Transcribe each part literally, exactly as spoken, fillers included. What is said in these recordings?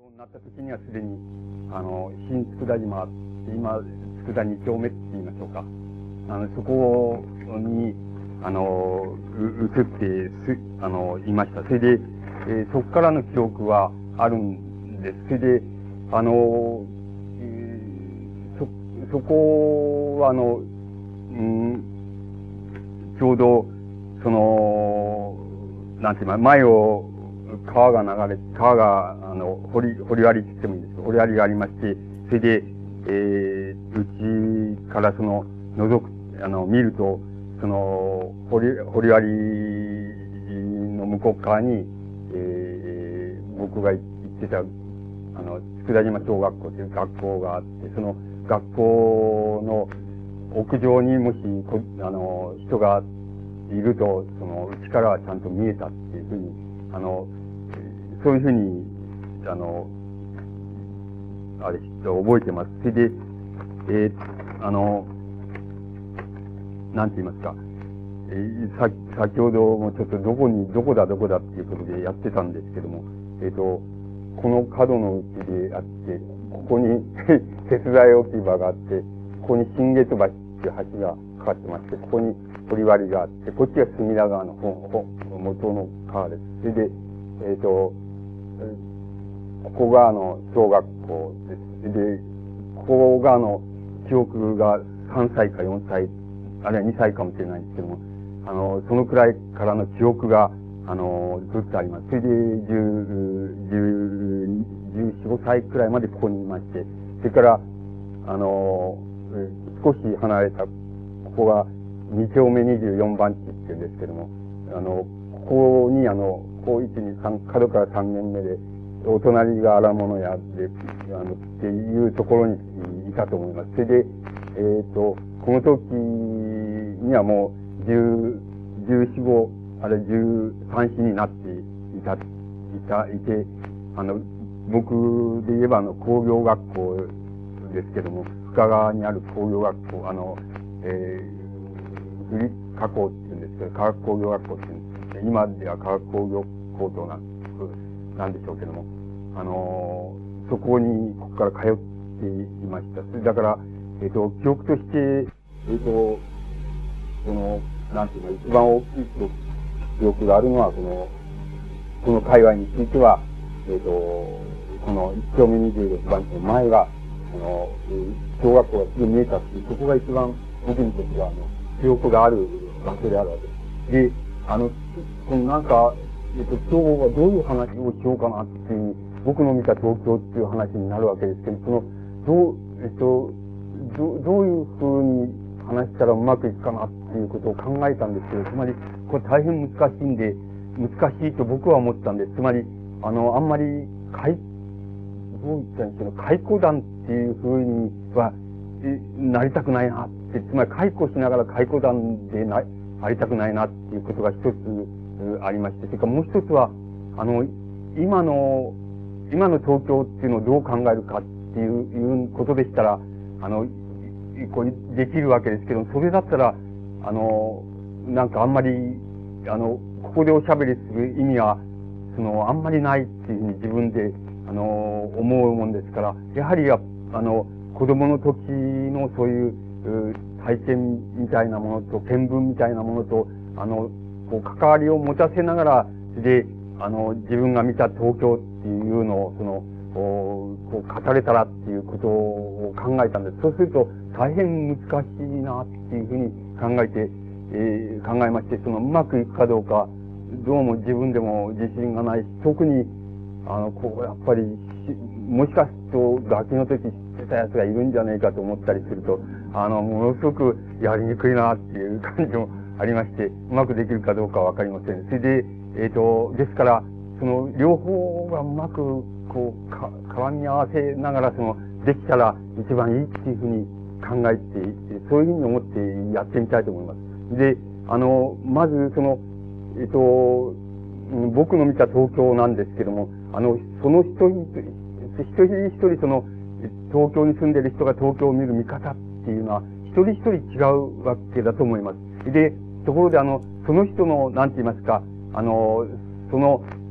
になった時にはすでに、あの、新佃島、今、佃二丁目って言いましょうか。あの、そこに、あの、移って、す、あの、いました。それで、えー、そこからの記憶はあるんです。それで、あの、えー、そ、そこは、あの、うん、ちょうど、その、なんていうか、前を、川が流れ、川が、あの、堀、堀割りって言ってもいいんですけど、堀割りがありまして、それで、えー、うちからその、覗く、あの、見ると、その、堀、堀割りの向こう側に、えー、僕が行ってた、あの、佃島小学校という学校があって、その学校の屋上にもし、あの、人がいると、その、うちからはちゃんと見えたっていうふうに、あの、そういうふうに、あの、あれ、覚えてます。それで、えー、あの、なんて言いますか、えー、さ、先ほどもちょっとどこに、どこだどこだっていうことでやってたんですけども、えっ、ー、と、この角のうちであって、ここに鉄材置き場があって、ここに新月橋っていう橋がかかってまして、ここに堀割りがあって、こっちが隅田川のほ元の川です。それで、えっ、ー、と、ここがあの、小学校です。で、ここがあの、記憶がさんさいかよんさい、あるいはにさいかもしれないんですけども、あの、そのくらいからの記憶が、あの、ずっとあります。それで、じゅう、じゅう、じゅうよん、ごさいくらいまでここにいまして、それから、あの、少し離れた、ここがに丁目にじゅうよんばん地っていうんですけども、あの、ここにあの、こういち、に、さん、角からさんねんめで、お隣が荒物屋で、あの、っていうところにいたと思います。それで、えっと、この時にはもう、十、十四五、あれ、十三四になっていた、いた、いて、あの、僕で言えばあの、工業学校ですけども、深川にある工業学校、あの、えー、グリ加工って言うんですけど、化学工業学校って言うんです。今では化学工業高等な、なんでしょうけども、あのー、そこに、ここから通っていました。だから、えっ、ー、と、記憶として、えっ、ー、と、その、なんていうの、一番大きい記憶があるのは、その、この界隈については、えっ、ー、と、この一丁目にじゅうろくばん地の前が、あの、小学校がすぐ見えたし、そこが一番僕にとっては、あの、記憶がある場所であるわけです。で、あの、このなんか、えっと、今日はどういう話をしようかなっていう、僕の見た東京っていう話になるわけですけど、その、どう、えっと、どどういうふうに話したらうまくいくかなっていうことを考えたんですけど、つまり、これ大変難しいんで、難しいと僕は思ったんです。つまり、あの、あんまり、かい、どう言ったんですけど、解雇団っていうふうには、なりたくないなって、つまり解雇しながら解雇団でな、ありたくないなっていうことが一つありまして、それからもう一つは、あの、今の、今の東京っていうのをどう考えるかっていう、いうことでしたら、あの、こうできるわけですけど、それだったら、あの、なんかあんまり、あの、ここでおしゃべりする意味は、その、あんまりないっていうふうに自分で、あの、思うもんですから、やはり、あの、子供の時のそういう、体験みたいなものと、見聞みたいなものと、あの、こう、関わりを持たせながら、で、あの、自分が見た東京っていうのを、その、こう、こう語れたらっていうことを考えたんです。そうすると、大変難しいなっていうふうに考えて、えー、考えまして、その、うまくいくかどうか、どうも自分でも自信がないし、特に、あの、こう、やっぱり、もしかすると、ガキの時知ってた奴がいるんじゃねえかと思ったりすると、あの、ものすごくやりにくいなっていう感じもありまして、うまくできるかどうかはわかりません。それで、えっと、ですから、その、両方がうまく、こう、か、絡み合わせながら、その、できたら一番いいっていうふうに考えて、そういうふうに思ってやってみたいと思います。で、あの、まず、その、えっと、僕の見た東京なんですけども、あの、その一人、一人一人その、東京に住んでる人が東京を見る見方っていうのは、一人一人違うわけだと思います。で、ところであの、その人の、なんて言いますか、あの、その、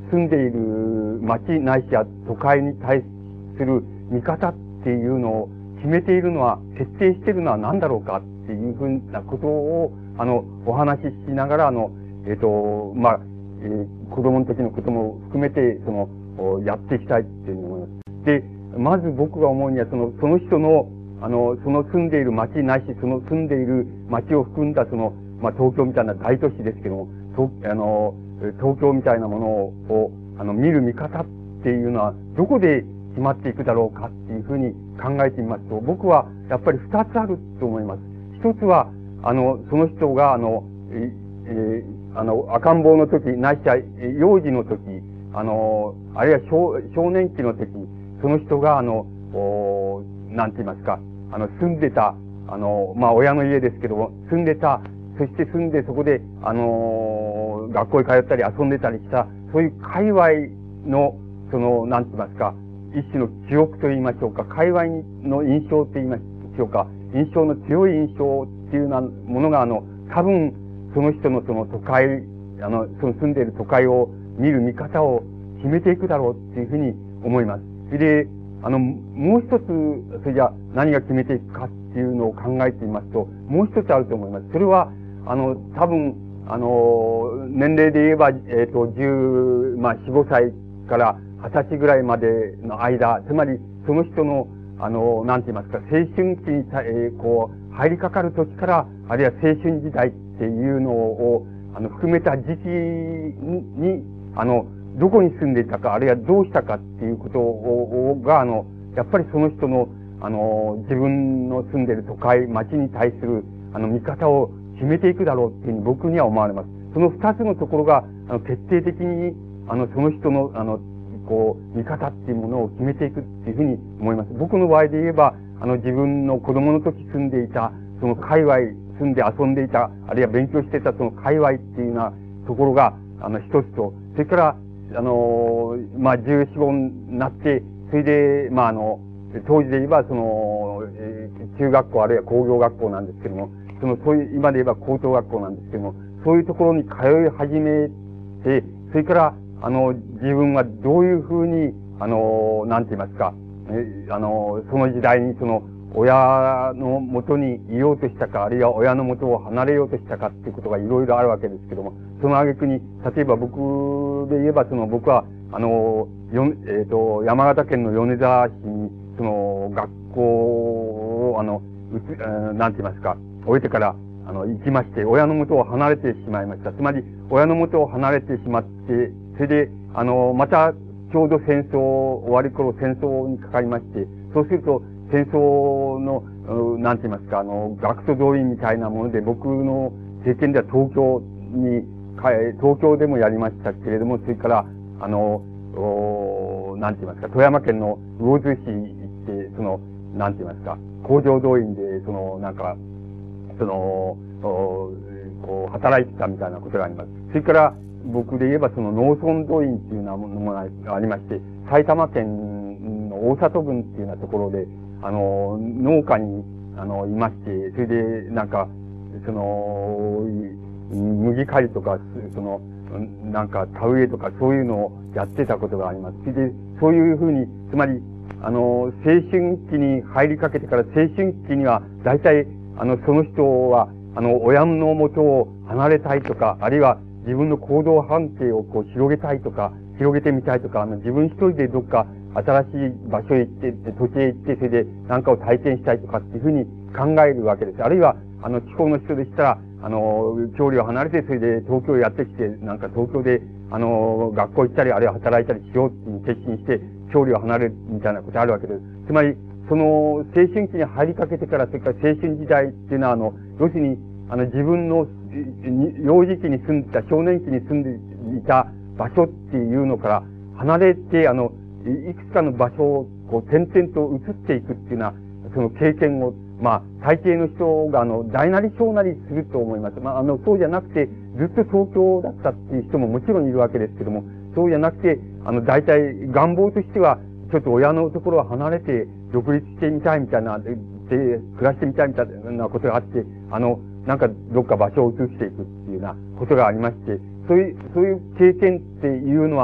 住んでいる町ないしは都会に対する見方っていうのを決めているのは、決定しているのは何だろうかっていうふうなことを、あの、お話ししながら、あの、えっ、と、まあ、えー、子供の時のことも含めて、その、やっていきたいっていうふうに思います。で、まず僕が思うには、その、その人の、あの、その住んでいる町ないし、その住んでいる町を含んだ、その、まあ、東京みたいな大都市ですけども、と、あの、東京みたいなものを、あの、見る見方っていうのは、どこで決まっていくだろうかっていうふうに考えてみますと、僕はやっぱり二つあると思います。一つは、あの、その人が、あの、え、えー、あの、赤ん坊の時、ないしは幼児の時、あの、あるいは少少年期の時、その人が、あの、おなんて言いますか、あの、住んでた、あの、まあ、親の家ですけども、住んでた、そして住んでそこで、あのー、学校に通ったり遊んでたりした、そういう界隈の、その、なんて言いますか、一種の記憶と言いましょうか、界隈の印象と言いましょうか、印象の強い印象っていうようなものが、あの、多分、その人のその都会、あの、その住んでいる都会を見る見方を決めていくだろうっていうふうに思います。で、あの、もう一つ、それじゃ何が決めていくかっていうのを考えてみますと、もう一つあると思います。それは、あの、多分、あの、年齢で言えば、えっと、十、まあ、四五歳から二十歳ぐらいまでの間、つまり、その人の、あの、なんて言いますか、青春期にた、えー、こう、入りかかる時から、あるいは青春時代っていうのを、あの、含めた時期に、あの、どこに住んでいたか、あるいはどうしたかっていうことを、が、あの、やっぱりその人の、あの、自分の住んでいる都会、町に対する、あの、見方を決めていくだろうっていうふうに僕には思われます。その二つのところが、あの、決定的に、あの、その人の、あの、こう、見方っていうものを決めていくっていうふうに思います。僕の場合で言えば、あの、自分の子供の時住んでいた、その界隈、住んで遊んでいた、あるいは勉強していたその界隈っていうようなところが、あの、一つと、それから、あの、まあ、十四五になって、それで、まあ、あの、当時で言えば、その、えー、中学校あるいは工業学校なんですけども、その、そういう、今で言えば高等学校なんですけども、そういうところに通い始めて、それから、あの、自分がどういうふうに、あの、なんて言いますか、えあの、その時代にその、親の元にいようとしたか、あるいは親の元を離れようとしたかっていうことがいろいろあるわけですけども、その挙句に、例えば僕で言えば、その僕は、あの、よ、えっと、山形県の米沢市に、その、学校を、あの、うつ、なんて言いますか、終えてから、あの、行きまして、親の元を離れてしまいました。つまり、親の元を離れてしまって、それで、あの、また、ちょうど戦争、終わり頃戦争にかかりまして、そうすると、戦争の、なんて言いますか、あの、学徒動員みたいなもので、僕の経験では東京に、東京でもやりましたけれども、それから、あの、おなんて言いますか、富山県の魚津市行って、その、なんて言いますか、工場動員で、その、なんか、その、おこう、働いてたみたいなことがあります。それから、僕で言えば、その農村動員っていうようなものがありまして、埼玉県の大里郡っていうようなところで、あの、農家に、あの、いまして、それで、なんか、その、麦刈りとか、その、なんか、田植えとか、そういうのをやってたことがあります。それで、そういうふうに、つまり、あの、青春期に入りかけてから、青春期には、大体、あの、その人は、あの、親の元を離れたいとか、あるいは、自分の行動半径をこう広げたいとか、広げてみたいとか、あの自分一人でどっか新しい場所へ行って、土地へ行って、それで何かを体験したいとかっていうふうに考えるわけです。あるいは、あの、地方の人でしたら、あの、距離を離れて、それで東京へやってきて、なんか東京で、あの、学校行ったり、あるいは働いたりしようっていう決心して、距離を離れるみたいなことあるわけです。つまり、その、青春期に入りかけてから、それから青春時代っていうのは、あの、要するに、あの、自分の、幼児期に住んでた、少年期に住んでいた場所っていうのから離れて、あの、いくつかの場所を、こう、点々と移っていくっていうような、その経験を、まあ、大抵の人が、あの、大なり小なりすると思います。まあ、あの、そうじゃなくて、ずっと東京だったっていう人ももちろんいるわけですけども、そうじゃなくて、あの、大体、願望としては、ちょっと親のところを離れて、独立してみたいみたいな、で、暮らしてみたいみたいなことがあって、あの、なんかどっか場所を移していくっていうようなことがありまして、そういう、そういう経験っていうのは、あの、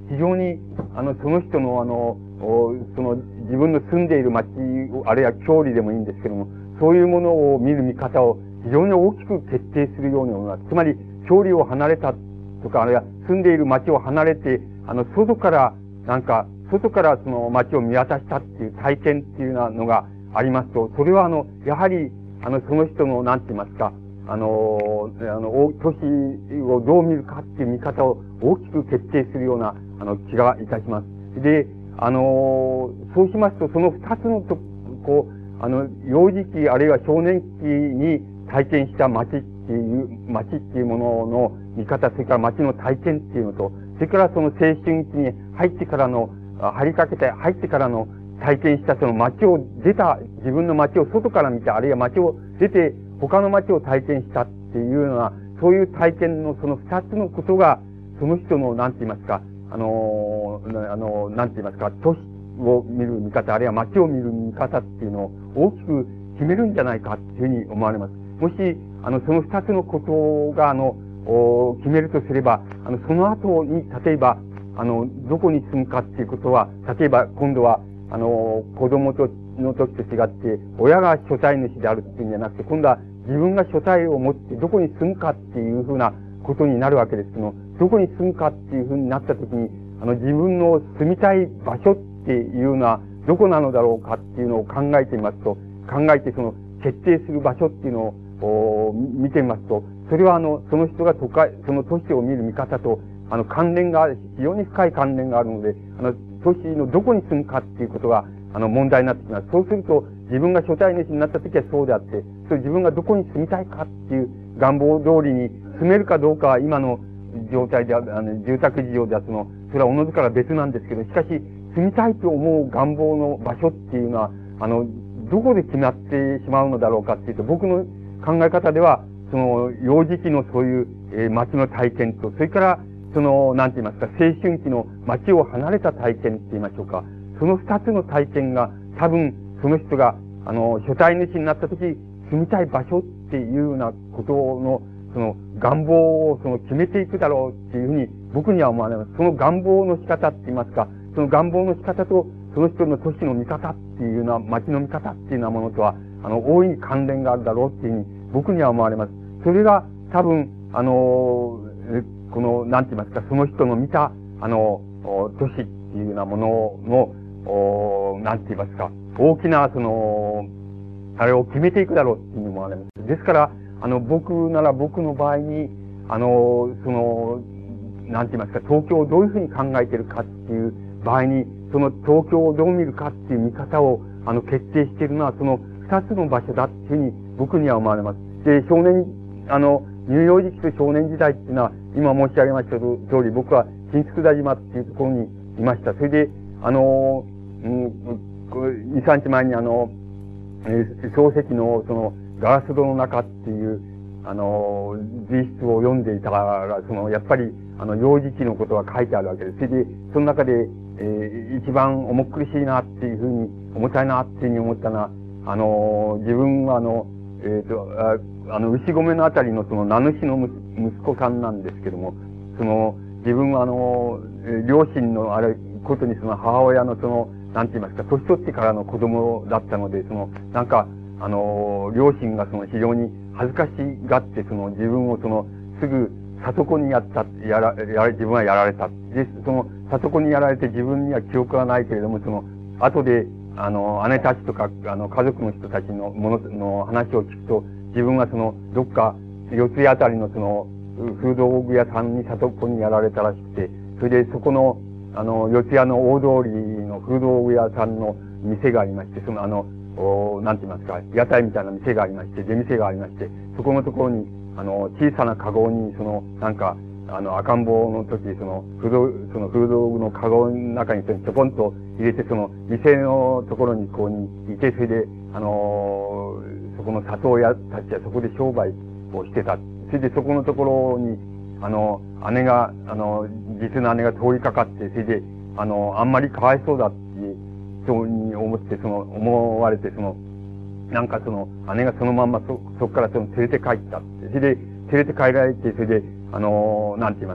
非常に、あの、その人のあの、その自分の住んでいる町、あるいは距離でもいいんですけども、そういうものを見る見方を非常に大きく決定するように思います。つまり、距離を離れたとか、あるいは住んでいる町を離れて、あの、外から、なんか、外からその町を見渡したっていう体験っていうのがありますと、それはあの、やはり、あの、その人の、なんて言いますか、あの、あの、都市をどう見るかっていう見方を大きく決定するような、あの、気がいたします。で、あの、そうしますと、その二つのと、こう、あの、幼児期あるいは少年期に体験した街っていう、街っていうものの見方、それから街の体験っていうのと、それからその青春期に入ってからの、入りかけて入ってからの体験したその街を出た、自分の街を外から見て、あるいは街を出て他の街を体験したっていうような、そういう体験のその二つのことが、その人の、なんて言いますか、あの、あの、なんて言いますか、都市を見る見方、あるいは街を見る見方っていうのを大きく決めるんじゃないかっていうふうに思われます。もし、あの、その二つのことが、あの、決めるとすれば、あの、その後に、例えば、あの、どこに住むかっていうことは、例えば今度は、あの、子供との時と違って、親が所帯主であるっていうんじゃなくて、今度は自分が所帯を持ってどこに住むかっていうふうなことになるわけですけど、どこに住むかっていうふうになった時に、あの、自分の住みたい場所っていうのはどこなのだろうかっていうのを考えてみますと、考えてその決定する場所っていうのを見てみますと、それはあの、その人が都会、その都市を見る見方と、あの、関連が、非常に深い関連があるので、あの、都市のどこに住むかっていうことが、あの、問題になってきます。そうすると、自分が所帯主になった時はそうであって、それ自分がどこに住みたいかっていう願望通りに住めるかどうかは今の状態である、あの、住宅事情ではその、それはおのずから別なんですけど、しかし、住みたいと思う願望の場所っていうのは、あの、どこで決まってしまうのだろうかっていうと、僕の考え方では、その、幼児期のそういう、えー、街の体験と、それから、その、なんて言いますか、青春期の街を離れた体験って言いましょうか。その二つの体験が、多分、その人が、あの、所帯主になった時、住みたい場所っていうようなことの、その、願望を、その、決めていくだろうっていうふうに、僕には思われます。その願望の仕方って言いますか、その願望の仕方と、その人の都市の見方っていうような、街の見方っていうようなものとは、あの、大いに関連があるだろうっていうふうに、僕には思われます。それが、多分、あの、この、なんて言いますか、その人の見た、あの、都市っていうようなものの、おなんて言いますか、大きな、その、あれを決めていくだろうっていうふうに思われます。ですから、あの、僕なら僕の場合に、あの、その、なんて言いますか、東京をどういうふうに考えているかっていう場合に、その東京をどう見るかっていう見方を、あの、決定しているのは、その二つの場所だっていうふうに僕には思われます。で、少年、あの、乳幼児期と少年時代っていうのは、今申し上げました通り、僕は新佃島っていうところにいました。それで、あの、うん、二、三日前にあの、えー、小説のその、ガラス戸の中っていう、あの、随筆を読んでいたら、その、やっぱり、あの、幼児期のことが書いてあるわけです。それで、その中で、えー、一番重苦しいなっていうふうに、重たいなっていうふうに思ったのは、あの、自分はあの、えっ、ー、と、あの、牛込のあたりのその名主の息子さんなんですけども、その、自分はあの、両親のあれ、ことにその母親のその、なんて言いますか、年取ってからの子供だったので、その、なんか、あの、両親がその非常に恥ずかしがって、その自分をその、すぐ、里子にやった、やら、やら、自分はやられた。で、その、里子にやられて自分には記憶がないけれども、その、後で、あの、姉たちとか、あの、家族の人たちのもの、の話を聞くと、自分はその、どっか、四つ谷あたりのその、風道具屋さんに里子にやられたらしくて、それでそこの、あの、四谷の大通りの風道具屋さんの店がありまして、そのあの、おなんて言いますか、屋台みたいな店がありまして、出店がありまして、そこのところに、あの、小さなカゴに、その、なんか、あの、赤ん坊の時、その、風道、その風道具のカゴの中にちょこんと入れて、その、店のところにこうにいて、それで、あのー、そこの里親たちはそこで商売をしてた。それでそこのところに、あの、姉が、あの、実の姉が通りかかって、それで、あの、あんまりかわいそうだっていう人に思って、その、思われて、その、なんかその、姉がそのまんまそ、そこからその連れて帰ったって。それで、連れて帰られて、それで、あの、なんて言いますか、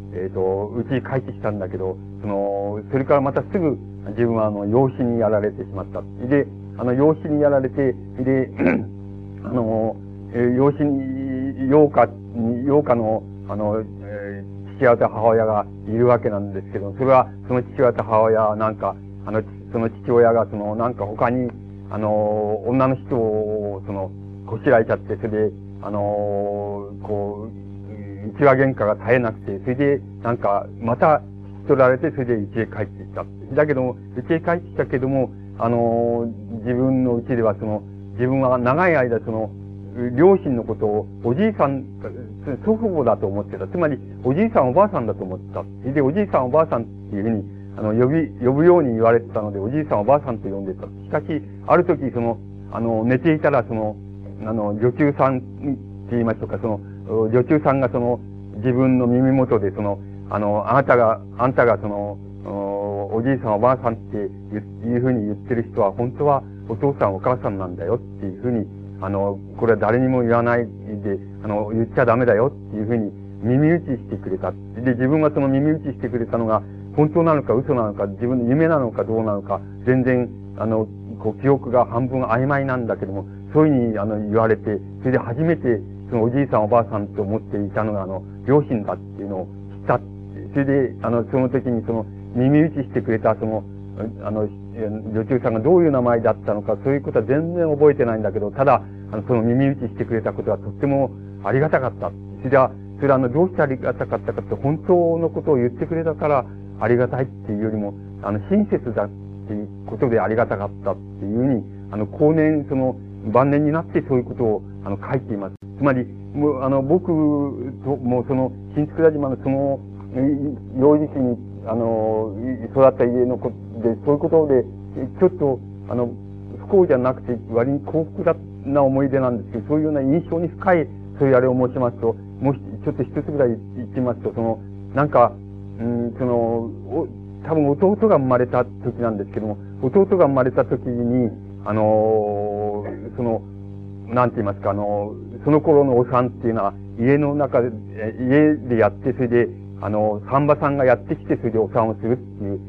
えっと、うちに帰ってきたんだけど、その、それからまたすぐ自分はあの、養子にやられてしまった。で、あの、養子にやられて、で、あの、えー、養子に、養家に、養家の、あの、えー、父親と母親がいるわけなんですけど、それは、その父親と母親はなんか、あの、その父親が、その、なんか他に、あの、女の人を、その、こしらえちゃって、それで、あの、こう、内輪喧嘩が絶えなくて、それで、なんか、また、引き取られて、それで家へ帰ってきた。だけども、家へ帰ってきたけども、あの、自分の家では、その、自分は長い間、その、両親のことを、おじいさん、祖父母だと思ってた。つまり、おじいさんおばあさんだと思ってた。で、おじいさんおばあさんっていうふうに、あの、呼び、呼ぶように言われてたので、おじいさんおばあさんと呼んでた。しかし、ある時、その、あの、寝ていたら、その、あの、女中さんって言いましょうか、その、女中さんがその、自分の耳元で、その、あの、あなたが、あんたがその、お、おじいさんおばあさんっていうふうに言ってる人は、本当はお父さんお母さんなんだよっていうふうに、あの、これは誰にも言わないで、あの、言っちゃダメだよっていうふうに耳打ちしてくれた。で、自分はその耳打ちしてくれたのが、本当なのか嘘なのか、自分の夢なのかどうなのか、全然、あの、こう、記憶が半分曖昧なんだけども、そういうふうに、あの、言われて、それで初めて、そのおじいさんおばあさんと思っていたのが、あの、両親だっていうのを知った。それで、あの、その時にその、耳打ちしてくれた、その、あの、女中さんがどういう名前だったのか、そういうことは全然覚えてないんだけど、ただ、あの、その耳打ちしてくれたことはとってもありがたかった。それは、それはあの、どうしてありがたかったかって、本当のことを言ってくれたからありがたいっていうよりも、あの、親切だっていうことでありがたかったっていうふうに、あの、後年、その、晩年になってそういうことを、あの、書いています。つまり、もう、あの、僕と、もうその、新佃島のその、幼児期に、あの、育った家の子で、そういうことで、ちょっと、あの、不幸じゃなくて、割に幸福な思い出なんですけど、そういうような印象に深い、そういうあれを申しますと、もうちょっと一つぐらい言ってみますと、その、なんか、うん、その、お多分弟が生まれた時なんですけども、弟が生まれた時に、あのー、その、なんて言いますか、あのー、その頃のお産っていうのは、家の中で、家でやって、それで、あの、産婆さんがやってきて、それでお産をするっていう。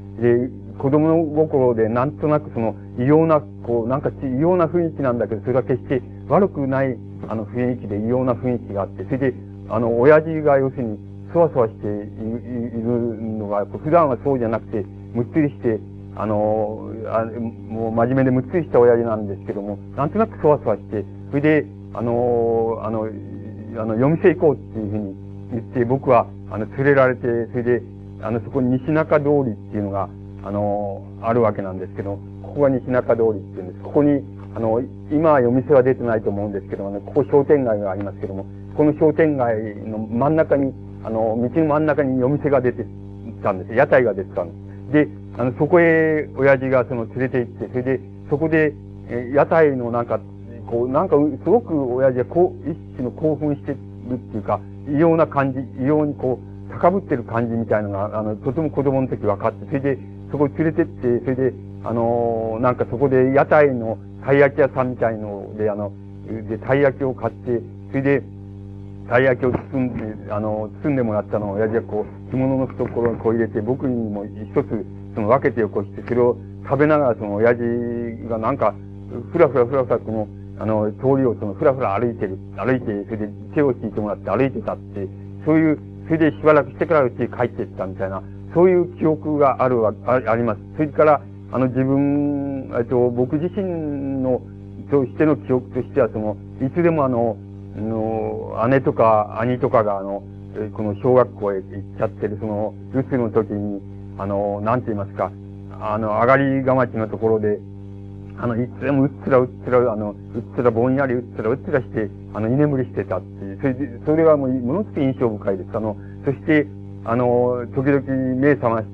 で、子供の心でなんとなくその異様な、こう、なんか異様な雰囲気なんだけど、それは決して悪くない、あの雰囲気で異様な雰囲気があって、それで、あの、親父が要するに、そわそわしているのが、普段はそうじゃなくて、むっつりして、あの、あもう真面目でむっつりした親父なんですけども、なんとなくそわそわして、それで、あの、あの、あの、夜店行こうっていうふうに言って、僕は、あの、連れられて、それで、あの、そこに西中通りっていうのが、あの、あるわけなんですけど、ここが西中通りっていうんです。ここに、あの、今は夜店は出てないと思うんですけども、ね、ここ商店街がありますけども、この商店街の真ん中に、あの、道の真ん中に夜店が出てたんです。屋台が出てたんです。で、あの、そこへ親父がその連れて行って、それで、そこで、え、屋台のなんか、こう、なんか、すごく親父はこう、一種の興奮してるっていうか、異様な感じ、異様にこう、高ぶってる感じみたいのが、あの、とても子供の時分かって、それで、そこに連れてって、それで、あのー、なんかそこで屋台のたい焼き屋さんみたいので、あの、で、たい焼きを買って、それで、たい焼きを包んで、あの、包んでもらったのを親父がこう、着物の懐にこう入れて、僕にも一つ、その分けてよこして、それを食べながら、その親父がなんか、ふらふらふらふらこの、あの、通りをその、ふらふら歩いてる、歩いて、それで手を引いてもらって歩いてたって、そういう、それでしばらくしてからうちに帰っていったみたいな、そういう記憶があるわ、ああります。それから、あの、自分、えっと、僕自身の、としての記憶としては、その、いつでもあの、の、姉とか兄とかが、あの、この小学校へ行っちゃってる、その、うつの時に、あの、なんて言いますか、あの、上がりがまちのところで、あの、いつでもうっすらうっすら、あの、うっすらぼんやりうっすらうっすらして、あの、居眠りしてたっていう、それで、それがもう、ものすごく印象深いです。あの、そして、あの、時々目覚まして、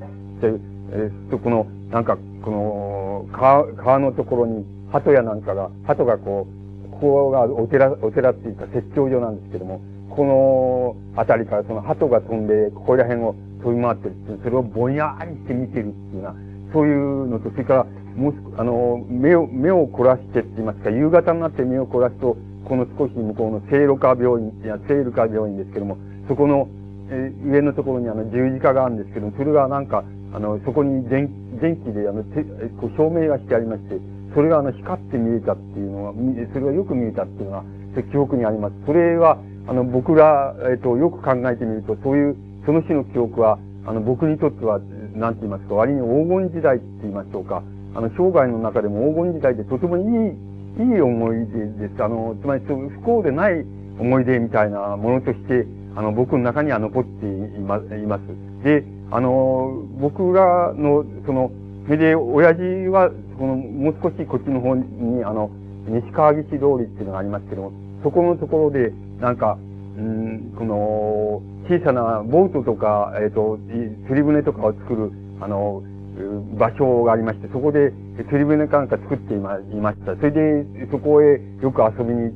えー、と、この、なんか、この、川、川のところに、鳩やなんかが、鳩がこう、ここがお寺、お寺っていうか、説教所なんですけども、この辺りからその鳩が飛んで、ここら辺を飛び回ってるっていう、それをぼんやりして見てるっていうような、そういうのと、それから、もう、あの、目を、目を凝らしてって言いますか、夕方になって目を凝らすと、この少し向こうの聖路加病院、いや、聖路加病院ですけども、そこの、 えー、上のところにあの十字架があるんですけど、それがなんか、あの、そこに電電気であの、てこう照明がしてありまして、それがあの、光って見えたっていうのが、それがよく見えたっていうのが、記憶にあります。それは、あの、僕ら、えっと、よく考えてみると、そういう、その日の記憶は、あの、僕にとっては、なんて言いますか、割に黄金時代って言いましょうか。あの、生涯の中でも黄金時代でとてもいい、いい思い出です。あの、つまり、不幸でない思い出みたいなものとして、あの、僕の中には残っています。いますで、あの、僕らの、その、それで、親父は、この、もう少しこっちの方に、あの、西川岸通りっていうのがありますけども、そこのところで、なんか、うん、この、小さなボートとか、えっと、釣り船とかを作る、あの、場所がありまして、そこで釣り船かなんか作っていまいました。それで、そこへよく遊びに行って、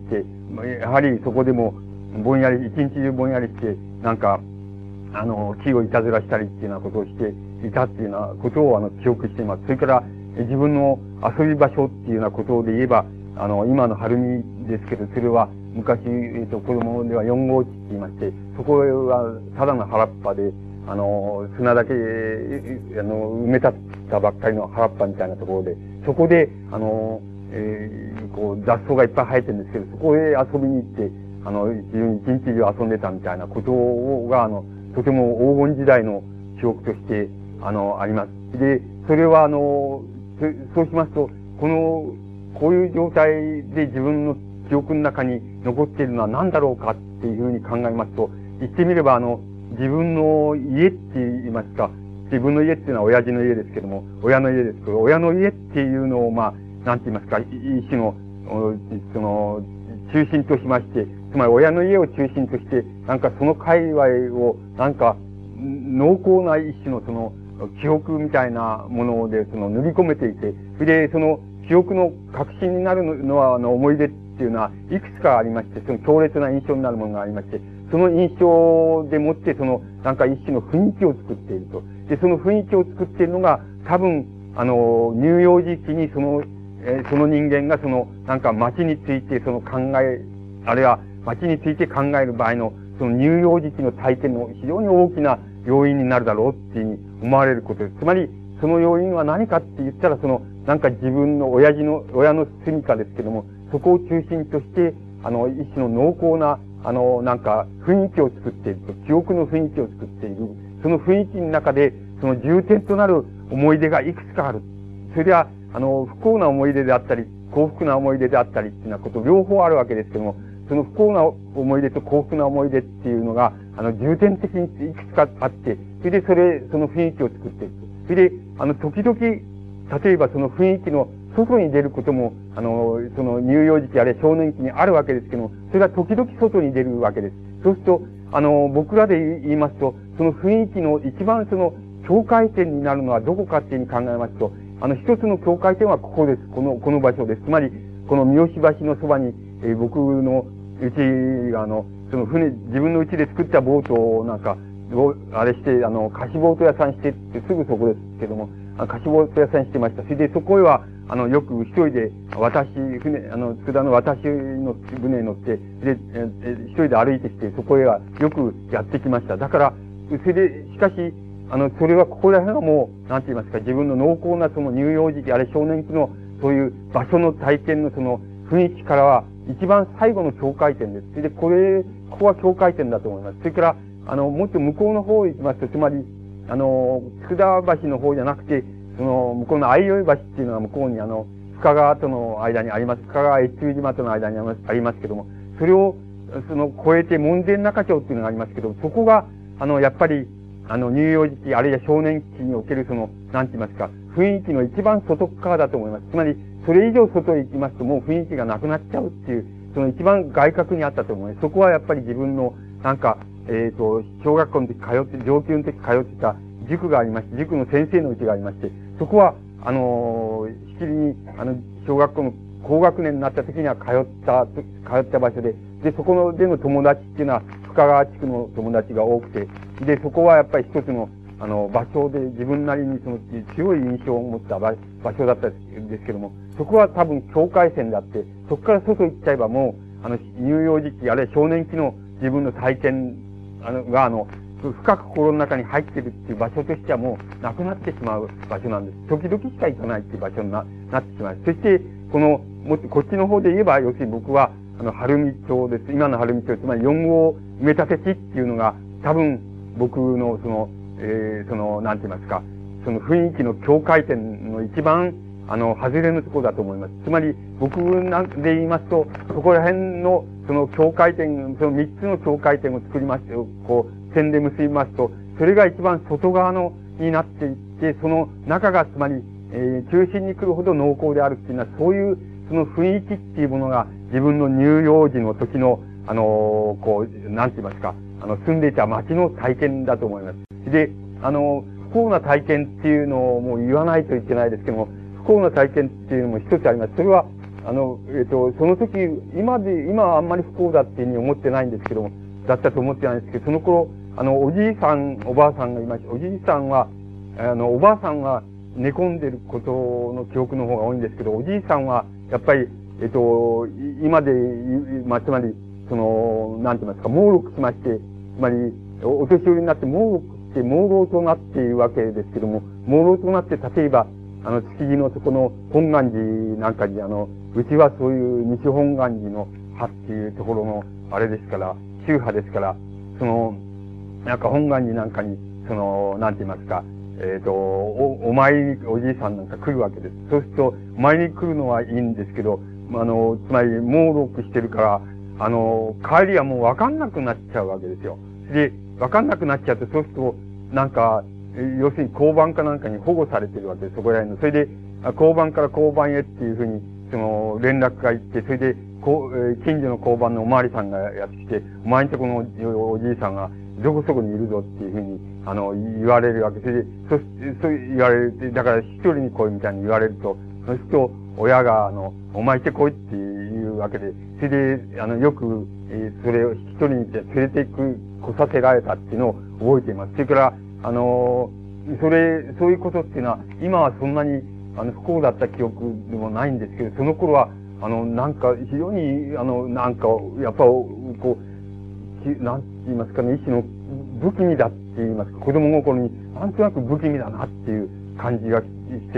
やはりそこでも、ぼんやり、一日中ぼんやりして、なんか、あの、木をいたずらしたりっていうようなことをしていたっていうようなことを、あの、記憶しています。それから、自分の遊び場所っていうようなことで言えば、あの、今の晴海ですけど、それは昔、えっと、子供では四号地って言いまして、そこはただの原っぱで、あの、砂だけ、あの、埋め立ったばっかりの原っぱみたいなところで、そこで、あの、えー、こう、雑草がいっぱい生えてるんですけど、そこへ遊びに行って、あの、一日中遊んでたみたいなことが、あの、とても黄金時代の記憶として、あの、あります。で、それはあの、そうしますと、この、こういう状態で自分の記憶の中に残っているのは何だろうかっていうふうに考えますと、言ってみればあの、自分の家って言いますか、自分の家っていうのは親父の家ですけども、親の家ですけど、親の家っていうのをまあ、なんて言いますか、一種の、その、中心としまして、つまり親の家を中心として、なんかその界隈を、なんか、濃厚な一種のその、記憶みたいなもので、その塗り込めていて、それで、その、記憶の核心になるのは、あの、思い出っていうのは、いくつかありまして、その強烈な印象になるものがありまして、その印象でもって、その、なんか一種の雰囲気を作っていると。で、その雰囲気を作っているのが、多分、あの、乳幼児期にその、えー、その人間がその、なんか街についてその考え、あるいは街について考える場合の、その乳幼児期の体験の非常に大きな要因になるだろうっていうふうに思われることです。つまり、その要因は何かって言ったら、その、なんか自分の親父の、親の住処ですけども、そこを中心として、あの、一種の濃厚な、あの、なんか、雰囲気を作っていると、記憶の雰囲気を作っている。その雰囲気の中で、その重点となる思い出がいくつかある。それでは、あの、不幸な思い出であったり、幸福な思い出であったりっていうようなこと、両方あるわけですけども、その不幸な思い出と幸福な思い出っていうのが、あの、重点的にいくつかあって、それでそれ、その雰囲気を作っていく。それで、あの、時々、例えばその雰囲気の外に出ることも、あの、その乳幼児期あるいは少年期にあるわけですけども、それが時々外に出るわけです。そうすると、あの、僕らで言いますと、その雰囲気の一番その境界点になるのはどこかっていうふうに考えますと、あの、一つの境界点はここです。この、この場所です。つまり、この三好橋のそばに、えー、僕のうちが、あの、その船、自分のうちで作ったボートをなんか、あれして、あの、貸しボート屋さんしてってすぐそこですけども、貸しボート屋さんしてました。それでそこへは、あの、よく一人で、私、船、あの、佃の私の船に乗って、で、え一人で歩いてきて、そこへはよくやってきました。だから、それで、しかし、あの、それはここら辺がもう、なんて言いますか、自分の濃厚なその乳幼児期、あれ少年期の、そういう場所の体験のその雰囲気からは、一番最後の境界点です。それで、これ、ここは境界点だと思います。それから、あの、もっと向こうの方へ行きますと、つまり、あの、佃橋の方じゃなくて、その、向こうの相生橋っていうのが向こうにあの、深川との間にあります。深川越中島との間にありますけども、それを、その、越えて門前仲町っていうのがありますけど、そこが、あの、やっぱり、あの、乳幼児期、あるいは少年期におけるその、なんて言いますか、雰囲気の一番外側だと思います。つまり、それ以上外へ行きますともう雰囲気がなくなっちゃうっていう、その一番外角にあったと思います。そこはやっぱり自分の、なんか、えっと、小学校の時通って、上級の時通ってた塾がありまして、塾の先生のうちがありまして、そこは、あのー、しきりに、あの、小学校の高学年になった時には通った、通った場所で、で、そこのでの友達っていうのは、深川地区の友達が多くて、で、そこはやっぱり一つの、あの、場所で自分なりにその強い印象を持った場所だったんですけども、そこは多分境界線であって、そこから外行っちゃえばもう、あの、乳幼児期、あるいは少年期の自分の体験、あの、が、あの、 深く心の中に入ってるっていう場所としてはもうなくなってしまう場所なんです。時々しか行かないっていう場所にな、なってしまう。そして、この、もっとこっちの方で言えば、要するに僕は、あの、晴海町です。今の晴海町、つまりよん号埋め立て地っていうのが、多分、僕のその、えー、その、なんて言いますか、その雰囲気の境界点の一番、あの、外れのところだと思います。つまり、僕なんで言いますと、そこら辺の、その境界点、その三つの境界点を作りまして、こう、線で結びますと、それが一番外側の、になっていって、その中がつまり、えー、中心に来るほど濃厚であるっていうのは、そういう、その雰囲気っていうものが、自分の乳幼児の時の、あのー、こう、なんて言いますか、あの、住んでいた町の体験だと思います。で、あの、不幸な体験っていうのをもう言わないといけないですけども、不幸な体験っていうのも一つあります。それは、あの、えっと、その時、今で、今はあんまり不幸だっていうふうに思ってないんですけども、だったと思ってないんですけど、その頃、あの、おじいさん、おばあさんがいました。おじいさんは、あの、おばあさんは寝込んでることの記憶の方が多いんですけど、おじいさんは、やっぱり、えっと、今で、まあ、つまり、その、なんて言いますか、猛録しまして、つまり、お年寄りになって猛録して、朦朧となっているわけですけども、朦朧となって、例えば、あの、築地のとこの本願寺なんかに、あの、うちはそういう西本願寺の派っていうところの、あれですから、宗派ですから、その、なんか本願寺なんかに、その、なんて言いますか、えっと、お、お参りにおじいさんなんか来るわけです。そうすると、お参りに来るのはいいんですけど、あの、つまり、猛録してるから、あの、帰りはもうわかんなくなっちゃうわけですよ。で、わかんなくなっちゃうと、そうすると、なんか、要するに交番かなんかに保護されてるわけです、そこら辺の。それで、交番から交番へっていうふうに、その、連絡が行って、それで、こう、近所の交番のおまわりさんがやってきて、お前んとこのおじいさんが、どこそこにいるぞっていうふうに、あの、言われるわけ。それで、そ、そう言われる、だから一人に来いみたいに言われると、そうすると、親が、あの、お前行って来いっていうわけで、それで、あの、よく、えー、それを一人に連れて行く、来させられたっていうのを覚えています。それから、あのー、それ、そういうことっていうのは、今はそんなに、あの、不幸だった記憶でもないんですけど、その頃は、あの、なんか、非常に、あの、なんか、やっぱ、こう、なんて言いますかね、一種の不気味だって言いますか、子供心に、なんとなく不気味だなっていう感じがして、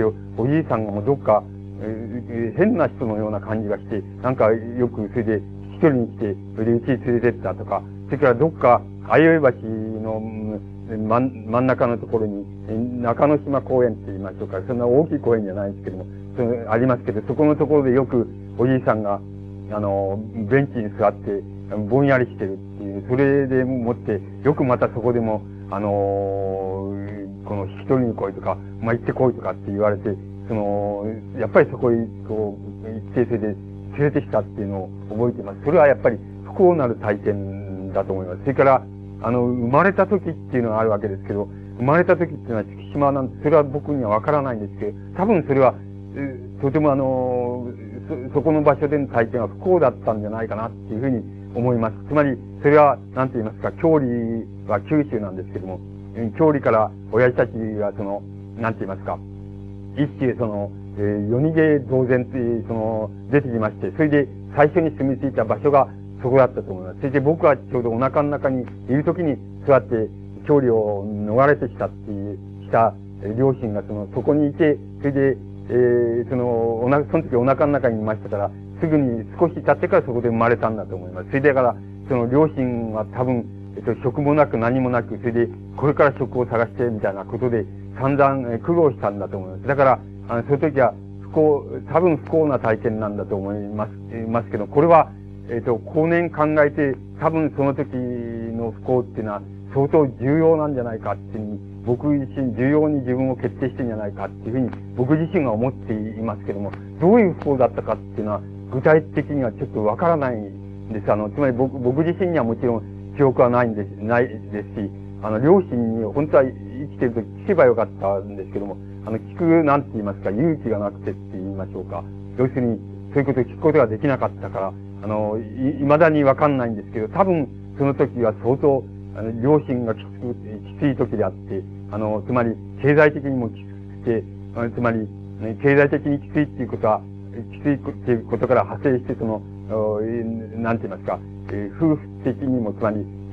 おじいさんがもうどっか、えー、変な人のような感じがして、なんかよくそれで一人に来て、それで家に連れてったとか、それからどっか、相生橋の真ん、真ん中のところに、中之島公園って言いましょうか、そんな大きい公園じゃないですけども、そのありますけど、そこのところでよくおじいさんが、あの、ベンチに座って、ぼんやりしてるっていう、それでもって、よくまたそこでも、あのー、この一人に来いとか、まあ、行って来いとかって言われて、その、やっぱりそこへ、こう、行って、それで連れてきたっていうのを覚えています。それはやっぱり不幸なる体験だと思います。それから、あの、生まれた時っていうのがあるわけですけど、生まれた時っていうのは月島なんて、それは僕にはわからないんですけど、多分それは、とてもあの、そ、そこの場所での体験は不幸だったんじゃないかなっていうふうに思います。つまり、それは、なんて言いますか、郷里は九州なんですけども、郷里から親父たちがその、なんて言いますか、一種その、えー、夜逃げ同然っていう、その、出てきまして、それで最初に住み着いた場所がそこだったと思います。それで僕はちょうどお腹の中にいるときに、そうやって郷里を逃れてきたっていう、した両親がその、そこにいて、それで、えー、その、おな、その時お腹の中にいましたから、すぐに少し経ってからそこで生まれたんだと思います。それでだから、その両親は多分、えっと、職もなく何もなく、それで、これから職を探してみたいなことで、散々苦労したんだと思います。だから、あの、その時は不幸、多分不幸な体験なんだと思います、ますけど、これは、えっと、後年考えて、多分その時の不幸っていうのは相当重要なんじゃないかっていうふうに、僕自身重要に自分を決定してんじゃないかっていうふうに、僕自身が思っていますけども、どういう不幸だったかっていうのは、具体的にはちょっとわからないんです。あの、つまり僕、僕自身にはもちろん記憶はないんです、ないですし、あの、両親に本当は生きてると聞けばよかったんですけども、あの、聞く、なんて言いますか、勇気がなくてって言いましょうか。要するに、そういうことを聞くことができなかったから、あの、い、未だにわかんないんですけど、多分、その時は相当、あの、両親がきつく、きつい時であって、あの、つまり、経済的にもきつくて、あのつまり、ね、経済的にきついっていうことは、きついっていうことから派生して、その、なんて言いますか、えー、夫婦的にも、つまり、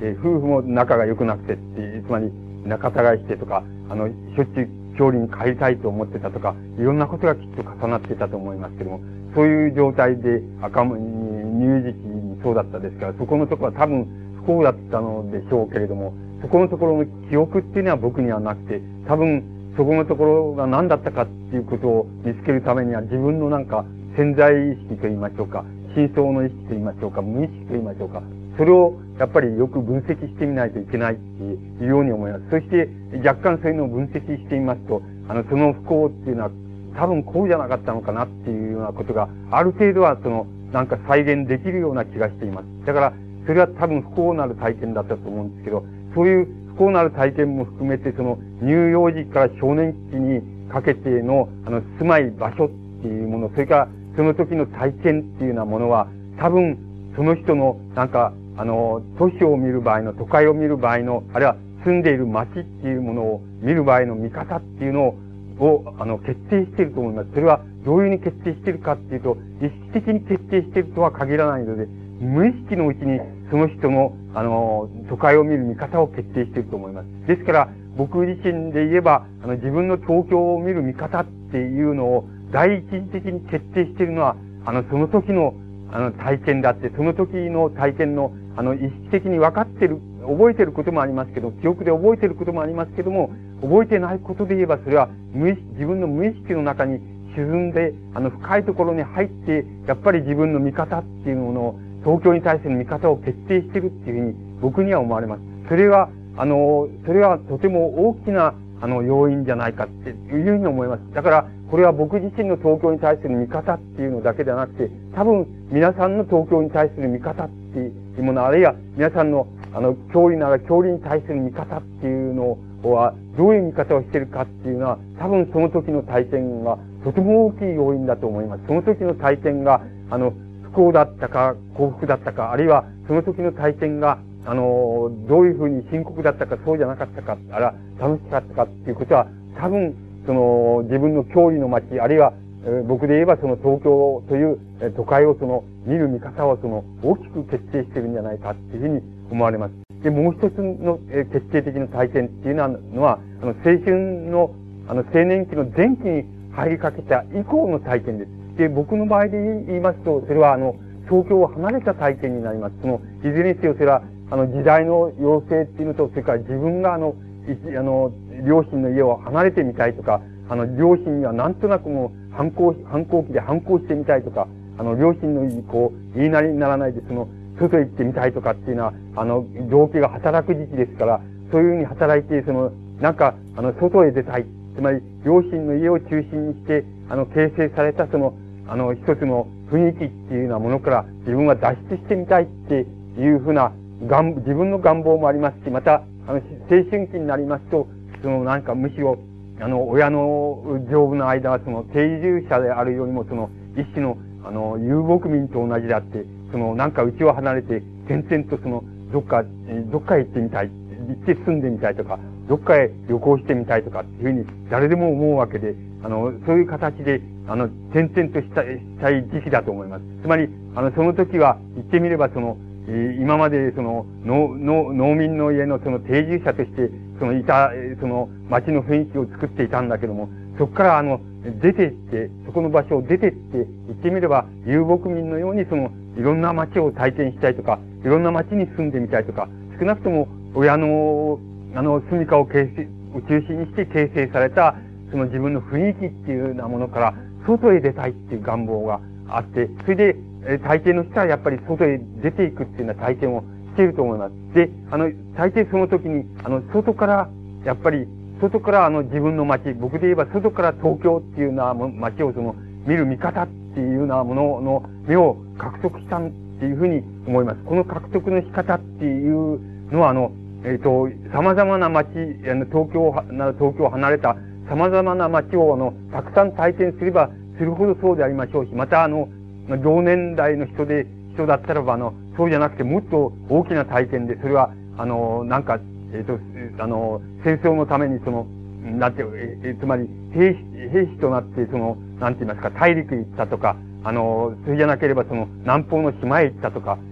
えー、夫婦も仲が良くなくてって、つまり仲違いしてとか、あの、しょっちゅう郷里に帰りたいと思ってたとか、いろんなことがきっと重なってたと思いますけども、そういう状態で赤門に乳児期にそうだったですから、そこのところは多分不幸だったのでしょうけれども、そこのところの記憶っていうのは僕にはなくて、多分そこのところが何だったかっていうことを見つけるためには自分のなんか潜在意識と言いましょうか、深層の意識と言いましょうか、無意識と言いましょうか、それをやっぱりよく分析してみないといけないっていうように思います。そして若干そういうのを分析してみますと、あの、その不幸っていうのは多分こうじゃなかったのかなっていうようなことがある程度はその、なんか再現できるような気がしています。だから、それは多分不幸なる体験だったと思うんですけど、そういう不幸なる体験も含めて、その乳幼児から少年期にかけての、あの、住まい場所っていうもの、それからその時の体験っていうようなものは、多分、その人の、なんか、あの、都市を見る場合の、都会を見る場合の、あるいは住んでいる街っていうものを見る場合の見方っていうのを、を、あの、決定していると思います。それは、どういうふうに決定しているかっていうと、意識的に決定しているとは限らないので、無意識のうちに、その人の、あの、都会を見る見方を決定していると思います。ですから、僕自身で言えば、あの、自分の東京を見る見方っていうのを、第一次的に決定しているのは、あの、その時の、あの、体験であって、その時の体験の、あの、意識的に分かってる、覚えてることもありますけど、記憶で覚えてることもありますけども、覚えてないことで言えば、それは無意識、自分の無意識の中に沈んで、あの、深いところに入って、やっぱり自分の見方っていうものを、東京に対する見方を決定しているっていうふうに、僕には思われます。それは、あの、それはとても大きな、あの、要因じゃないかっていうふうに思います。だから、これは僕自身の東京に対する見方っていうのだけではなくて、多分、皆さんの東京に対する見方っていうもの、あるいは皆さんの、あの、郷里なら郷里に対する見方っていうのは、どういう見方をしているかっていうのは、多分その時の体験がとても大きい要因だと思います。その時の体験が、あの、不幸だったか、幸福だったか、あるいはその時の体験が、あの、どういうふうに深刻だったか、そうじゃなかったか、あるいは楽しかったかっていうことは、多分、その、自分の郷里の街、あるいは、えー、僕で言えばその東京という、えー、都会をその、見る見方をその、大きく決定しているんじゃないかっていうふうに思われます。で、もう一つの、えー、決定的な体験っていうのは、あの、青春の、あの、青年期の前期に入りかけた以降の体験です。で、僕の場合で言いますと、それはあの、東京を離れた体験になります。その、いずれにせよ、それは、あの、時代の要請っていうのと、それから自分があの、いあの、両親の家を離れてみたいとか、あの、両親にはなんとなくもう、反抗、反抗期で反抗してみたいとか、あの、両親のこう、言いなりにならないで、その、外へ行ってみたいとかっていうのは、あの、動機が働く時期ですから、そういうふうに働いて、その、なんか、あの、外へ出たい。つまり、両親の家を中心にして、あの、形成されたその、あの、一つの雰囲気っていうようなものから自分は脱出してみたいっていうふうな願、自分の願望もありますし、また、あの、青春期になりますと、そのなんかむしろ、あの、親の丈夫な間はその定住者であるよりもその一種の、あの、遊牧民と同じであって、そのなんか家を離れて、点々とその、どっか、どっかへ行ってみたい、行って住んでみたいとか、どっかへ旅行してみたいとかっていうふうに誰でも思うわけで、あの、そういう形で、あの、点々とした、したい時期だと思います。つまり、あの、その時は、言ってみればその、今までその、農、農、農民の家のその定住者として、そのいた、その町の雰囲気を作っていたんだけども、そこからあの、出て行って、そこの場所を出て行って、言ってみれば、遊牧民のようにその、いろんな町を体験したいとか、いろんな町に住んでみたいとか、少なくとも親の、あの、住処を形成、を中心にして形成された、その自分の雰囲気っていうようなものから、外へ出たいっていう願望があって、それで、えー、大抵の人はやっぱり外へ出ていくっていうような体験をしていると思います。で、あの、大抵その時に、あの、外から、やっぱり、外からあの自分の街、僕で言えば外から東京っていうような街をその、見る見方っていうようなものの目を獲得したっていうふうに思います。この獲得の仕方っていうのは、あの、えっと、様々な街、あの、東京、東京を離れた様々な街をあの、たくさん体験すればするほどそうでありましょうし、またあの、同年代の人で、人だったらば、あの、そうじゃなくてもっと大きな体験で、それは、あの、なんか、えっと、あの、戦争のためにその、なんて、え、つまり、兵士、兵士となって、その、なんて言いますか、大陸へ行ったとか、あの、それじゃなければその、南方の島へ行ったとか、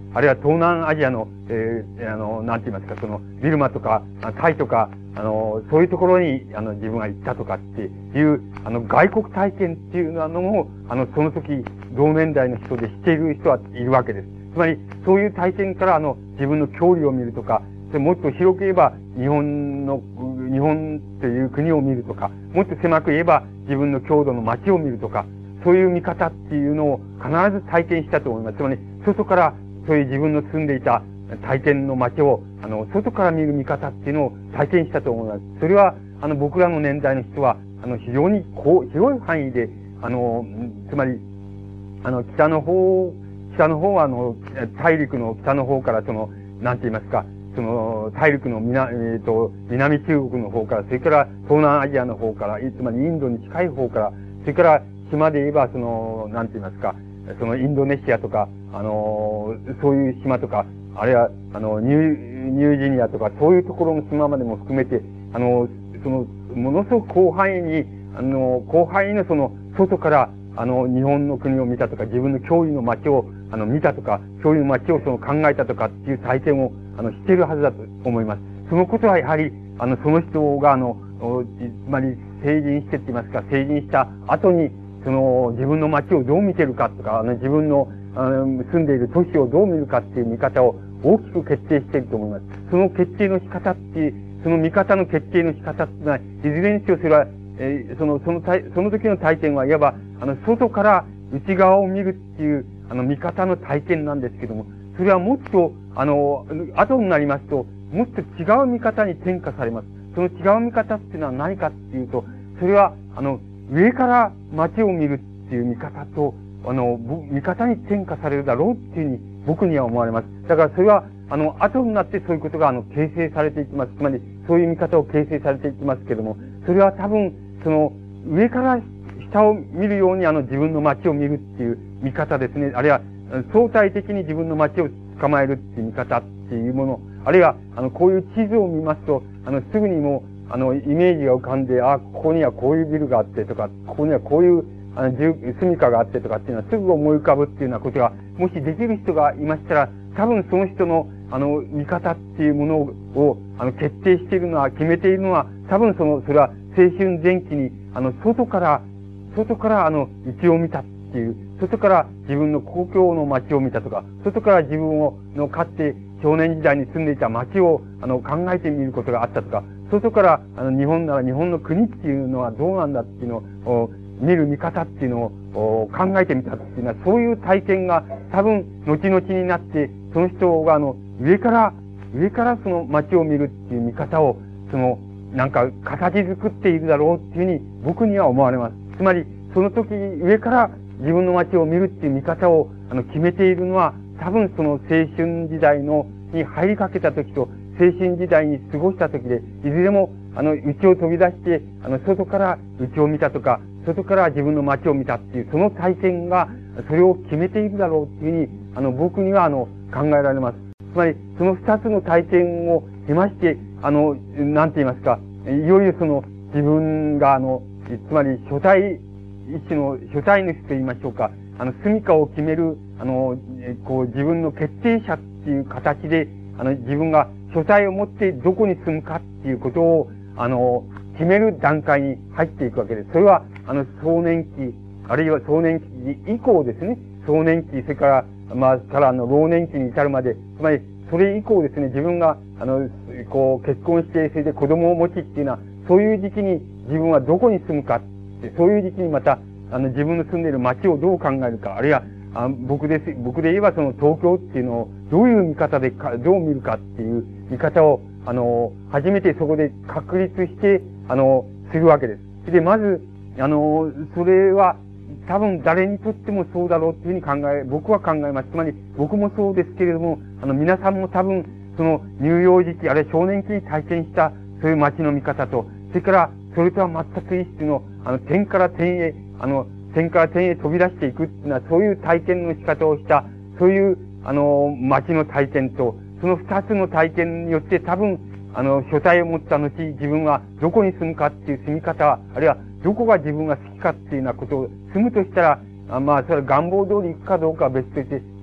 あるいは東南アジアの、えー、あの、なんて言いますか、その、ビルマとか、タイとか、あの、そういうところに、あの、自分が行ったとかっていう、あの、外国体験っていうのも、あの、その時、同年代の人でしている人はいるわけです。つまり、そういう体験から、あの、自分の郷里を見るとか、もっと広く言えば、日本の、日本という国を見るとか、もっと狭く言えば、自分の郷土の街を見るとか、そういう見方っていうのを必ず体験したと思います。つまり、外から、そういう自分の住んでいた体験の街を、あの、外から見る見方っていうのを体験したと思います。それは、あの、僕らの年代の人は、あの、非常にこう、広い範囲で、あの、つまり、あの、北の方、北の方は、あの、大陸の北の方から、その、なんて言いますか、その、大陸の南、えっと、南中国の方から、それから東南アジアの方から、つまりインドに近い方から、それから島で言えば、その、なんて言いますか、そのインドネシアとか、あの、そういう島とか、あるいは、あの、ニュー、ニュージニアとか、そういうところの島までも含めて、あの、その、ものすごく広範囲に、あの、広範囲のその、外から、あの、日本の国を見たとか、自分の郷里の街を、あの、見たとか、郷里の街をその考えたとかっていう体験を、あの、しているはずだと思います。そのことはやはり、あの、その人が、あの、つまり、成人してって言いますか、成人した後に、その、自分の街をどう見てるかとか、あの、自分の、あの、住んでいる都市をどう見るかっていう見方を大きく決定していると思います。その決定の仕方っていう、その見方の決定の仕方っていうのは、いずれにせよそれは、えー、その、その体、その時の体験はいわば、あの、外から内側を見るっていう、あの、見方の体験なんですけども、それはもっと、あの、後になりますと、もっと違う見方に転化されます。その違う見方っていうのは何かっていうと、それは、あの、上から街を見るっていう見方と、あの、見方に転化されるだろうっていうふうに僕には思われます。だからそれは、あの、後になってそういうことが、あの、形成されていきます。つまり、そういう見方を形成されていきますけれども、それは多分、その、上から下を見るように、あの、自分の街を見るっていう見方ですね。あるいは、相対的に自分の街を捕まえるっていう見方っていうもの、あるいは、あの、こういう地図を見ますと、あの、すぐにもう、あの、イメージが浮かんで、あ、ここにはこういうビルがあってとか、ここにはこういう、あの、住、住処があってとかっていうのはすぐ思い浮かぶっていうようなことが、もしできる人がいましたら、多分その人の、あの、見方っていうものを、あの、決定しているのは、決めているのは、多分その、それは青春前期に、あの、外から、外から、あの、道を見たっていう、外から自分の故郷の街を見たとか、外から自分を、の、かつて少年時代に住んでいた街を、あの、考えてみることがあったとか、外から、あの、日本なら日本の国っていうのはどうなんだっていうのを、見る見方っていうのを考えてみたっていうのは、そういう体験が多分、後々になって、その人が、あの、上から、上からその街を見るっていう見方を、その、なんか、形作っているだろうっていうふうに、僕には思われます。つまり、その時、上から自分の街を見るっていう見方を、あの、決めているのは、多分その青春時代の、に入りかけた時と、青春時代に過ごした時で、いずれも、あの、内を飛び出して、あの、外から内を見たとか、外から自分の街を見たっていう、その体験が、それを決めているだろうっていうふうに、あの、僕には、あの、考えられます。つまり、その二つの体験を経まして、あの、なんて言いますか、いよいよその、自分が、あの、つまり、初対、一種の初対主と言いましょうか、あの、住処を決める、あの、こう、自分の決定者っていう形で、あの、自分が書体を持ってどこに住むかっていうことを、あの、決める段階に入っていくわけです。それは、あの、壮年期、あるいは壮年期以降ですね。壮年期、それから、まあ、からあの、老年期に至るまで、つまり、それ以降ですね、自分が、あの、こう、結婚して、それで子供を持ちっていうのは、そういう時期に自分はどこに住むかって、そういう時期にまた、あの、自分の住んでいる街をどう考えるか、あるいは、あ僕です、僕で言えばその東京っていうのをどういう見方でか、どう見るかっていう見方を、あの、初めてそこで確立して、あの、するわけです。で、まず、あの、それは、多分誰にとってもそうだろうっていうふうに考え、僕は考えます。つまり、僕もそうですけれども、あの、皆さんも多分、その、乳幼児期、あるいは少年期に体験した、そういう街の見方と、それから、それとは全く一種の、あの、点から点へ、あの、点から点へ飛び出していくっていうのは、そういう体験の仕方をした、そういう、あの、街の体験と、その二つの体験によって多分、あの、書体を持った後、自分はどこに住むかっていう住み方、あるいはどこが自分が好きかっていうようなことを住むとしたら、あまあ、それは願望通り行くかどうかは別として、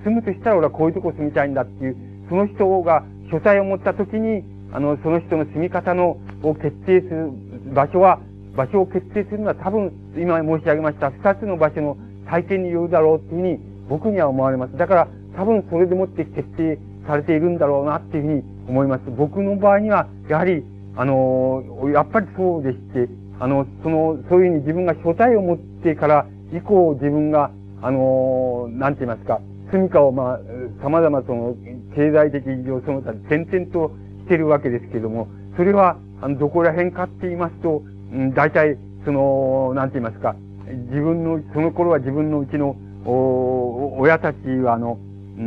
住むとしたら俺はこういうとこ住みたいんだっていう、その人が所在を持った時に、あの、その人の住み方の、を決定する場所は、場所を決定するのは多分、今申し上げました二つの場所の体験によるだろうっていうふうに、僕には思われます。だから、多分それでもって決定されているんだろうなっていうふうに思います。僕の場合には、やはり、あの、やっぱりそうでして、あの、その、そういうふうに自分が所在を持ってから以降、自分が、あの、なんて言いますか、住処をまあ、様々その、経済的事情その他で転々としてるわけですけれども、それは、あの、どこら辺かって言いますと、うん、大体、その、なんて言いますか、自分の、その頃は自分のうちの、お、親たちはあの、うん、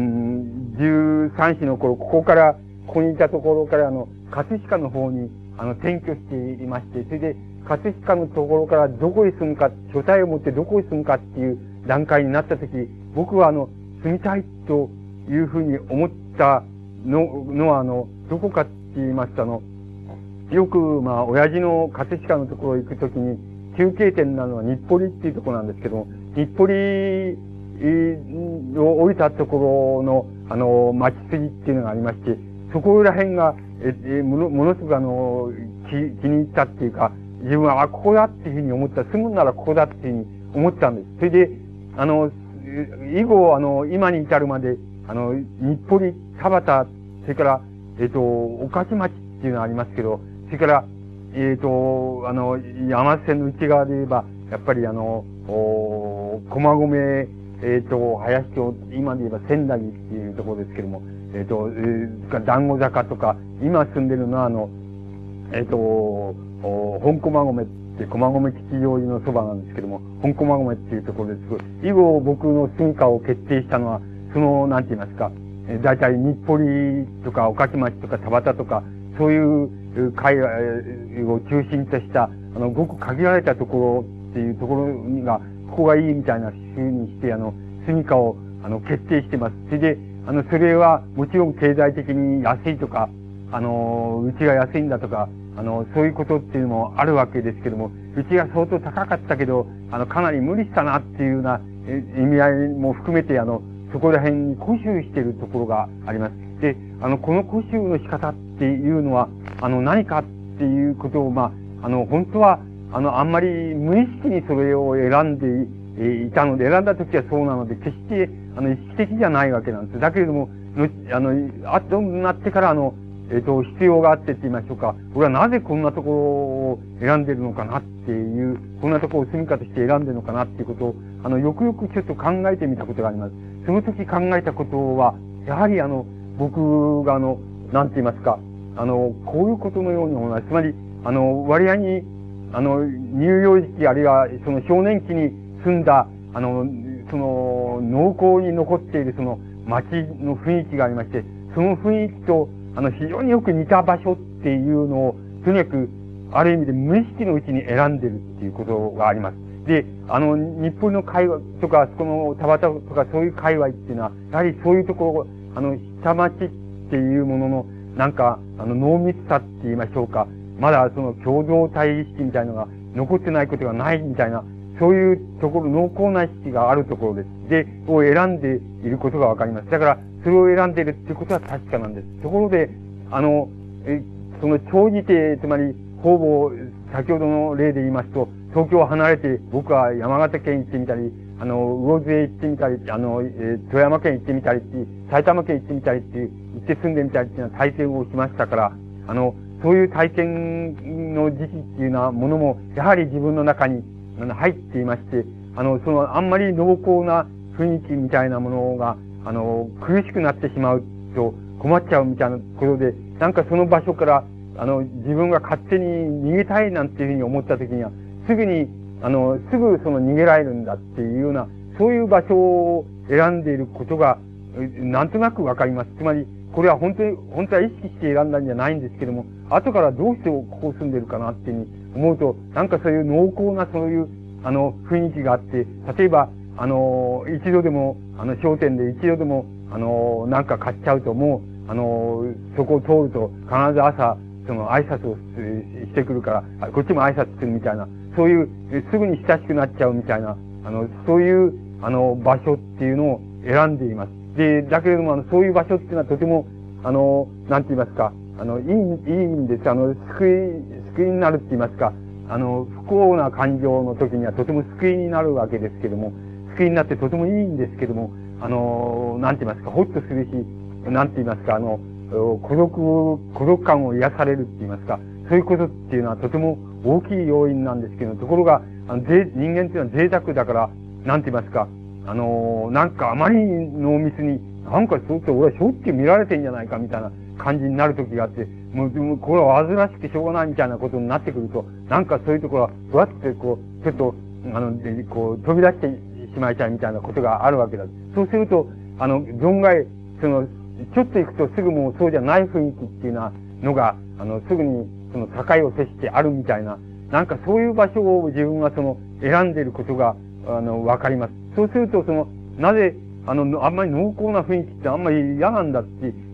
じゅうさん子の頃、ここから、ここにいたところから、あの、葛飾の方に、あの、転居していまして、それで、葛飾のところからどこへ住むか、所在を持ってどこへ住むかっていう段階になったとき、僕はあの、住みたいというふうに思ったの、のはあの、どこかって言いますとあの、よくまあ、親父の葛飾のところ行くときに、休憩点なのは日暮里っていうところなんですけども、日暮里を降りたところの、あの、町筋っていうのがありまして、そこら辺が、え、え、もの、ものすごくあの、気、気に入ったっていうか、自分は、あ、ここだっていうふうに思った。住むならここだっていうふうに思ったんです。それで、あの、以後、あの、今に至るまで、あの、日暮里、田端、それから、えっと、御徒町っていうのがありますけど、それから、えっと、あの、山手線の内側で言えば、やっぱりあの、お駒込、えっと、林町、今で言えば仙台っていうところですけども、えっと、えー、団子坂とか、今住んでるのはあの、えっと、本駒込って駒込吉祥寺のそばなんですけども、本駒込っていうところです。以後僕の住処を決定したのは、その、なんて言いますか、だいたい日暮里とか御徒町とか田端とか、そういう海外を中心とした、あの、ごく限られたところっていうところが、ここがいいみたいな風にして、あの、住処を、あの、決定してます。それで、あの、それは、もちろん経済的に安いとか、あの、うちが安いんだとか、あの、そういうことっていうのもあるわけですけども、うちが相当高かったけど、あの、かなり無理したなっていうような意味合いも含めて、あの、そこら辺に固執しているところがあります。で、あの、この固執の仕方っていうのは、あの、何かっていうことを、まあ、あの、本当は、あの、あんまり無意識にそれを選んでいたので、選んだ時はそうなので、決して、あの、意識的じゃないわけなんです。だけれども、あの、後になってから、あの、えっと、必要があってって言いましょうか。俺はなぜこんなところを選んでるのかなっていう、こんなところを住みかとして選んでるのかなっていうことを、あの、よくよくちょっと考えてみたことがあります。その時考えたことは、やはりあの、僕があの、なんて言いますか、あの、こういうことのように思います。つまり、あの、割合に、あの、乳幼児期あるいはその少年期に住んだ、あの、その、濃厚に残っているその街の雰囲気がありまして、その雰囲気と、あの、非常によく似た場所っていうのを、とにかく、ある意味で無意識のうちに選んでるっていうことがあります。で、あの、日本の界隈とか、そこの田端とかそういう界隈っていうのは、やはりそういうところ、あの、下町っていうものの、なんか、あの、濃密さって言いましょうか。まだその共同体意識みたいなのが残ってないことがないみたいな、そういうところ、濃厚な意識があるところです。で、を選んでいることがわかります。だから、それを選んでいるっていうことは確かなんです。ところで、あの、え、その長じて、つまり、ほぼ、先ほどの例で言いますと、東京を離れて、僕は山形県行ってみたり、あの、魚津へ行ってみたり、あの、えー、富山県行ってみたりっていう、埼玉県行ってみたりっていう、行って住んでみたりっていうような体験をしましたから、あの、そういう体験の時期っていうようなものも、やはり自分の中に入っていまして、あの、その、あんまり濃厚な雰囲気みたいなものが、あの、苦しくなってしまうと困っちゃうみたいなことで、なんかその場所から、あの、自分が勝手に逃げたいなんていうふうに思った時には、すぐに、あの、すぐその逃げられるんだっていうような、そういう場所を選んでいることが、なんとなくわかります。つまり、これは本当に、本当は意識して選んだんじゃないんですけども、後からどうしてここ住んでるかなっていうふうに思うと、なんかそういう濃厚なそういう、あの、雰囲気があって、例えば、あの、一度でも、あの、商店で一度でも、あの、なんか買っちゃうと、もう、あの、そこを通ると、必ず朝、その挨拶をしてくるから、こっちも挨拶するみたいな、そういう、すぐに親しくなっちゃうみたいな、あの、そういう、あの、場所っていうのを選んでいます。 で、だけれども、あの、そういう場所っていうのはとても、あの、なんて言いますか、あの、いい、いいんです。あの、救い、救いになるって言いますか、あの、不幸な感情の時にはとても救いになるわけですけども、救いになってとてもいいんですけども、あの、なんて言いますか、ほっとするし、なんて言いますか、あの、孤独、孤独感を癒されるって言いますか、そういうことっていうのはとても大きい要因なんですけど、ところが、あの、ぜ人間っていうのは贅沢だから、なんて言いますか、あのー、なんかあまり濃密に、なんかそうって俺はしょっちゅう見られてんじゃないかみたいな感じになる時があって、もう、もうこれは煩わしくてしょうがないみたいなことになってくると、なんかそういうところは、ふわってこう、ちょっと、あの、こう、飛び出してしまいたいみたいなことがあるわけだ。そうすると、あの、存外、その、ちょっと行くとすぐもうそうじゃない雰囲気っていうのが、あの、すぐにその境を接してあるみたいな、なんかそういう場所を自分はその選んでいることが、あの、わかります。そうするとその、なぜ、あの、あんまり濃厚な雰囲気ってあんまり嫌なんだって、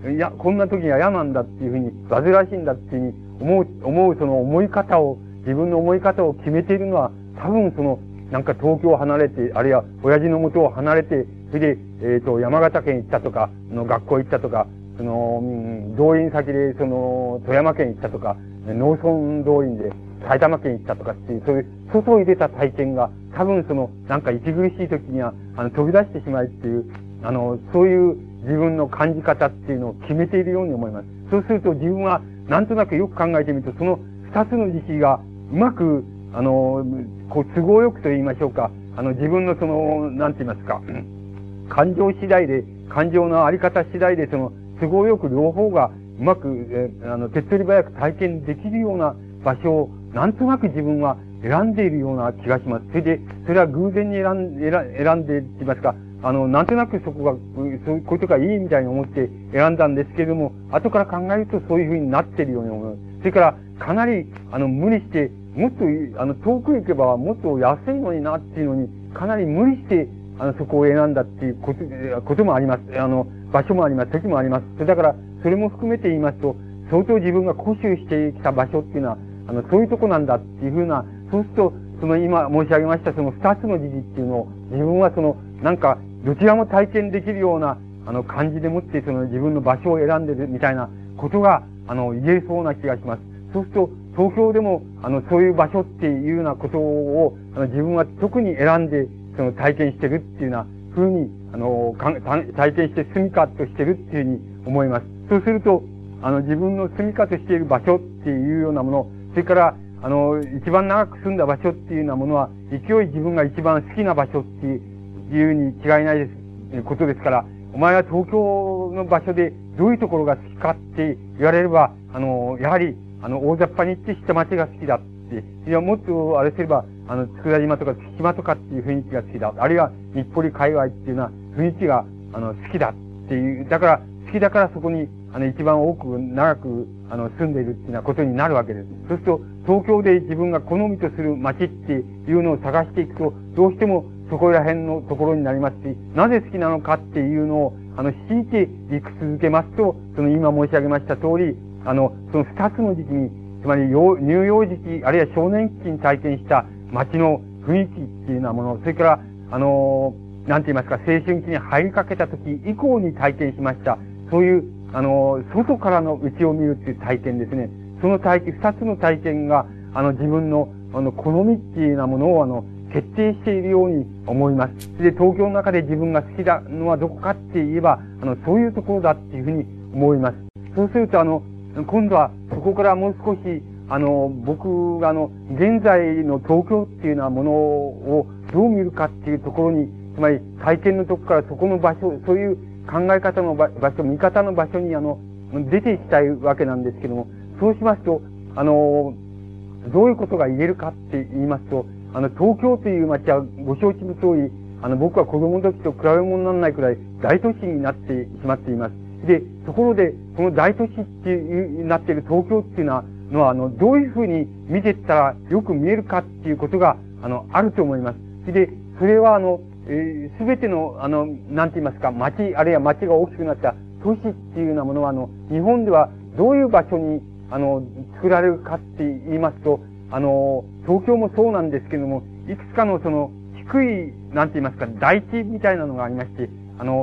いや、こんな時には嫌なんだっていうふうに、煩わしいんだっていうふうに思う、思うその思い方を、自分の思い方を決めているのは、多分その、なんか東京を離れて、あるいは親父の元を離れて、それで、えっと、山形県行ったとか、の学校行ったとか、その、うん、動員先で、その、富山県行ったとか、農村動員で埼玉県行ったとかっていう、そういう外に出た体験が、多分その、なんか息苦しい時には、あの、飛び出してしまいっていう、あの、そういう自分の感じ方っていうのを決めているように思います。そうすると自分は、なんとなくよく考えてみると、その二つの時期が、うまく、あの、こう、都合よくと言いましょうか、あの、自分のその、なんて言いますか、感情次第で、感情のあり方次第で、その、都合よく両方がうまく、えー、あの、手っ取り早く体験できるような場所を、なんとなく自分は選んでいるような気がします。それで、それは偶然に選ん選選んで、って言いますか、あの、なんとなくそこが、そういうことがいいみたいに思って選んだんですけれども、後から考えるとそういうふうになっているように思います。それから、かなり、あの、無理して、もっと、あの、遠く行けばもっと安いのになっていうのに、かなり無理して、あの、そこを選んだっていうこと、こともあります。あの、場所もあります。時もあります。だから、それも含めて言いますと、相当自分が固執してきた場所っていうのは、あの、そういうとこなんだっていうふうな、そうすると、その今申し上げましたその二つの事実っていうのを、自分はその、なんか、どちらも体験できるような、あの、感じでもって、その自分の場所を選んでるみたいなことが、あの、言えそうな気がします。そうすると、東京でも、あの、そういう場所っていうようなことを、あの、自分は特に選んで、その体験してるっていうような風に、あの、か体験して住みかとしてるっていうふうに思います。そうすると、あの、自分の住みかとしている場所っていうようなもの、それから、あの、一番長く住んだ場所っていうようなものは、勢い自分が一番好きな場所っていうに違いないです、ことですから、お前は東京の場所でどういうところが好きかって言われれば、あの、やはり、あの、大雑把に言って下町が好きだって、いや、もっとあれすれば、あの、佃島とか月島とかっていう雰囲気が好きだ。あるいは日暮里界隈っていうのは雰囲気が、あの、好きだっていう、だから、好きだからそこに、あの、一番多く、長く、あの、住んでいるっていうようなことになるわけです。そうすると、東京で自分が好みとする街っていうのを探していくと、どうしてもそこら辺のところになりますし、なぜ好きなのかっていうのを、あの、強いていく続けますと、その今申し上げました通り、あの、その二つの時期に、つまり乳幼児期、あるいは少年期に体験した街の雰囲気っていうようなもの、それから、あの、なんて言いますか、青春期に入りかけた時以降に体験しました。そういう、あの、外からの内を見るっていう体験ですね。その体験、二つの体験が、あの、自分の、あの、好みっていうようなものを、あの、決定しているように思います。で、東京の中で自分が好きなのはどこかって言えば、あの、そういうところだっていうふうに思います。そうすると、あの、今度は、そこからもう少し、あの、僕が、あの、現在の東京っていうようなものをどう見るかっていうところに、つまり体験のとこからそこの場所、そういう考え方の場所、見方の場所に、あの、出ていきたいわけなんですけども、そうしますと、あの、どういうことが言えるかって言いますと、あの、東京という街はご承知の通り、あの、僕は子供の時と比べ物にならないくらい大都市になってしまっています。で、ところで、この大都市っていう、なっている東京っていうのは、のは、あの、どういうふうに見ていったらよく見えるかっていうことが、あの、あると思います。で、それは、あの、す、えー、べての、あの、なんて言いますか、街、あるいは街が大きくなった都市っていうようなものは、あの、日本ではどういう場所に、あの、作られるかって言いますと、あの、東京もそうなんですけども、いくつかのその、低い、なんて言いますか、台地みたいなのがありまして、あの、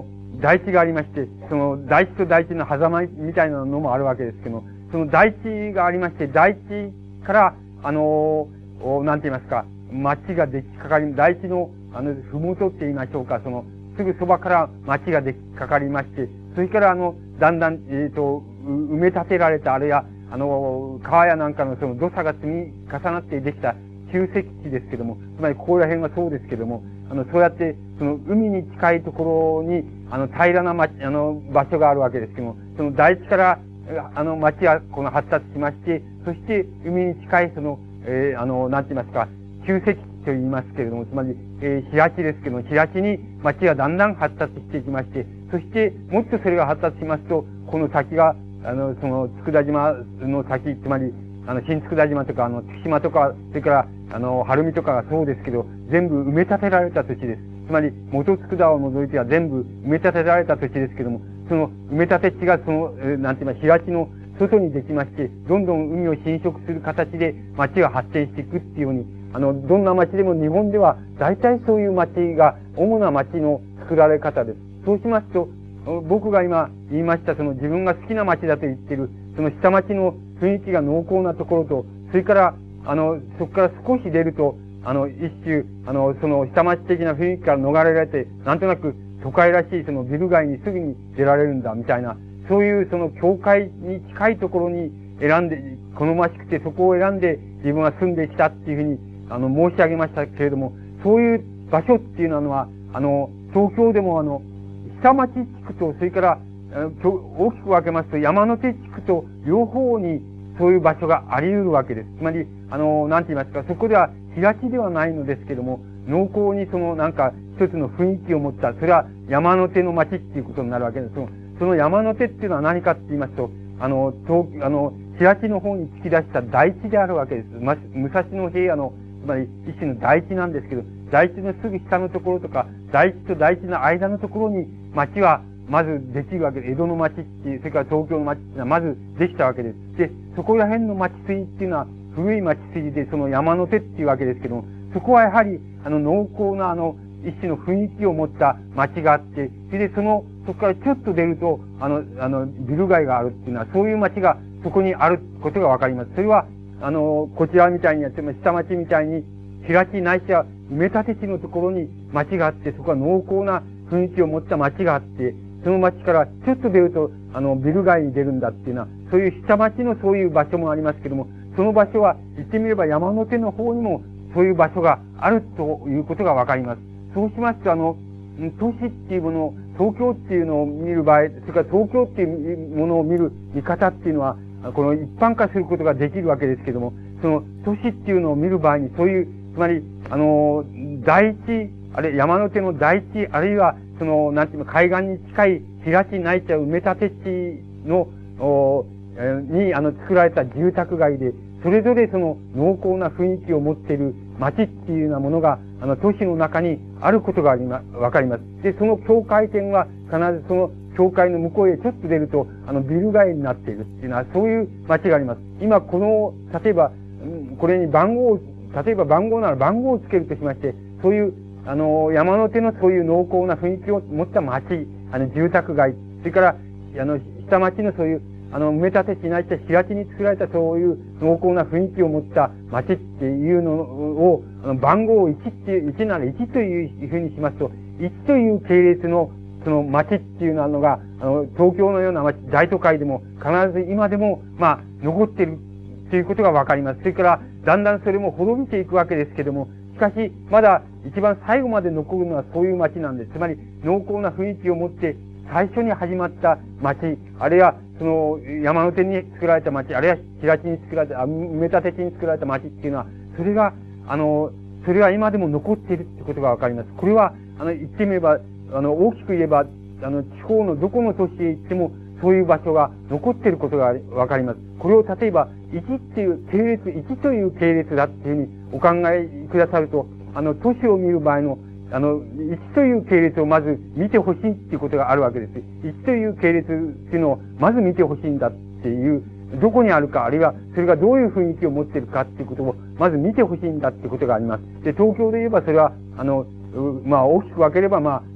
大地がありまして、その大地と大地の狭間みたいなのもあるわけですけども、その大地がありまして、大地から、あのー、なんて言いますか、町が出来かかり、大地の、あの、ふもとって言いましょうか、その、すぐそばから町が出来かかりまして、それからあの、だんだん、えっと、埋め立てられた、あるいは、あの、川やなんかのその土砂が積み重なってできた旧石地ですけども、つまりここら辺はそうですけども、あの、そうやって、その海に近いところに、あの、平らな町、あの、場所があるわけですけども、その大地から、あの、町はこの発達しまして、そして海に近いその、えー、あの、なんて言いますか、旧石地と言いますけれども、つまり、えー、平地ですけども、平地に町がだんだん発達していきまして、そして、もっとそれが発達しますと、この先が、あの、その、佃島の先、つまり、あの、新佃島とか、あの、月島とか、それから、あの、晴海とかがそうですけど、全部埋め立てられた土地です。つまり、元佃を除いては全部埋め立てられた土地ですけども、その埋め立て地がその、えー、なんて言います、平地の外にできまして、どんどん海を侵食する形で町が発展していくっていうように、あの、どんな町でも日本では大体そういう町が主な町の作られ方です。そうしますと、僕が今言いましたその自分が好きな町だと言ってる、その下町の雰囲気が濃厚なところと、それから、あの、そこから少し出ると、あの、一種、あの、その下町的な雰囲気から逃れられて、なんとなく都会らしいそのビル街にすぐに出られるんだ、みたいな、そういうその境界に近いところに選んで、好ましくてそこを選んで自分は住んできたっていうふうに、あの、申し上げましたけれども、そういう場所っていうのは、あの、東京でもあの、下町地区と、それから、大きく分けますと、山手地区と両方にそういう場所があり得るわけです。つまり、あの、なんて言いますか、そこでは平地ではないのですけども、濃厚にその、なんか、一つの雰囲気を持った、それは山手の町っていうことになるわけです。その、その山手っていうのは何かって言いますと、あの、東、あの、平地の方に突き出した大地であるわけです。ま、武蔵野平野の、つまり一種の大地なんですけど、大地のすぐ下のところとか、大地と大地の間のところに町はまずできるわけで、江戸の町っていう、それから東京の町っていうのはまずできたわけです。で、そこら辺の町筋っていうのは古い町筋でその山手っていうわけですけども、そこはやはりあの濃厚なあの一種の雰囲気を持った町があって、それでその、そこからちょっと出ると、あの、あの、ビル街があるっていうのは、そういう町がそこにあることがわかります。それは、あの、こちらみたいにやっても、下町みたいに、平地ないしは埋め立て地のところに町があって、そこは濃厚な雰囲気を持った町があって、その町からちょっと出ると、あの、ビル街に出るんだっていうのは、そういう下町のそういう場所もありますけども、その場所は言ってみれば山手の方にもそういう場所があるということがわかります。そうしますと、あの、都市っていうもの、東京っていうのを見る場合、それから東京っていうものを見る見方っていうのは、この一般化することができるわけですけども、その都市っていうのを見る場合に、そういう、つまり、あの、大地、あれ、山手の大地、あるいは、その、なんていうの、海岸に近い平地ないちゃ埋め立て地の、おに、あの、作られた住宅街で、それぞれその濃厚な雰囲気を持っている街っていうようなものが、あの、都市の中にあることがありま、わかります。で、その境界点は必ずその境界の向こうへちょっと出ると、あの、ビル街になっているっていうのは、そういう街があります。今、この、例えば、これに番号を、例えば番号なら番号をつけるとしまして、そういう、あの、山手のそういう濃厚な雰囲気を持った街、あの、住宅街、それから、あの、下町のそういう、あの、埋め立てしないと平地に作られたそういう濃厚な雰囲気を持った街っていうのを、あの、番号をいちっていう、いちならいちというふうにしますと、いちという系列の、その街っていうのが、あの、東京のような街、大都会でも必ず今でも、まあ、残っているということがわかります。それから、だんだんそれも滅びていくわけですけども、しかし、まだ一番最後まで残るのはそういう街なんです。つまり、濃厚な雰囲気を持って、最初に始まった街、あるいは、その、山手に作られた街、あるいは平地に作られた、埋め立て地に作られた街っていうのは、それが、あの、それは今でも残っているってことがわかります。これは、あの、言ってみれば、あの、大きく言えば、あの、地方のどこの都市へ行っても、そういう場所が残っていることがわかります。これを例えば、いちっていう系列、いちという系列だっていうふうにお考えくださると、あの、都市を見る場合の、あの、いちという系列をまず見てほしいっていうことがあるわけです。いちという系列っていうのをまず見てほしいんだっていう、どこにあるか、あるいはそれがどういう雰囲気を持っているかっていうことをまず見てほしいんだっていうことがあります。で、東京で言えばそれは、あの、まあ大きく分ければ、まあ、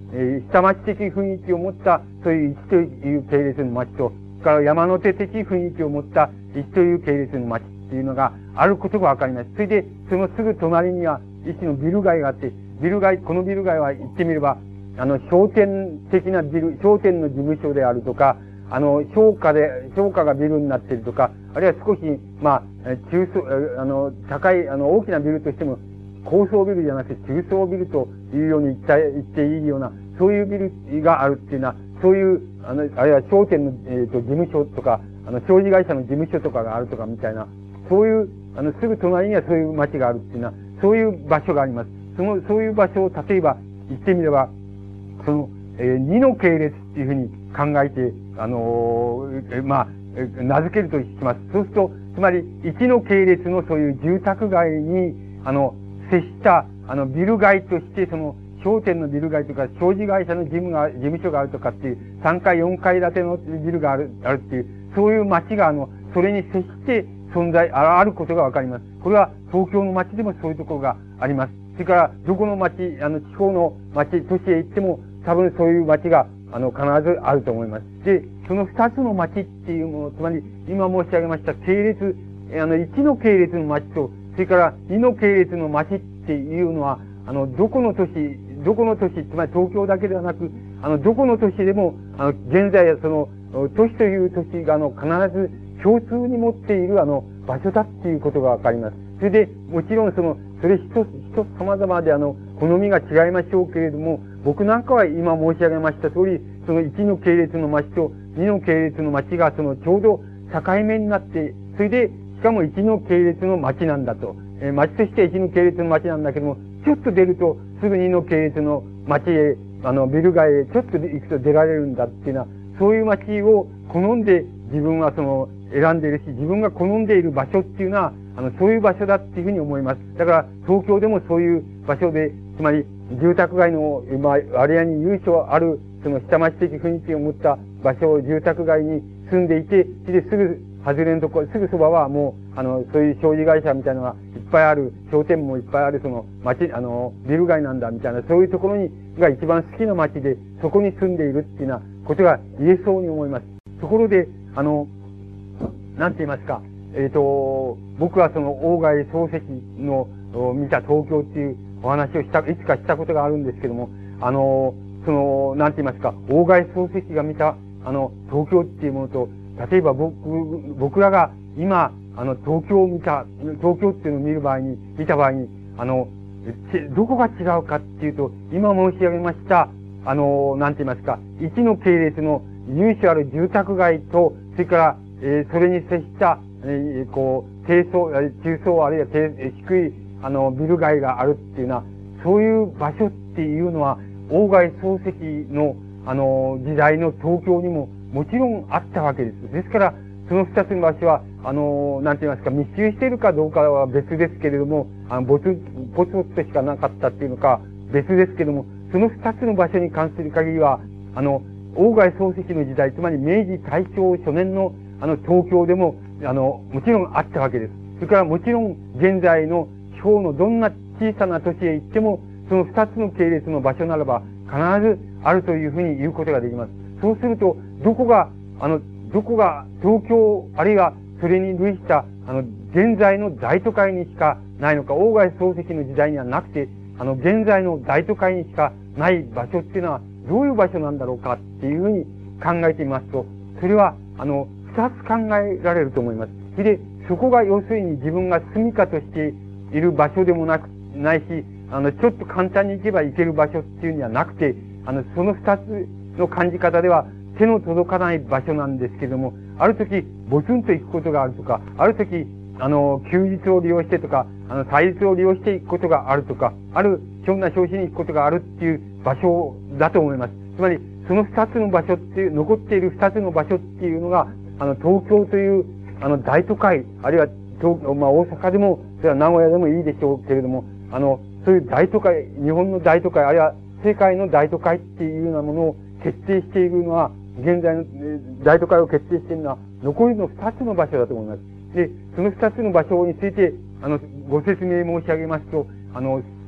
えー、下町的雰囲気を持った、そういう一という系列の町と、それから山手的雰囲気を持った一という系列の町っていうのがあることがわかります。それで、そのすぐ隣には一種のビル街があって、ビル街、このビル街は言ってみれば、あの、商店的なビル、商店の事務所であるとか、あの、商家で、商家がビルになっているとか、あるいは少し、まあ、中層、あの、高い、あの、大きなビルとしても、高層ビルじゃなくて中層ビルというように言った、言っていいような、そういうビルがあるっていうのは、そういう、あの、あるいは商店の、えっと、事務所とか、あの、商事会社の事務所とかがあるとかみたいな、そういう、あの、すぐ隣にはそういう街があるっていうのは、そういう場所があります。その、そういう場所を、例えば、言ってみれば、その、えー、二の系列っていうふうに考えて、あのー、まあ、名付けるとします。そうすると、つまり、一の系列のそういう住宅街に、あの、接した、あの、ビル街として、その、商店のビル街とか、商事会社の事務が、事務所があるとかっていう、さんかい、よんかい建てのビルがある、あるっていう、そういう街が、あの、それに接して存在、あることがわかります。これは、東京の街でもそういうところがあります。それから、どこの街、あの、地方の街、都市へ行っても、多分そういう街が、あの、必ずあると思います。で、その二つの街っていうもの、つまり、今申し上げました系列、あの、一の系列の街と、それから二の系列の街っていうのは、あの、どこの都市、どこの都市、つまり東京だけではなく、あの、どこの都市でも、あの、現在、その、都市という都市が、あの、必ず共通に持っている、あの、場所だっていうことがわかります。それで、もちろんその、それ一つ、一つ様々で、あの、好みが違いましょうけれども、僕なんかは今申し上げました通り、その一の系列の町と二の系列の町が、そのちょうど境目になって、それで、しかも一の系列の町なんだと。えー、町としては一の系列の町なんだけども、ちょっと出ると、すぐ二の系列の町へ、あの、ビル街へちょっと行くと出られるんだっていうのは、そういう町を好んで自分はその、選んでいるし、自分が好んでいる場所っていうのは、あの、そういう場所だっていうふうに思います。だから、東京でもそういう場所で、つまり、住宅街の、まあ、割合に由緒ある、その下町的雰囲気を持った場所を住宅街に住んでいて、それですぐ、外れのところ、すぐそばはもう、あの、そういう商事会社みたいなのがいっぱいある、商店もいっぱいある、その、町、あの、ビル街なんだ、みたいな、そういうところに、が一番好きな町で、そこに住んでいるっていうようなことが言えそうに思います。ところで、あの、なんて言いますか、えっと、僕はその、大貝漱石の見た東京っていうお話をした、いつかしたことがあるんですけども、あの、その、なんて言いますか、大貝漱石が見た、あの、東京っていうものと、例えば僕、僕らが今、あの、東京を見た、東京っていうのを見る場合に、見た場合に、あの、どこが違うかっていうと、今申し上げました、あの、なんて言いますか、一の系列の由緒ある住宅街と、それから、えー、それに接した、えー、こう、低層、中層あるいは低、低い、あの、ビル街があるっていうのは、そういう場所っていうのは、大貝漱石の、あの、時代の東京にももちろんあったわけです。ですから、その二つの場所は、あの、なんて言いますか、密集しているかどうかは別ですけれども、あの、ぼつ、ぽつぽつとしかなかったっていうのか、別ですけれども、その二つの場所に関する限りは、あの、大貝漱石の時代、つまり明治大正初年の、あの、東京でも、あの、もちろんあったわけです。それからもちろん、現在の地方のどんな小さな都市へ行っても、その二つの系列の場所ならば、必ずあるというふうに言うことができます。そうすると、どこが、あの、どこが東京、あるいはそれに類した、あの、現在の大都会にしかないのか、大貝漱石の時代にはなくて、あの、現在の大都会にしかない場所っていうのは、どういう場所なんだろうかっていうふうに考えてみますと、それは、あの、二つ考えられると思います。それで、そこが要するに自分が住処としている場所でもなく、ないし、あの、ちょっと簡単に行けば行ける場所っていうにはなくて、あの、その二つの感じ方では手の届かない場所なんですけれども、ある時、ボツンと行くことがあるとか、ある時、あの、休日を利用してとか、あの、祭日を利用して行くことがあるとか、ある、ひょんな表紙に行くことがあるっていう場所だと思います。つまり、その二つの場所っていう、残っている二つの場所っていうのが、あの、東京という、あの、大都会、あるいは、東、まあ、大阪でも、それは名古屋でもいいでしょうけれども、あの、そういう大都会、日本の大都会、あるいは世界の大都会っていうようなものを決定しているのは、現在の大都会を決定しているのは、残りの二つの場所だと思います。で、その二つの場所について、あの、ご説明申し上げますと、あの、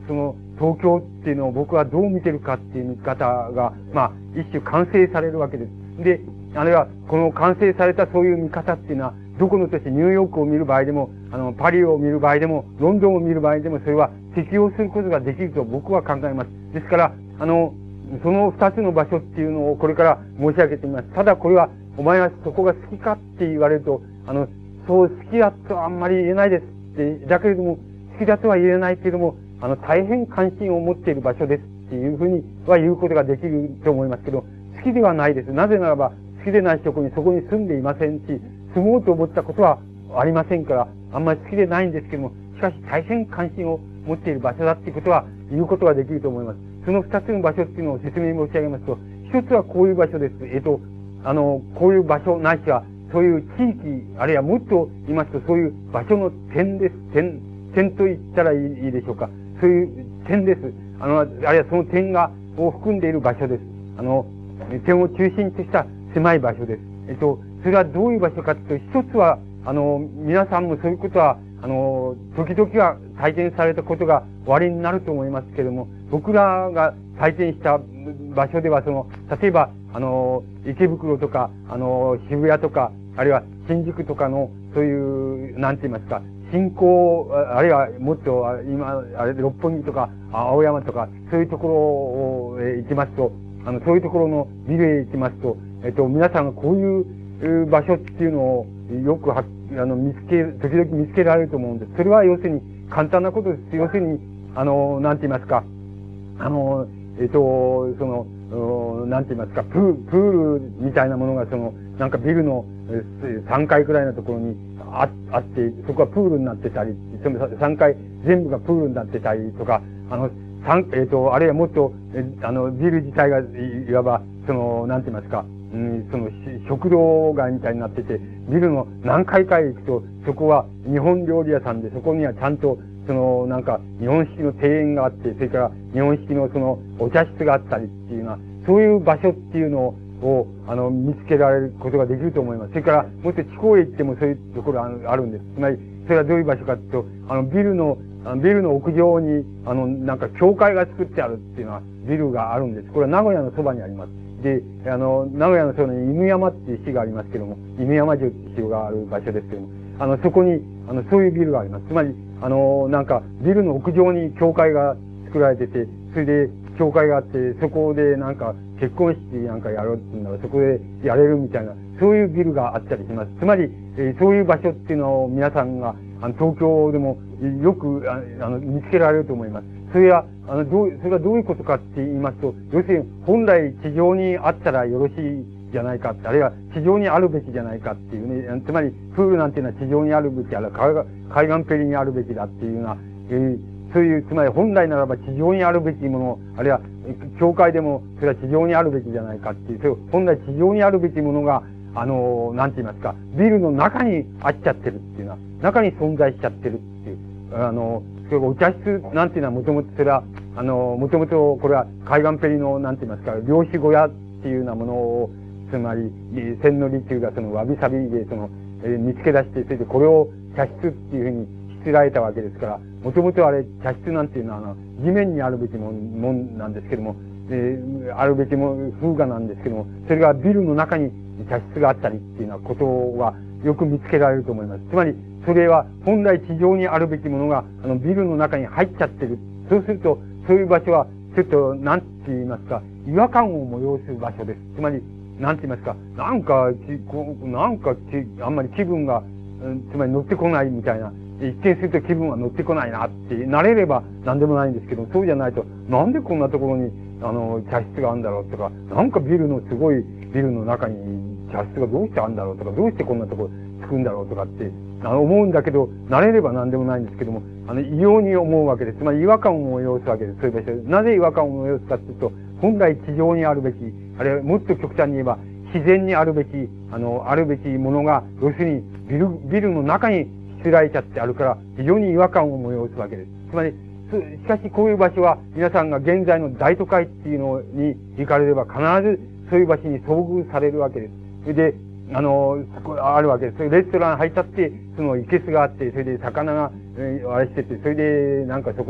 その、東京っていうのを僕はどう見てるかっていう見方が、まあ、一種完成されるわけです。で、あるいは、この完成されたそういう見方っていうのは、どこの都市、ニューヨークを見る場合でも、あの、パリを見る場合でも、ロンドンを見る場合でも、それは適用することができると僕は考えます。ですから、あの、その二つの場所っていうのをこれから申し上げてみます。ただこれは、お前はそこが好きかって言われると、あの、そう好きだとはあんまり言えないですって、だけれども、好きだとは言えないけれども、あの、大変関心を持っている場所ですっていうふうには言うことができると思いますけど、好きではないです。なぜならば、好きでない人にそこに住んでいませんし、住もうと思ったことはありませんから、あんまり好きでないんですけども、しかし大変関心を持っている場所だっていうことは言うことができると思います。その二つの場所っていうのを説明申し上げますと、一つはこういう場所です。えっと、あの、こういう場所ないしは、そういう地域、あるいはもっと言いますと、そういう場所の点です。点、点と言ったらいいでしょうか。そういう点です。あの、あるいはその点が、を含んでいる場所です。あの、点を中心とした狭い場所です。えっと、それはどういう場所かというと、一つは、あの、皆さんもそういうことは、あの、時々は体験されたことがおありになると思いますけれども、僕らが体験した場所では、その、例えば、あの、池袋とか、あの、渋谷とか、あるいは新宿とかの、そういう、なんて言いますか、新興、あるいはもっと、今、あれ、六本木とか、青山とか、そういうところを、え行きますと、あの、そういうところのビルへ行きますと、えっと、皆さんがこういう場所っていうのをよくは、あの、見つけ、時々見つけられると思うんです。それは要するに簡単なことです。要するに、あの、なんて言いますか、あの、えっと、その、なんて言いますか、プー、プールみたいなものがその、なんかビルのさんかいくらいのところにああって、そこがプールになってたり、そのさんかい全部がプールになってたりとか、あの、三、えっと、あるいはもっと、あの、ビル自体が、いわば、その、なんて言いますか、うん、その、食堂街みたいになってて、ビルの何階かへ行くと、そこは日本料理屋さんで、そこにはちゃんと、その、なんか、日本式の庭園があって、それから日本式のその、お茶室があったりっていうような、そういう場所っていうのを、あの、見つけられることができると思います。それから、もっと地方へ行ってもそういうところあるんです。つまり、それはどういう場所かというと、あの、ビルの、ビルの屋上に、あの、なんか、教会が作ってあるっていうのは、ビルがあるんです。これは名古屋のそばにあります。で、あの、名古屋のそばに犬山っていう市がありますけども、犬山城っていう城がある場所ですけども、あの、そこに、あの、そういうビルがあります。つまり、あの、なんか、ビルの屋上に教会が作られてて、それで、教会があって、そこでなんか、結婚式なんかやろうっていうのは、そこでやれるみたいな、そういうビルがあったりします。つまり、えー、そういう場所っていうのを皆さんが、あの、東京でもよく、ああの、見つけられると思います。それは、あの、どう、それはどういうことかって言いますと、要するに、本来地上にあったらよろしいじゃないかって、あるいは地上にあるべきじゃないかっていうね、つまり、プールなんていうのは地上にあるべき、あるいは海岸ペリにあるべきだっていうような、えーそういう、つまり本来ならば地上にあるべきもの、あるいは、教会でも、それは地上にあるべきじゃないかっていう、そう本来地上にあるべきものが、あの、なんて言いますか、ビルの中にあっちゃってるっていうのは、中に存在しちゃってるっていう、あの、それお茶室なんていうのはもともとそれは、あの、もともとこれは海岸ペリの、なんて言いますか、漁師小屋っていうようなものを、つまり、千利休がそのわびさびで、その、えー、見つけ出して、それでこれを茶室っていうふうに、しつられたわけですから、もともとあれ、茶室なんていうのは、あの、地面にあるべきもん、もんなんですけども、えー、あるべきもん、風画なんですけども、それがビルの中に茶室があったりっていうようなことは、よく見つけられると思います。つまり、それは、本来地上にあるべきものが、あの、ビルの中に入っちゃってる。そうすると、そういう場所は、ちょっと、なんて言いますか、違和感を催す場所です。つまり、なんて言いますか、なんか、こうなんか、あんまり気分が、つまり乗ってこないみたいな、一見すると気分は乗ってこないなって、慣れれば何でもないんですけど、そうじゃないと、なんでこんなところに、あの、茶室があるんだろうとか、なんかビルのすごいビルの中に茶室がどうしてあるんだろうとか、どうしてこんなところ作るんだろうとかって、あの、思うんだけど、慣れれば何でもないんですけども、あの、異様に思うわけです。つまり違和感を催すわけです。そういう場所で。なぜ違和感を催すかっていうと、本来地上にあるべき、あるいはもっと極端に言えば、自然にあるべき、あの、あるべきものが、要するにビル、ビルの中にしつられちゃってあるから、非常に違和感を催すわけです。つまり、しかしこういう場所は、皆さんが現在の大都会っていうのに行かれれば、必ずそういう場所に遭遇されるわけです。それで、あの、そこ、あるわけです。それレストラン入ったって、その、生けすがあって、それで魚が、えー、あれしてて、それで、なんかそこで、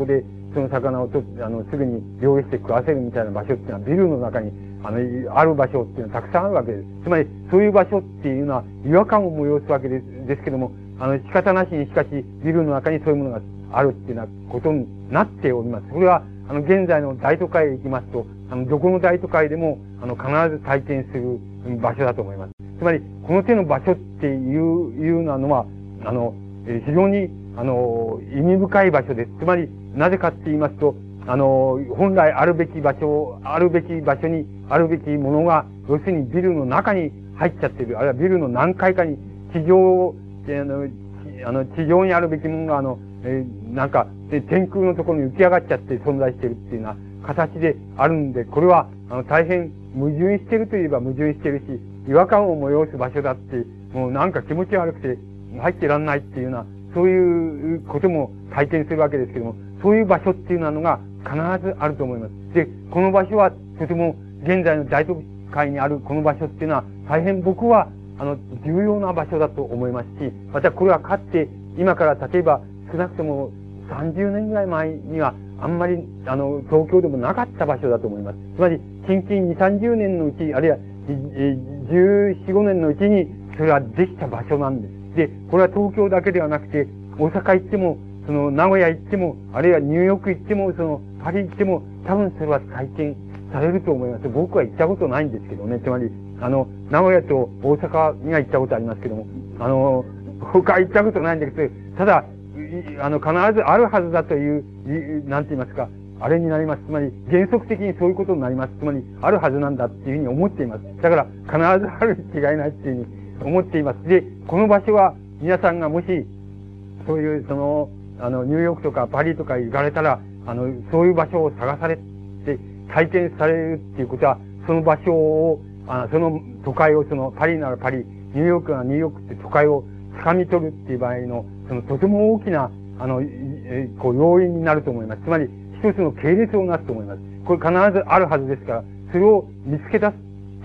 その魚をと、あの、すぐに料理して食わせるみたいな場所っていうのは、ビルの中に、あの、ある場所っていうのはたくさんあるわけです。つまり、そういう場所っていうのは、違和感を催すわけです、ですけども、あの、仕方なしにしかし、ビルの中にそういうものがあるっていうようなことになっております。それは、あの、現在の大都会へ行きますと、あの、どこの大都会でも、あの、必ず体験する場所だと思います。つまり、この手の場所っていう、いうのは、あの、非常に、あの、意味深い場所です。つまり、なぜかって言いますと、あの、本来あるべき場所、あるべき場所に、あるべきものが、要するにビルの中に入っちゃってる。あるいはビルの何階かに、地上、あの、あの地上にあるべきものが、あの、えー、なんか、天空のところに浮き上がっちゃって存在しているっていうような形であるんで、これは、あの、大変矛盾しているといえば矛盾しているし、違和感を催す場所だって、もうなんか気持ち悪くて入ってらんないっていうような、そういうことも体験するわけですけども、そういう場所っていうのが必ずあると思います。で、この場所はとても現在の大都会にあるこの場所っていうのは大変僕はあの重要な場所だと思いますし、またこれはかつて今から例えば少なくともさんじゅうねんぐらい前にはあんまりあの東京でもなかった場所だと思います。つまり近々に、さんじゅうねんのうち、あるいはじゅうよん、ごねんのうちにそれはできた場所なんです。で、これは東京だけではなくて、大阪行っても、その名古屋行っても、あるいはニューヨーク行っても、そのパリ行っても、多分それは体験されると思います。僕は行ったことないんですけどね。つまり、あの、名古屋と大阪には行ったことありますけども、あの、他行ったことないんだけど、ただ、あの、必ずあるはずだという、なんて言いますか、あれになります。つまり、原則的にそういうことになります。つまり、あるはずなんだっていうふうに思っています。だから、必ずあるに違いないっていうふうに思っています。で、この場所は、皆さんがもし、そういう、その、あの、ニューヨークとかパリとか行かれたら、あの、そういう場所を探されて、体験されるっていうことは、その場所を、あその都会を、その、パリならパリ、ニューヨークならニューヨークって都会を掴み取るっていう場合の、その、とても大きな、あの、えこう、要因になると思います。つまり、一つの系列をなすと思います。これ必ずあるはずですから、それを見つけ出して、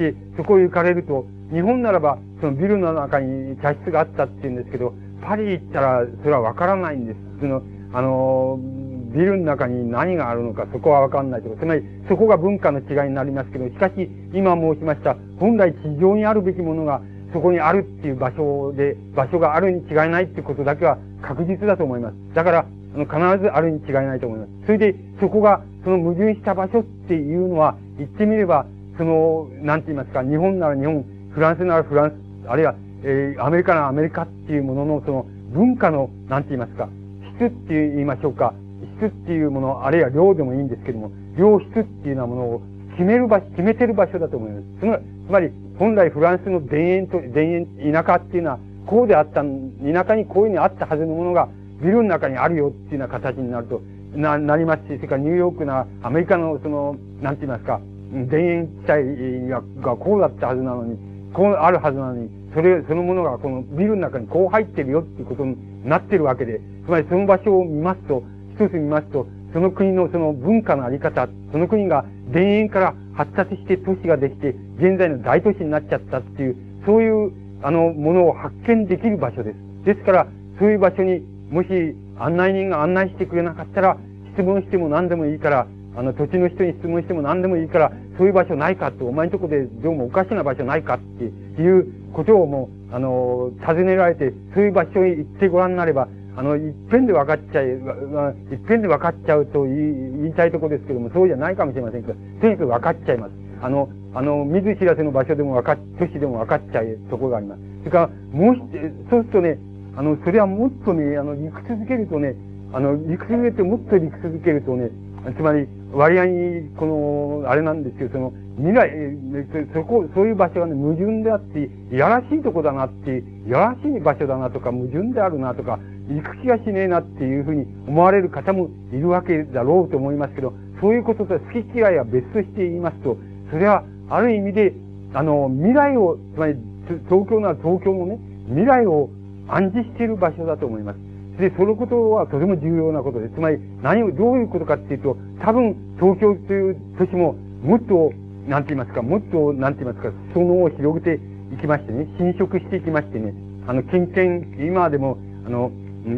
そこへ行かれると、日本ならば、そのビルの中に茶室があったって言うんですけど、パリ行ったら、それはわからないんです。その、あの、ビルの中に何があるのか、そこはわかんないとか、つまり、そこが文化の違いになりますけど、しかし、今申しました、本来地上にあるべきものが、そこにあるっていう場所で、場所があるに違いないっていうことだけは確実だと思います。だから、あの、必ずあるに違いないと思います。それで、そこが、その矛盾した場所っていうのは、言ってみれば、その、なんて言いますか、日本なら日本、フランスならフランス、あるいは、えー、アメリカならアメリカっていうものの、その、文化の、なんて言いますか、質って言いましょうか、質っていうもの、あるいは量でもいいんですけども、量質っていうようなものを決める場所、決めてる場所だと思います。つまり、つまり、本来フランスの田園と、田園、田舎っていうのは、こうであった、田舎にこういうふうにあったはずのものが、ビルの中にあるよっていうような形になると、な、なりますし、それからニューヨークな、アメリカのその、なんて言いますか、田園地帯が、がこうだったはずなのに、こうあるはずなのに、それ、そのものがこのビルの中にこう入ってるよっていうことになってるわけで、つまりその場所を見ますと、一つ見ますと、その国のその文化のあり方、その国が田園から発達して都市ができて、現在の大都市になっちゃったっていう、そういう、あの、ものを発見できる場所です。ですから、そういう場所に、もし案内人が案内してくれなかったら、質問しても何でもいいから、あの、土地の人に質問しても何でもいいから、そういう場所ないかって、お前んとこでどうもおかしな場所ないかっていうことをもう、あの、尋ねられて、そういう場所へ行ってごらんになれば、あの、一遍で分かっちゃい、一遍で分かっちゃうと言い言いたいところですけども、そうじゃないかもしれませんけど、とにかく分かっちゃいます。あの、あの、見ず知らずの場所でも分かっ、都市でも分かっちゃうところがあります。それから、もう一、そうするとね、あの、それはもっとね、あの、理屈づけるとね、あの、理屈づけてもっと理屈づけるとね、つまり、割合に、この、あれなんですよ、その、未来、そこ、そういう場所がね、矛盾であって、いやらしいとこだなって、いやらしい場所だなとか、矛盾であるなとか、行く気がしねえなっていうふうに思われる方もいるわけだろうと思いますけど、そういうことと好き嫌いは別として言いますと、それは、ある意味で、あの、未来を、つまり、東京なら東京もね、未来を暗示している場所だと思います。で、そのことはとても重要なことです。つまり、何を、どういうことかっていうと、多分、東京という都市も、もっと、なんて言いますか、もっと、なんて言いますか、そのを広げていきましてね、侵食していきましてね、あの、近県、今でも、あの、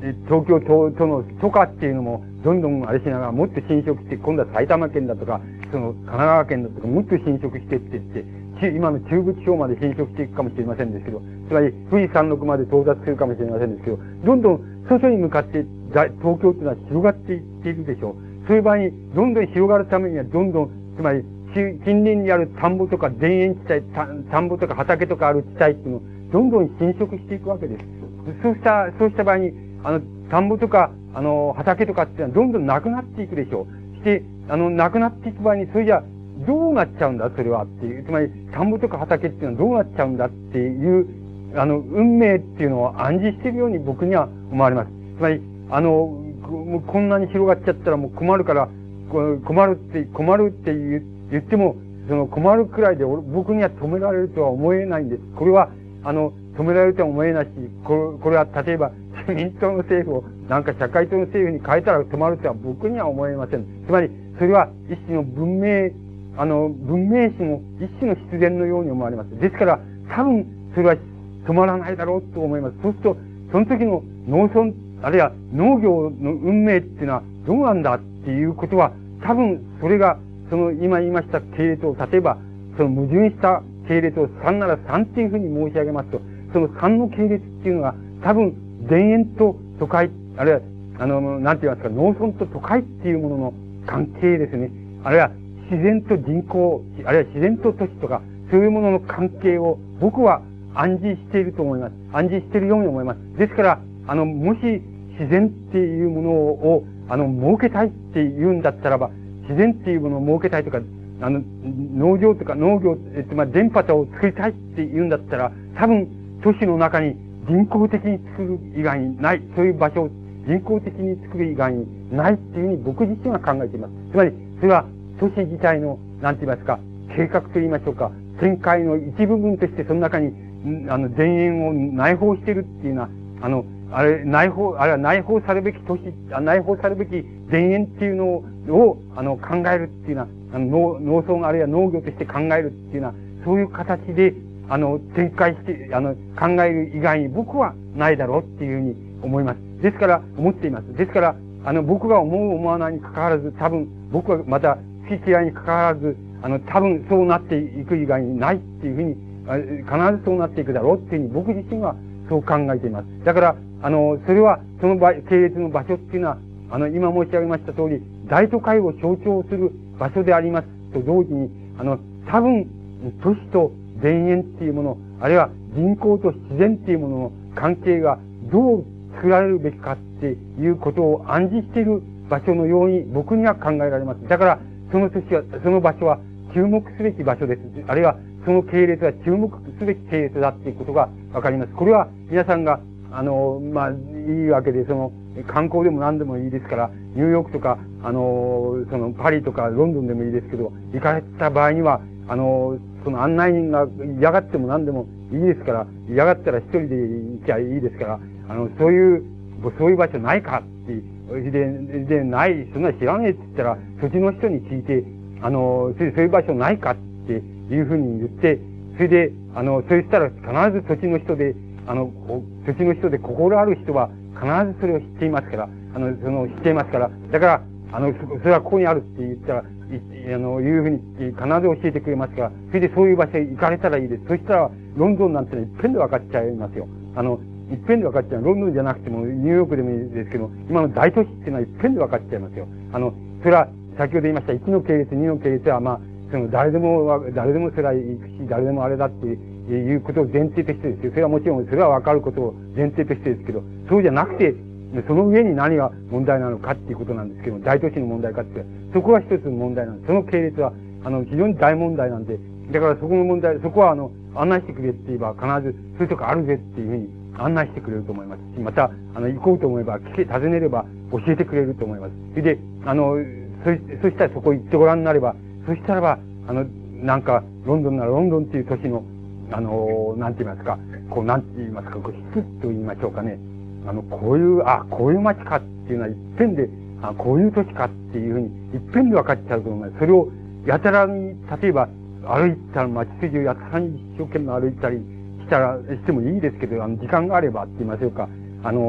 東京都との都下っていうのも、どんどんあれしながら、もっと侵食して、今度は埼玉県だとか、その神奈川県だとか、もっと侵食してって言って、今の中部地方まで侵食していくかもしれませんですけど、つまり富士山麓まで到達するかもしれませんですけど、どんどん外に向かって東京っていうのは広がっていっているでしょう。そういう場合に、どんどん広がるためには、どんどん、つまり、近隣にある田んぼとか田園地帯、田んぼとか畑とかある地帯っていうのを、どんどん侵食していくわけです。そうした、そうした場合に、あの、田んぼとか、あの、畑とかっていうのはどんどんなくなっていくでしょう。して、あの、なくなっていく場合に、それじゃ、どうなっちゃうんだ、それはっていう。つまり、田んぼとか畑っていうのはどうなっちゃうんだっていう、あの、運命っていうのを暗示しているように僕には思われます。つまり、あの、ここんなに広がっちゃったらもう困るから、困るって、困るって言っても、その困るくらいで僕には止められるとは思えないんです。これは、あの、止められるとは思えないし、これこれは例えば、自民党の政府をなんか社会党の政府に変えたら止まるとは僕には思えません。つまり、それは一種の文明、あの、文明史の一種の必然のように思われます。ですから、多分、それは止まらないだろうと思います。そうすると、その時の農村、あるいは農業の運命っていうのはどうなんだっていうことは、多分、それが、その今言いました系列を、例えば、その矛盾した系列をさんならさんっていうふうに申し上げますと、そのさんの系列っていうのが、多分、田園と都会、あるいは、あの、なんて言いますか、農村と都会っていうものの関係ですね。あるいは、自然と人口、あるいは自然と都市とか、そういうものの関係を僕は暗示していると思います。暗示しているように思います。ですから、あの、もし自然っていうものを、あの、設けたいって言うんだったらば、自然っていうものを設けたいとか、あの、農場とか農業、えっと、まあ、電波を作りたいって言うんだったら、多分、都市の中に人工的に作る以外にない、そういう場所を人工的に作る以外にないっていうふうに僕自身は考えています。つまり、それは都市自体の、なんて言いますか、計画と言いましょうか、展開の一部分としてその中に、あの、田園を内包しているっていうのは、あの、あれ、内包、あれは内包されべき都市、内包されべき田園っていうのを、あの、考えるっていうのは、あの、農村あるいは農業として考えるっていうのは、そういう形で、あの、展開して、あの、考える以外に僕はないだろうっていうふうに思います。ですから、思っています。ですから、あの、僕が思う思わないに関わらず、多分、僕はまた、好き嫌いに関わらず、あの、多分そうなっていく以外にないっていうふうに、必ずそうなっていくだろうっていうふうに僕自身はそう考えています。だから、あの、それは、その場、系列の場所っていうのは、あの、今申し上げました通り、大都会を象徴する場所でありますと同時に、あの、多分、都市と田園っていうもの、あるいは人口と自然っていうものの関係がどう作られるべきかっていうことを暗示している場所のように僕には考えられます。だから、その都市は、その場所は注目すべき場所です。あるいは、その系列は注目すべき系列だっていうことがわかります。これは皆さんが、あの、まあ、いいわけで、その、観光でも何でもいいですから、ニューヨークとか、あの、その、パリとかロンドンでもいいですけど、行かれた場合には、あの、その案内人が嫌がっても何でもいいですから、嫌がったら一人で行きゃいいですから、あの、そういう、そういう場所ないかって、で、で、ない、そんな知らねえって言ったら、土地の人に聞いて、あの、そういう場所ないかっていうふうに言って、それで、あの、そうしたら必ず土地の人で、あの、土地の人で心ある人は必ずそれを知っていますから、あの、その、知っていますから、だから、あの、それはここにあるって言ったら、い、あの、いうふうに必ず教えてくれますから、それでそういう場所へ行かれたらいいです。そしたら、ロンドンなんてのは一遍で分かっちゃいますよ。あの、一遍で分かっちゃう。ロンドンじゃなくても、ニューヨークでもいいですけど、今の大都市っていうのは一遍で分かっちゃいますよ。あの、それは、先ほど言いました、いちの系列、にの系列は、まあ、その、誰でも、誰でもそれは行くし、誰でもあれだっていうことを前提としてですよ。それはもちろん、それは分かることを前提としてですけど、そうじゃなくて、その上に何が問題なのかっていうことなんですけど、大都市の問題かって、そこは一つの問題なんです。その系列は、あの、非常に大問題なんで、だからそこの問題、そこはあの、案内してくれって言えば、必ず、そういうとこあるぜっていうふうに案内してくれると思いますし、また、あの、行こうと思えば、聞け、尋ねれば教えてくれると思います。それで、あの、そ、そしたらそこ行ってごらんになれば、そしたらば、あの、なんか、ロンドンならロンドンっていう都市の、あの、なんて言いますか、こう、なんて言いますか、こう、質と言いましょうかね。あの、こういう、あ、こういう街かっていうのは一遍で、あ、こういう都市かっていうふうに、一遍で分かっちゃうと思います。それを、やたらに、例えば、歩いたら、街筋をやたらに一生懸命歩いたりしたら、してもいいですけど、あの、時間があればって言いましょうか。あの、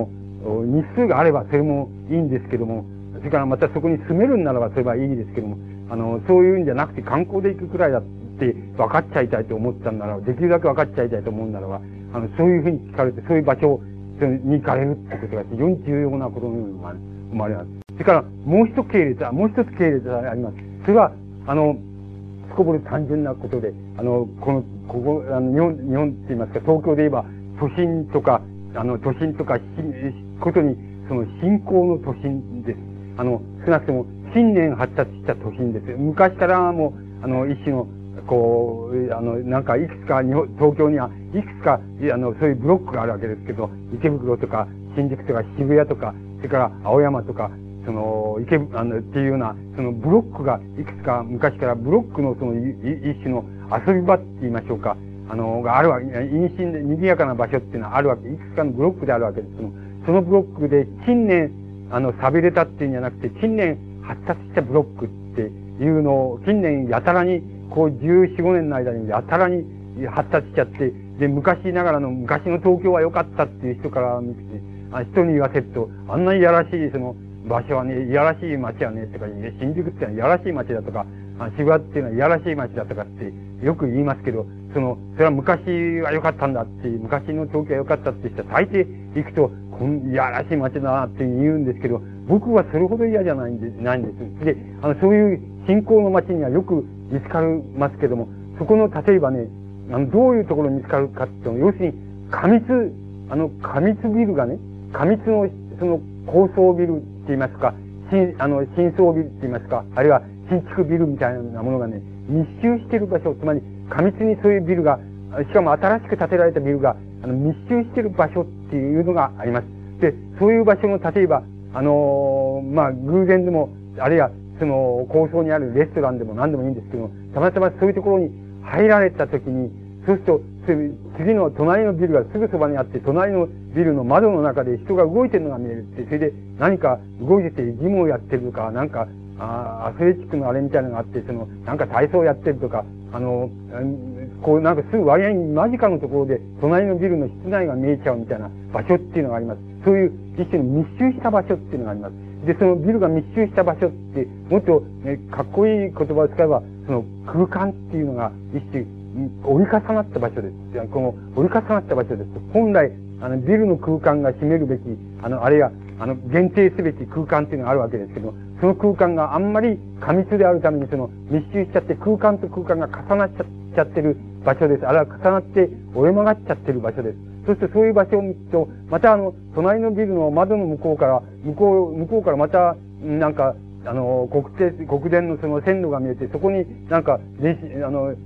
日数があればそれもいいんですけども、それからまたそこに住めるんならばそれはいいですけども、あの、そういうんじゃなくて観光で行くくらいだって分かっちゃいたいと思ったんならば、できるだけ分かっちゃいたいと思うならば、あの、そういうふうに聞かれて、そういう場所に行かれるってことが非常に重要なことのように思われます。それから、もう一系列、もう一つ系列があります。それは、あの、すこぶる単純なことで、あの、この、ここ、あの、日本、日本って言いますか、東京で言えば、都心とか、あの、都心とか、ことに、その、信仰の都心です。あの、少なくとも、近年発達した都心です。昔からも、あの、一種の、こう、あの、なんか、いくつか、日本、東京には、いくつか、あの、そういうブロックがあるわけですけど、池袋とか、新宿とか、渋谷とか、それから、青山とか、その、池、あの、っていうような、そのブロックが、いくつか、昔からブロックの、その、一種の遊び場って言いましょうか、あの、があるわけ、陰森で賑やかな場所っていうのはあるわけ、いくつかのブロックであるわけです。その、そのブロックで、近年、あの、寂れたっていうんじゃなくて、近年発達したブロックっていうのを、近年やたらに、こう、じゅうよん、ごねんの間にやたらに発達しちゃって、で、昔ながらの、昔の東京は良かったっていう人から見て、あ人に言わせると、あんなにいやらしい、その、場所はね、いやらしい街はね、とか、新宿ってのはいやらしい街だとか、渋谷っていうのはいやらしい街だとかってよく言いますけど、その、それは昔は良かったんだって、昔の東京は良かったって人は大抵行くと、こん、いやらしい街だなって言うんですけど、僕はそれほど嫌じゃないんで、ないんです。で、あの、そういう信仰の街にはよく見つかりますけども、そこの、例えばね、あの、どういうところに見つかるかっていうのは、要するに、過密、あの、過密ビルがね、過密の、その、高層ビルって言いますか、新、あの、新層ビルって言いますか、あるいは新築ビルみたいなものがね、密集している場所、つまり過密にそういうビルが、しかも新しく建てられたビルが、あの、密集している場所っていうのがあります。で、そういう場所の、例えば、あのー、まあ、偶然でも、あるいは、その、高層にあるレストランでも何でもいいんですけども、たまたまそういうところに入られたときに、そうすると、次の隣のビルがすぐそばにあって、隣のビルの窓の中で人が動いてるのが見えるって、それで何か動いててジムをやってるとか、なんか、あアスレチックのあれみたいなのがあって、その、なんか体操やってるとか、あの、こうなんかすぐ割合に間近のところで、隣のビルの室内が見えちゃうみたいな場所っていうのがあります。そういう一種の密集した場所っていうのがあります。で、そのビルが密集した場所って、もっと、ね、かっこいい言葉を使えば、その空間っていうのが一種、折り重なった場所です。この折り重なった場所です。本来、あの、ビルの空間が占めるべき、あの、あるいは、あの、限定すべき空間っていうのがあるわけですけど、その空間があんまり過密であるために、その、密集しちゃって、空間と空間が重なっちゃってる場所です。あるいは重なって折れ曲がっちゃってる場所です。そしてそういう場所を見ると、またあの、隣のビルの窓の向こうから、向こう、向こうからまた、なんか、あの、国鉄、国電のその線路が見えて、そこになんか、電子、あの、うん、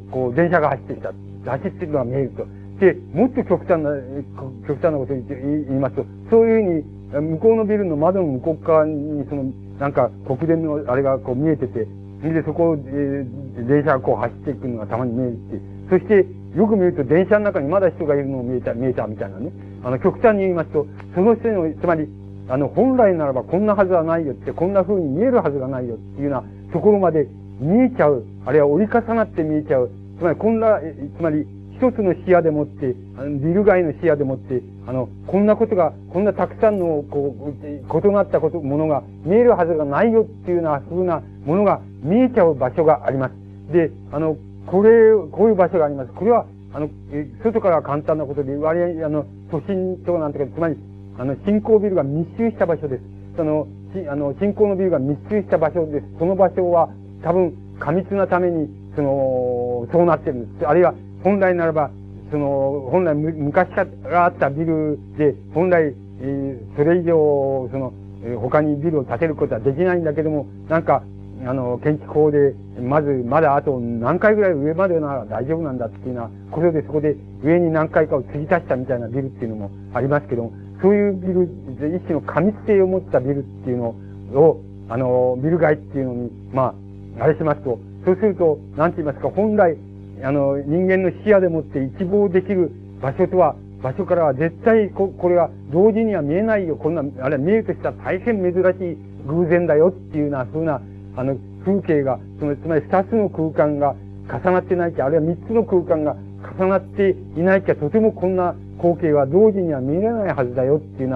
こう、電車が走ってきた。走ってるのが見えると。で、もっと極端な、極端なことを言って言いますと、そういうふうに、向こうのビルの窓の向こう側に、その、なんか、国電のあれがこう見えてて、で、そこを、えー、電車がこう走っていくのがたまに見えるって。そして、よく見ると電車の中にまだ人がいるのを見えた、見えたみたいなね。あの、極端に言いますと、その人の、つまり、あの、本来ならばこんなはずはないよって、こんな風に見えるはずがないよっていうようなところまで見えちゃう、あるいは折り重なって見えちゃう。つまり、こんな、つまり、一つの視野でもって、あのビル街の視野でもって、あの、こんなことが、こんなたくさんの、こう、異なったこと、ものが見えるはずがないよっていうような風なものが見えちゃう場所があります。で、あの、これ、こういう場所があります。これは、あの、外からは簡単なことで、割合、あの、都心とかなんていうか、つまり、あの、新興ビルが密集した場所です。その、あの、新興のビルが密集した場所です。その場所は、多分、過密なために、その、そうなってるんです。あるいは、本来ならば、その、本来昔からあったビルで、本来、えー、それ以上、その、えー、他にビルを建てることはできないんだけども、なんか、あの、建築法で、まず、まだあと何回ぐらい上までなら大丈夫なんだっていうのは、これでそこで上に何回かを継ぎ足したみたいなビルっていうのもありますけども、そういうビル、一種の過密性を持ったビルっていうのを、あの、ビル街っていうのに、まあ、あれしますと、そうすると、なんて言いますか、本来、あの、人間の視野でもって一望できる場所とは、場所からは絶対こ、これは同時には見えないよ。こんな、あれ見えるとしたら大変珍しい偶然だよっていうような風な、あの、風景が、その、つまり二つの空間が重なってないきゃ、あるいは三つの空間が重なっていないきゃ、とてもこんな光景は同時には見えないはずだよっていうような、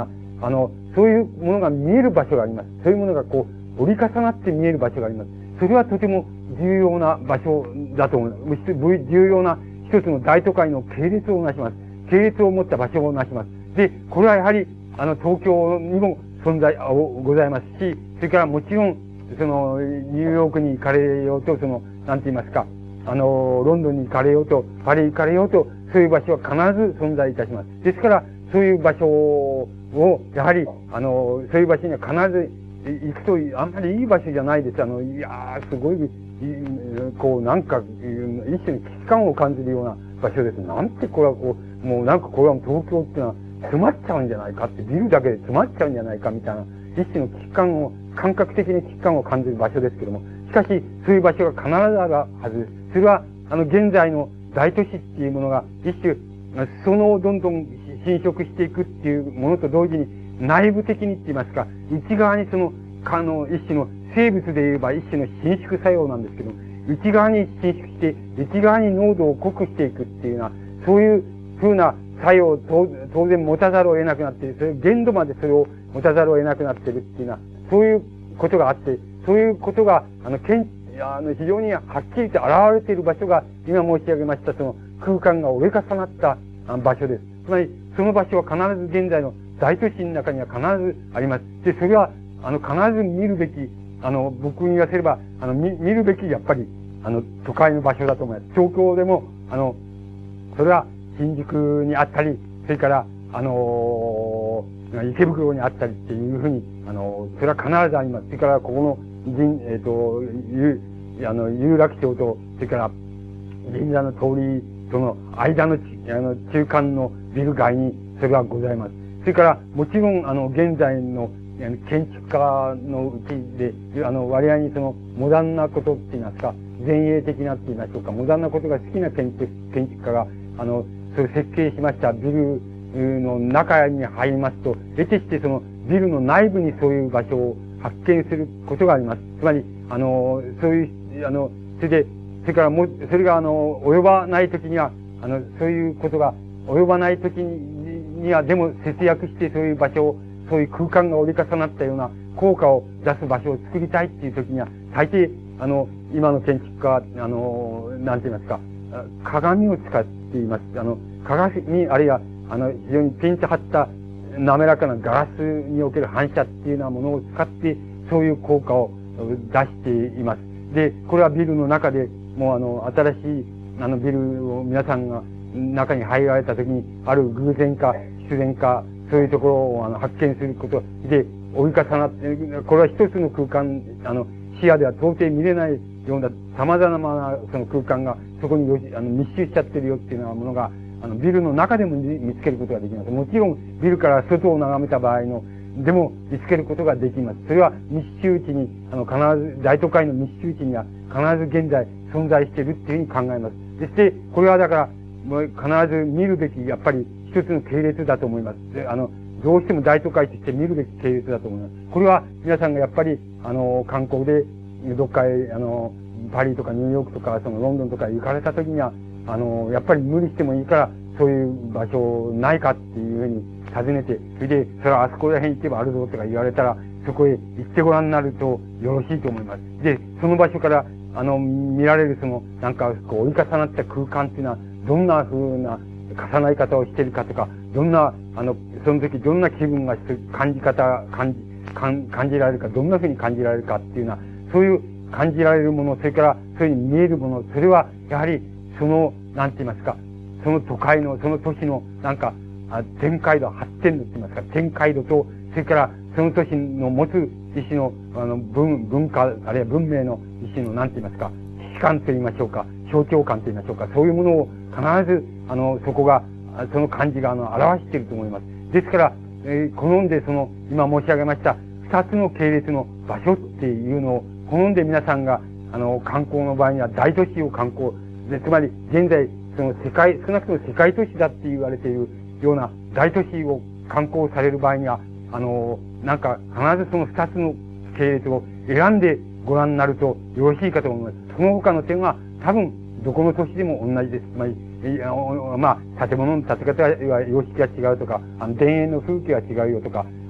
あの、そういうものが見える場所があります。そういうものがこう、折り重なって見える場所があります。それはとても重要な場所だと思います。重要な一つの大都会の系列をなします。系列を持った場所をなします。で、これはやはり、あの、東京にも存在、ございますし、それからもちろん、その、ニューヨークに行かれようと、その、なんて言いますか、あの、ロンドンに行かれようと、パリ行かれようと、そういう場所は必ず存在いたします。ですから、そういう場所を、やはり、あの、そういう場所には必ず行くと、あんまりいい場所じゃないです。あの、いやー、すごい、こう、なんか、一種の危機感を感じるような場所です。なんてこれはこう、もうなんかこれは東京っていうのは詰まっちゃうんじゃないかって、ビルだけで詰まっちゃうんじゃないかみたいな、一種の危機感を、感覚的に危機感を感じる場所ですけども、しかし、そういう場所が必ずあるはずです。それは、あの、現在の大都市っていうものが、一種、そのどんどん侵食していくっていうものと同時に、内部的にって言いますか、内側にその、あの、一種の生物で言えば一種の伸縮作用なんですけど、内側に伸縮して、内側に濃度を濃くしていくっていうような、そういう風な作用を当然持たざるを得なくなっている。それ限度までそれを持たざるを得なくなっているっていうのは、そういうことがあって、そういうことが、あの、けん、あの、非常にはっきりと現れている場所が、今申し上げました、その空間が折れ重なった場所です。つまり、その場所は必ず現在の大都市の中には必ずあります。で、それは、あの、必ず見るべき、あの、僕に言わせれば、あの、見、見るべき、やっぱり、あの、都会の場所だと思います。東京でも、あの、それは、新宿にあったり、それから、あのー、池袋にあったりっていうふうに、あのー、それは必ずあります。それから、ここの、銀、えっ、ー、と、有、あの、有楽町と、それから、銀座の通りとの間の、あの、中間のビル街に、それはございます。それから、もちろん、あの、現在の、建築家のうちで、あの、割合にその、モダンなことって言いますか、前衛的なって言いましょうか、モダンなことが好きな建築、建築家が、あの、それ設計しましたビルの中に入りますと、得てしてそのビルの内部にそういう場所を発見することがあります。つまり、あの、そういう、あの、それで、それからもう、それがあの、及ばないときには、あの、そういうことが及ばないときには、でも節約してそういう場所を、そういう空間が折り重なったような効果を出す場所を作りたいっていうときには、大抵、あの、今の建築家、あの、なんて言いますか、鏡を使って言います。あの、鏡、あるいは、あの、非常にピンと張った滑らかなガラスにおける反射っていうようなものを使って、そういう効果を出しています。で、これはビルの中で、もうあの、新しい、あの、ビルを皆さんが中に入られた時に、ある偶然か、必然か、そういうところをあの発見することで、折り重なって、これは一つの空間、あの、視野では到底見れないような様々なその空間がそこによあの密集しちゃってるよっていうようなものが、あの、ビルの中でも見つけることができます。もちろん、ビルから外を眺めた場合の、でも見つけることができます。それは密集地に、あの、必ず、大都会の密集地には必ず現在存在しているっていうふうに考えます。そして、これはだから、もう必ず見るべき、やっぱり一つの系列だと思います。で、あの、どうしても大都会として見るべき系列だと思います。これは皆さんがやっぱり、あの、観光で、どっかへ、あの、パリとかニューヨークとか、そのロンドンとか行かれた時には、あの、やっぱり無理してもいいから、そういう場所ないかっていうふうに尋ねて、それで、それはあそこら辺行けばあるぞとか言われたら、そこへ行ってごらんになるとよろしいと思います。で、その場所から、あの、見られるその、なんか、こう、折り重なった空間っていうのは、どんな風な重なり方をしているかとか、どんな、あの、その時どんな気分が感じ方、感じ、感感じられるか、どんな風に感じられるかっていうのは、そういう感じられるもの、それからそういうふうに見えるもの、それはやはりその、なんて言いますか、その都会の、その都市の、なんか、展開度、発展度って言いますか、展開度と、それからその都市の持つ一種の、あの、文、文化、あるいは文明の一種の、なんて言いますか、危機感と言いましょうか、象徴感と言いましょうか、そういうものを必ず、あの、そこが、その感じが、あの、表していると思います。ですから、えー、好んでその、今申し上げました、二つの系列の場所っていうのを、好んで皆さんが、あの、観光の場合には大都市を観光、で、つまり、現在、その世界、少なくとも世界都市だって言われているような大都市を観光される場合には、あの、なんか、必ずその二つの系列を選んでご覧になるとよろしいかと思います。その他の点は、多分、どこの都市でも同じです。つまり、まあ、建物の建て方は様式が違うとか、あの、田園の風景は違うよとか、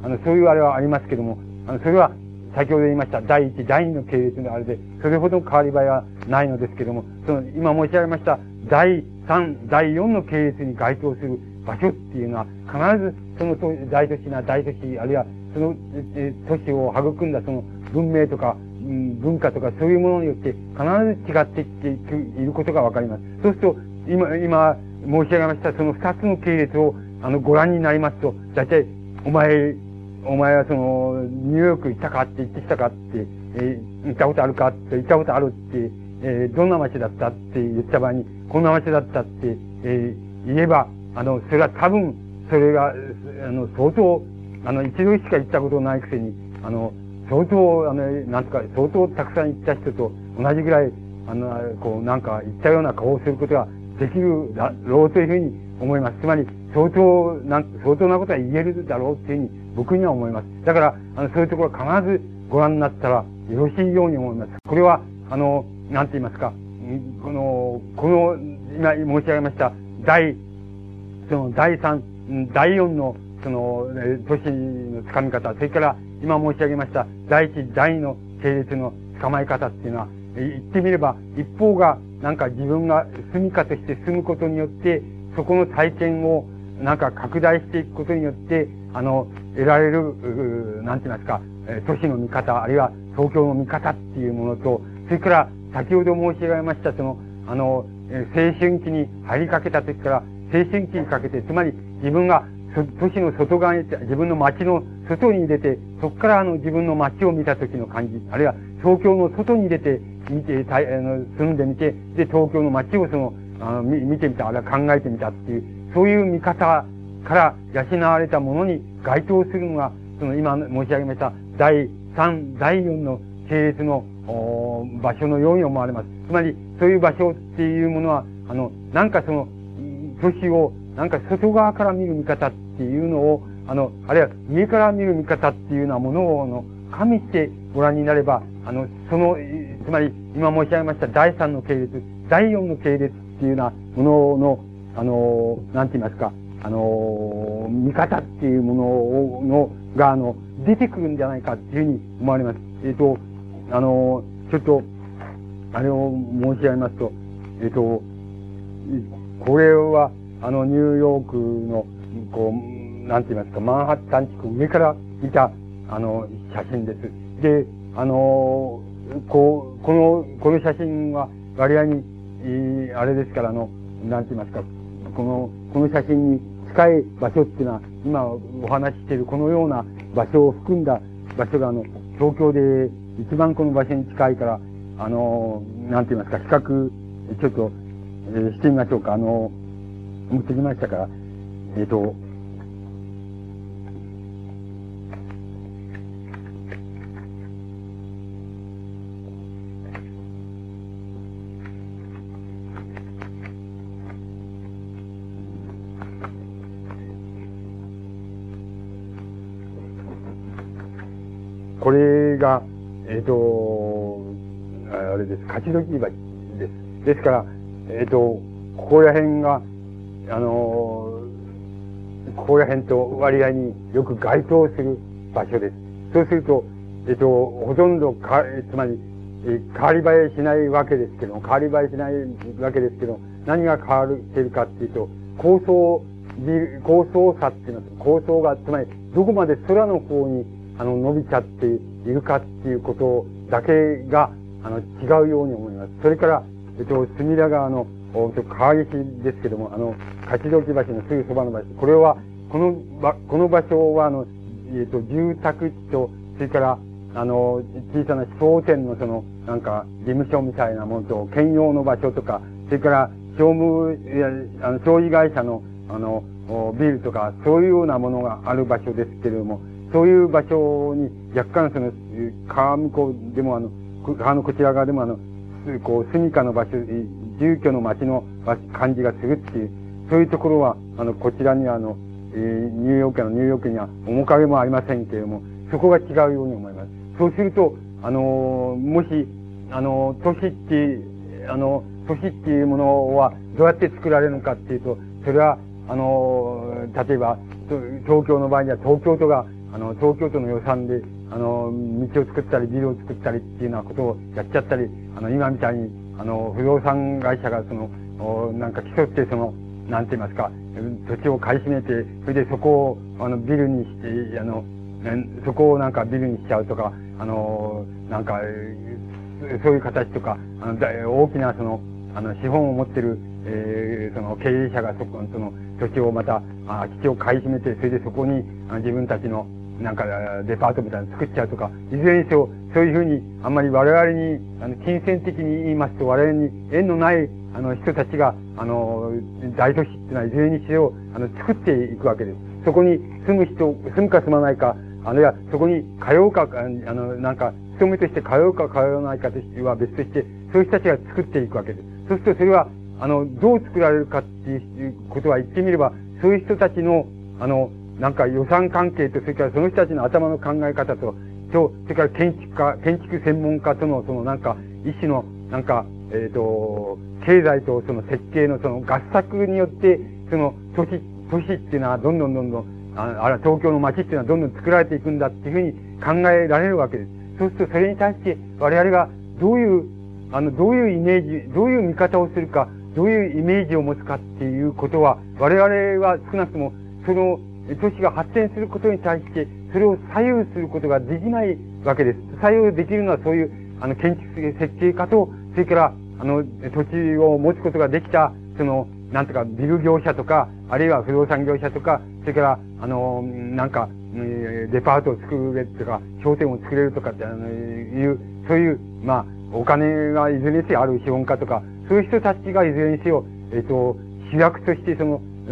あの、そういうあれはありますけども、あの、それは、先ほど言いました、第一、第二の系列のあれで、それほど変わり映えはないのですけども、その、今申し上げました、第三、第四の系列に該当する場所っていうのは、必ず、その大都市な大都市、あるいは、その、え都市を育んだその文明とか、うん、文化とか、そういうものによって、必ず違っていっていることがわかります。そうすると、今、今、申し上げました、その二つの系列を、あの、ご覧になりますと、大体、お前、お前はその、ニューヨーク行ったかって行ってきたかって、えー、行ったことあるかって行ったことあるって、えー、どんな街だったって言った場合に、こんな街だったって、えー、言えば、あの、それは多分、それが、あの、相当、あの、一度しか行ったことないくせに、あの、相当、あの、なんとか、相当たくさん行った人と同じぐらい、あの、こう、なんか、行ったような顔をすることができるだろうというふうに思います。つまり、相当、なん、相当なことは言えるだろうというふうに僕には思います。だから、あの、そういうところは必ずご覧になったらよろしいように思います。これは、あの、なんて言いますか、この、この、今申し上げました、第、その、第三、第四の、その、都市の掴み方、それから、今申し上げました、第一、第二の系列の捕まえ方っていうのは、言ってみれば、一方が、なんか自分が住みかとして住むことによって、そこの体験を、なんか拡大していくことによって、あの、得られる、なんて言いますか、都市の見方、あるいは東京の見方っていうものと、それから、先ほど申し上げました、その、あの、青春期に入りかけた時から、青春期にかけて、つまり自分が都市の外側に、自分の街の外に出て、そこからあの自分の街を見た時の感じ、あるいは東京の外に出て、見て、あの住んでみて、で、東京の街をその、あの見見てみた、あるいは考えてみたっていう、そういう見方から養われたものに該当するのが、その今申し上げました、第三、第四の系列の場所のように思われます。つまり、そういう場所っていうものは、あの、なんかその、都市を、なんか外側から見る見方っていうのを、あの、あるいは家から見る見方っていうようなものを、あの、加味してご覧になれば、あの、その、つまり、今申し上げました第三の系列、第四の系列っていうようなものの、あの、なんて言いますか、あの、見方っていうものを、の、が、あの、出てくるんじゃないかっていうふうに思われます。えっと、あの、ちょっと、あれを申し上げますと、えっと、これは、あの、ニューヨークの、こう、なんて言いますか、マンハッタン地区上から見た、あの、写真です。で、あの、こう、この、この写真は、割合に、えー、あれですから、あの、なんて言いますか、この、この写真に近い場所っていうのは、今お話ししているこのような場所を含んだ場所が、あの、東京で一番この場所に近いから、あの、なんて言いますか、比較、ちょっと、えー、してみましょうか。あの、持ってきましたから、えっと、これが、えっ、ー、と、あれです。勝どき橋です。ですから、えっ、ー、と、ここら辺が、あのー、ここら辺と割合によく該当する場所です。そうすると、えっ、ー、と、ほとんどか、つまり、えー、変わり映えしないわけですけど、変わり映えしないわけですけど、何が変わるっているかっていうと、高層ビル、高層差っていうのは、高層が、つまり、どこまで空の方にあの、伸びちゃっているかっていうことだけが、あの、違うように思います。それから、えっと、隅田川の、川岸ですけども、あの、勝どき橋のすぐそばの場所。これは、この場、この場所は、あの、えっと、住宅地と、それから、あの、小さな商店のその、なんか、事務所みたいなものと、兼用の場所とか、それから、商務、いや、あの、商事会社の、あの、ビルとか、そういうようなものがある場所ですけれども、そういう場所に若干その、川向こうでもあの、川のこちら側でもあの、こう、住処の場所、住居の町の感じがするっていう、そういうところは、あの、こちらにはあの、えー、ニューヨークのニューヨークには面影もありませんけれども、そこが違うように思います。そうすると、あの、もし、あの、都市って、あの、都市っていうものはどうやって作られるのかっていうと、それは、あの、例えば、東京の場合には東京都が、 あの、東京都の予算で、あの、道を作ったり、ビルを作ったりっていうようなことをやっちゃったり、あの、今みたいに、あの、不動産会社がその、なんか競ってその、なんて言いますか、土地を買い占めて、それでそこを、あの、ビルにして、あの、そこをなんかビルにしちゃうとか、あの、なんか、そういう形とか、あの、大きなその、あの、資本を持ってる、えー、その経営者がそこ、その土地をまた、あ土地を買い占めて、それでそこにあ自分たちの、なんか、デパートみたいなの作っちゃうとか、いずれにせよ、そういうふうに、あんまり我々に、あの、金銭的に言いますと、我々に縁のない、あの、人たちが、あの、大都市っていうのは、いずれにせよ、あの、作っていくわけです。そこに住む人、住むか住まないか、あるいはそこに通うか、あの、なんか、勤めとして通うか通わないかとしては別として、そういう人たちが作っていくわけです。そうするとそれは、あの、どう作られるかっていうことは言ってみれば、そういう人たちの、あの、なんか予算関係と、それからその人たちの頭の考え方と、と、それから建築家、建築専門家との、そのなんか、一種の、なんか、えっと、経済とその設計のその合作によって、その都市、都市っていうのはどんどんどんどん、ああら、東京の街っていうのはどんどん作られていくんだっていうふうに考えられるわけです。そうするとそれに対して我々がどういう、あの、どういうイメージ、どういう見方をするか、どういうイメージを持つかっていうことは、我々は少なくとも、その都市が発展することに対して、それを左右することができないわけです。左右できるのはそういう、あの、建築設計家と、それから、あの、土地を持つことができた、その、なんとかビル業者とか、あるいは不動産業者とか、それから、あの、なんか、デパートを作れとか、商店を作れるとかって、あの、いう、そういう、まあ、お金がいずれにせよある資本家とか、そういう人たちがいずれにせよ、えっと、主役としてその、うん、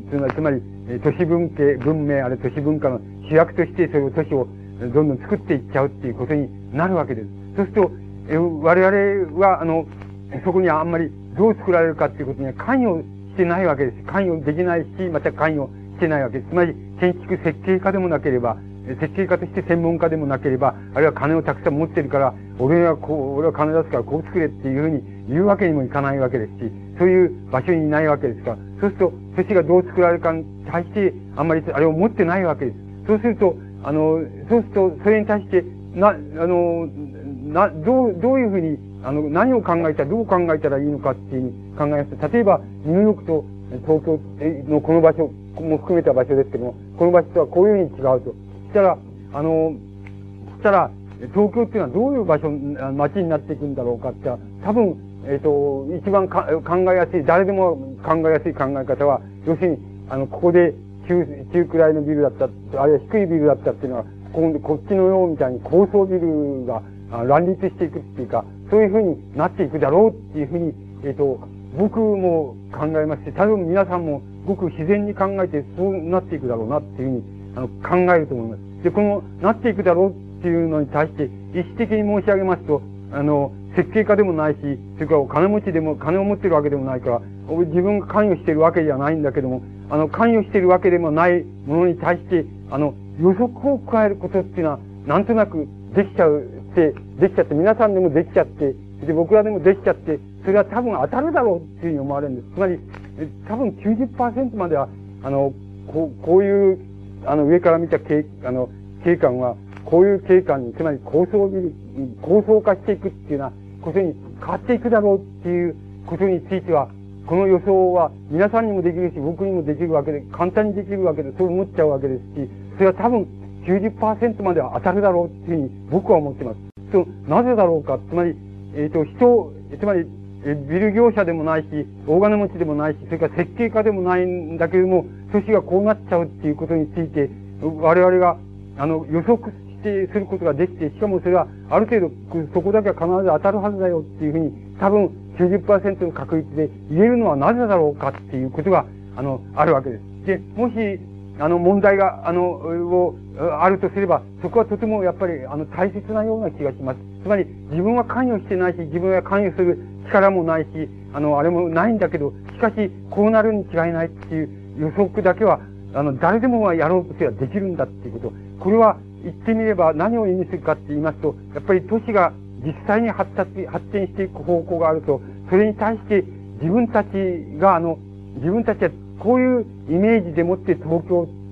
つまり、都市文系、文明、あるいは都市文化の主役として、それを都市をどんどん作っていっちゃうっていうことになるわけです。そうすると、え我々は、あの、そこにあんまりどう作られるかっていうことには関与してないわけです。関与できないし、また関与してないわけです。つまり、建築設計家でもなければ、設計家として専門家でもなければ、あるいは金をたくさん持ってるから、俺はこう、俺は金出すからこう作れっていうふうに言うわけにもいかないわけですし、そういう場所にいないわけですから、そうすると、都市がどう作られるかに対して、あんまりあれを持ってないわけです。そうすると、あの、そうすると、それに対して、な、あの、な、どう、どういうふうに、あの、何を考えたら、どう考えたらいいのかっていうふうに考えますと、例えば、ニューヨークと東京のこの場所も含めた場所ですけども、この場所とはこういうふうに違うと。そしたら、あの、そしたら、東京っていうのはどういう場所、街になっていくんだろうかって、多分、えっと、一番か考えやすい、誰でも考えやすい考え方は、要するに、あの、ここで中、中くらいのビルだった、あるいは低いビルだったっていうのは、ここっちのようみたいに高層ビルが乱立していくっていうか、そういうふうになっていくだろうっていうふうに、えっと、僕も考えますし、多分皆さんもごく自然に考えてそうなっていくだろうなっていうふうにあの考えると思います。で、このなっていくだろうっていうのに対して、意思的に申し上げますと、あの、設計家でもないし、それからお金持ちでも、金を持ってるわけでもないから、自分が関与しているわけじゃないんだけども、あの、関与しているわけでもないものに対して、あの、予測を加えることっていうのは、なんとなくできちゃうって、できちゃって、皆さんでもできちゃって、で、僕らでもできちゃって、それは多分当たるだろうっていうふうに思われるんです。つまり、多分 きゅうじゅっパーセント までは、あの、こう、こういう、あの、上から見た景、あの、景観は、こういう景観に、つまり高層ビル、高層化していくっていうようなことに変わっていくだろうっていうことについては、この予想は皆さんにもできるし、僕にもできるわけで、簡単にできるわけで、そう思っちゃうわけですし、それは多分 きゅうじゅっパーセント までは当たるだろうっていうふうに僕は思っています。そう、なぜだろうか、つまり、えっと、人、つまり、ビル業者でもないし、大金持ちでもないし、それから設計家でもないんだけれども、都市がこうなっちゃうっていうことについて、我々が、あの、予測してすることができて、しかもそれは、ある程度、そこだけは必ず当たるはずだよっていうふうに、多分 きゅうじゅっパーセント の確率で言えるのはなぜだろうかっていうことが、あの、あるわけです。で、もし、あの、問題が、あの、を、あるとすれば、そこはとてもやっぱり、あの、大切なような気がします。つまり、自分は関与してないし、自分は関与する力もないし、あの、あれもないんだけど、しかし、こうなるに違いないっていう予測だけは、あの、誰でもやろうとすればできるんだっていうこと。これは、言ってみれば何を意味するかって言いますと、やっぱり都市が実際に発達、発展していく方向があると、それに対して自分たちが、あの、自分たちはこういうイメージでもって東京っ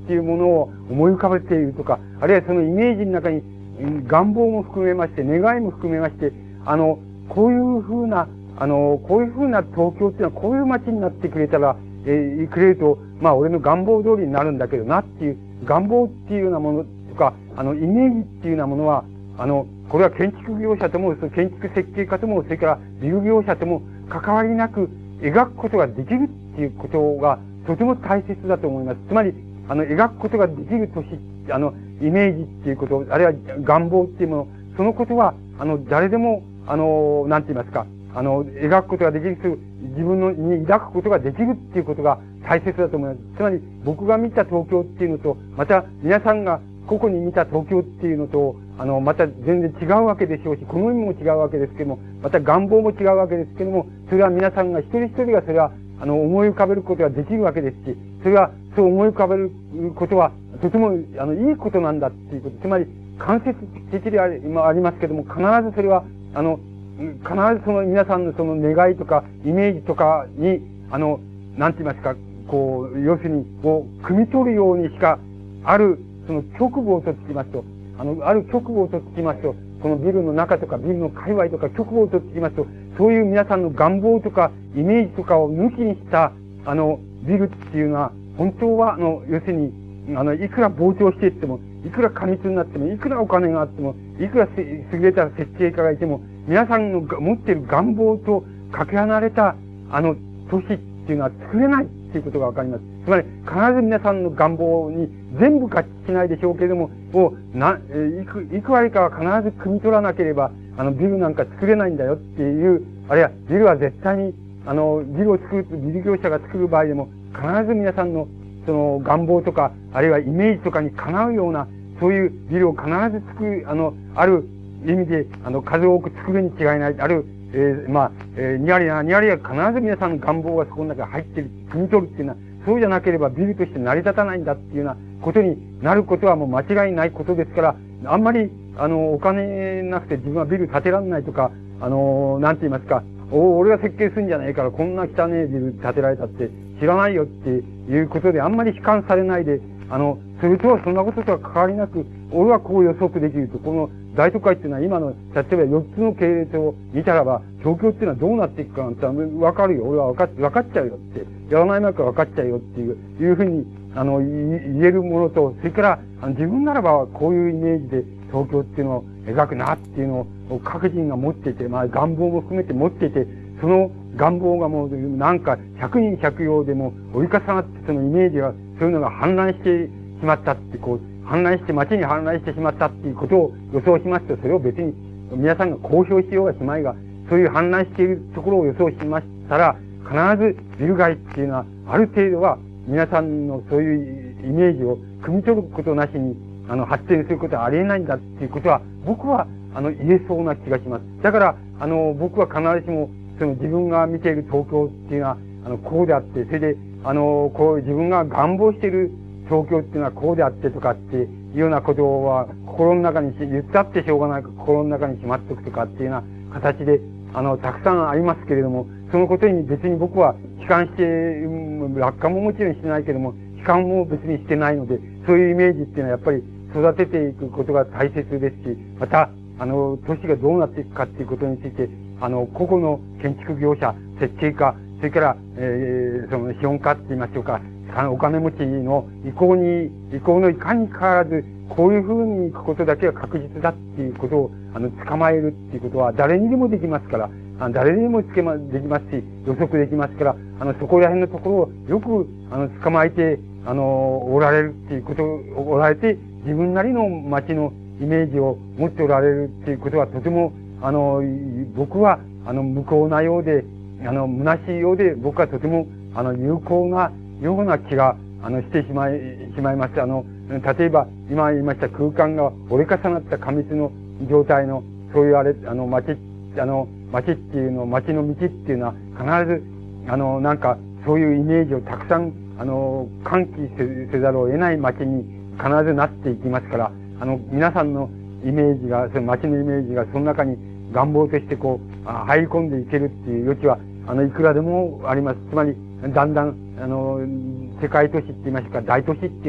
っていうものを思い浮かべているとか、あるいはそのイメージの中に願望も含めまして、願いも含めまして、あの、こういうふうな、あの、こういうふうな東京っていうのはこういう街になってくれたら、えー、くれると、まあ俺の願望通りになるんだけどなっていう、願望っていうようなものとか、あの、イメージっていうようなものは、あの、これは建築業者とも、建築設計家とも、それからビル業者とも関わりなく描くことができるっていうことがとても大切だと思います。つまり、あの、描くことができる都市、あの、イメージっていうこと、あるいは願望っていうもの、そのことは、あの、誰でも、あの、なんて言いますか、あの、描くことができる、自分のに抱くことができるっていうことが大切だと思います。つまり、僕が見た東京っていうのと、また皆さんが個々に見た東京っていうのと、あの、また全然違うわけでしょうし、好みも違うわけですけども、また願望も違うわけですけども、それは皆さんが一人一人がそれは、あの、思い浮かべることができるわけですし、それは、そう思い浮かべることは、とても、あの、いいことなんだっていうこと。つまり、間接的であり、今ありますけども、必ずそれは、あの、必ずその皆さんのその願いとか、イメージとかに、あの、なんて言いますか、こう、要するに、こう、汲み取るようにしか、ある、その局部をとってきますと、あの、ある局部をとってきますと、このビルの中とか、ビルの界隈とか、局部をとってきますと、そういう皆さんの願望とか、イメージとかを抜きにした、あの、ビルっていうのは、本当は、あの、要するに、あの、いくら膨張していっても、いくら過密になっても、いくらお金があっても、いくら優れた設計家がいても、皆さんの持っている願望とかけ離れた、あの、都市っていうのは作れないっていうことがわかります。つまり、必ず皆さんの願望に全部合致しないでしょうけれども、もう、な、えいく、いく割かは必ず汲み取らなければ、あの、ビルなんか作れないんだよっていう、あるいは、ビルは絶対に、あの、ビルを作る、ビル業者が作る場合でも、必ず皆さんの、その、願望とか、あるいはイメージとかにかなうような、そういうビルを必ず作る、あの、ある意味で、あの、数多く作るに違いない、ある、えー、まあ、えー、にわりな、にわりは必ず皆さんの願望がそこの中に入ってる、汲み取るっていうのは、そうじゃなければビルとして成り立たないんだっていうようなことになることはもう間違いないことですから、あんまり、あの、お金なくて自分はビル建てられないとか、あの、なんて言いますか、お、俺が設計するんじゃないから、こんな汚いビル建てられたって知らないよっていうことで、あんまり悲観されないで、あの、それとはそんなこととは関わりなく、俺はこう予測できると、この大都会っていうのは今の、例えばよっつの系列を見たらば、東京っていうのはどうなっていくかなんてわかるよ。俺はわかっ、わかっちゃうよって。やらない前からわかっちゃうよっていう、いうふうに、あの、言えるものと、それから、あの自分ならばこういうイメージで東京っていうのを描くなっていうのを各人が持っていて、まあ願望も含めて持っていて、その願望がもうなんか百人百様でも折り重なってそのイメージが、そういうのが氾濫してしまったって、こう、氾濫して街に氾濫してしまったっていうことを予想しますと、それを別に皆さんが公表しようがしまいが、そういう氾濫しているところを予想しましたら、必ずビル街っていうのは、ある程度は皆さんのそういうイメージを汲み取ることなしに、あの、発展することはありえないんだっていうことは、僕は、あの、言えそうな気がします。だから、あの、僕は必ずしも、その自分が見ている東京っていうのは、あの、こうであって、それで、あの、こう、自分が願望している東京っていうのはこうであってとかっていうようなことは、心の中にし、言ったってしょうがないか、心の中にしまっておくとかっていうような形で、あの、たくさんありますけれども、そのことに別に僕は悲観して、楽観ももちろんしてないけども、悲観も別にしてないので、そういうイメージっていうのはやっぱり育てていくことが大切ですし、また、あの、都市がどうなっていくかっていうことについて、あの、個々の建築業者、設計家、それから、えー、その、資本家って言いましょうか、あの、お金持ちの意向に、意向のいかに変わらず、こういう風に行くことだけは確実だっていうことを、あの、捕まえるっていうことは誰にでもできますから、あの誰にでもつけま、できますし、予測できますから、あの、そこら辺のところをよく、あの、捕まえて、あの、おられるっていうこと、おられて、自分なりの街のイメージを持っておられるっていうことはとても、あの、僕は、あの、無効なようで、あの、虚しいようで、僕はとても、あの、有効なような気が、あの、してしまい、しまいます。あの、例えば、今言いました空間が折れ重なった過密の状態の、そういうあれ、あの、街、あの、街っていうの、街の道っていうのは、必ず、あの、なんか、そういうイメージをたくさん、あの、喚起せ、せざるを得ない街に必ずなっていきますから、あの、皆さんのイメージが、その街のイメージが、その中に願望としてこう、入り込んでいけるっていう余地は、あの、いくらでもあります。つまり、だんだん、あの、世界都市って言いましょうか、大都市っていうのは、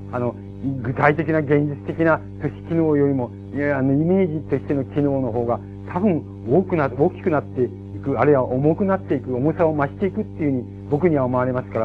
あの、具体的な現実的な都市機能よりも、いや、あの、イメージとしての機能の方が、多分、多くな、大きくなっていく、あるいは重くなっていく、重さを増していくっていうふうに、僕には思われますから、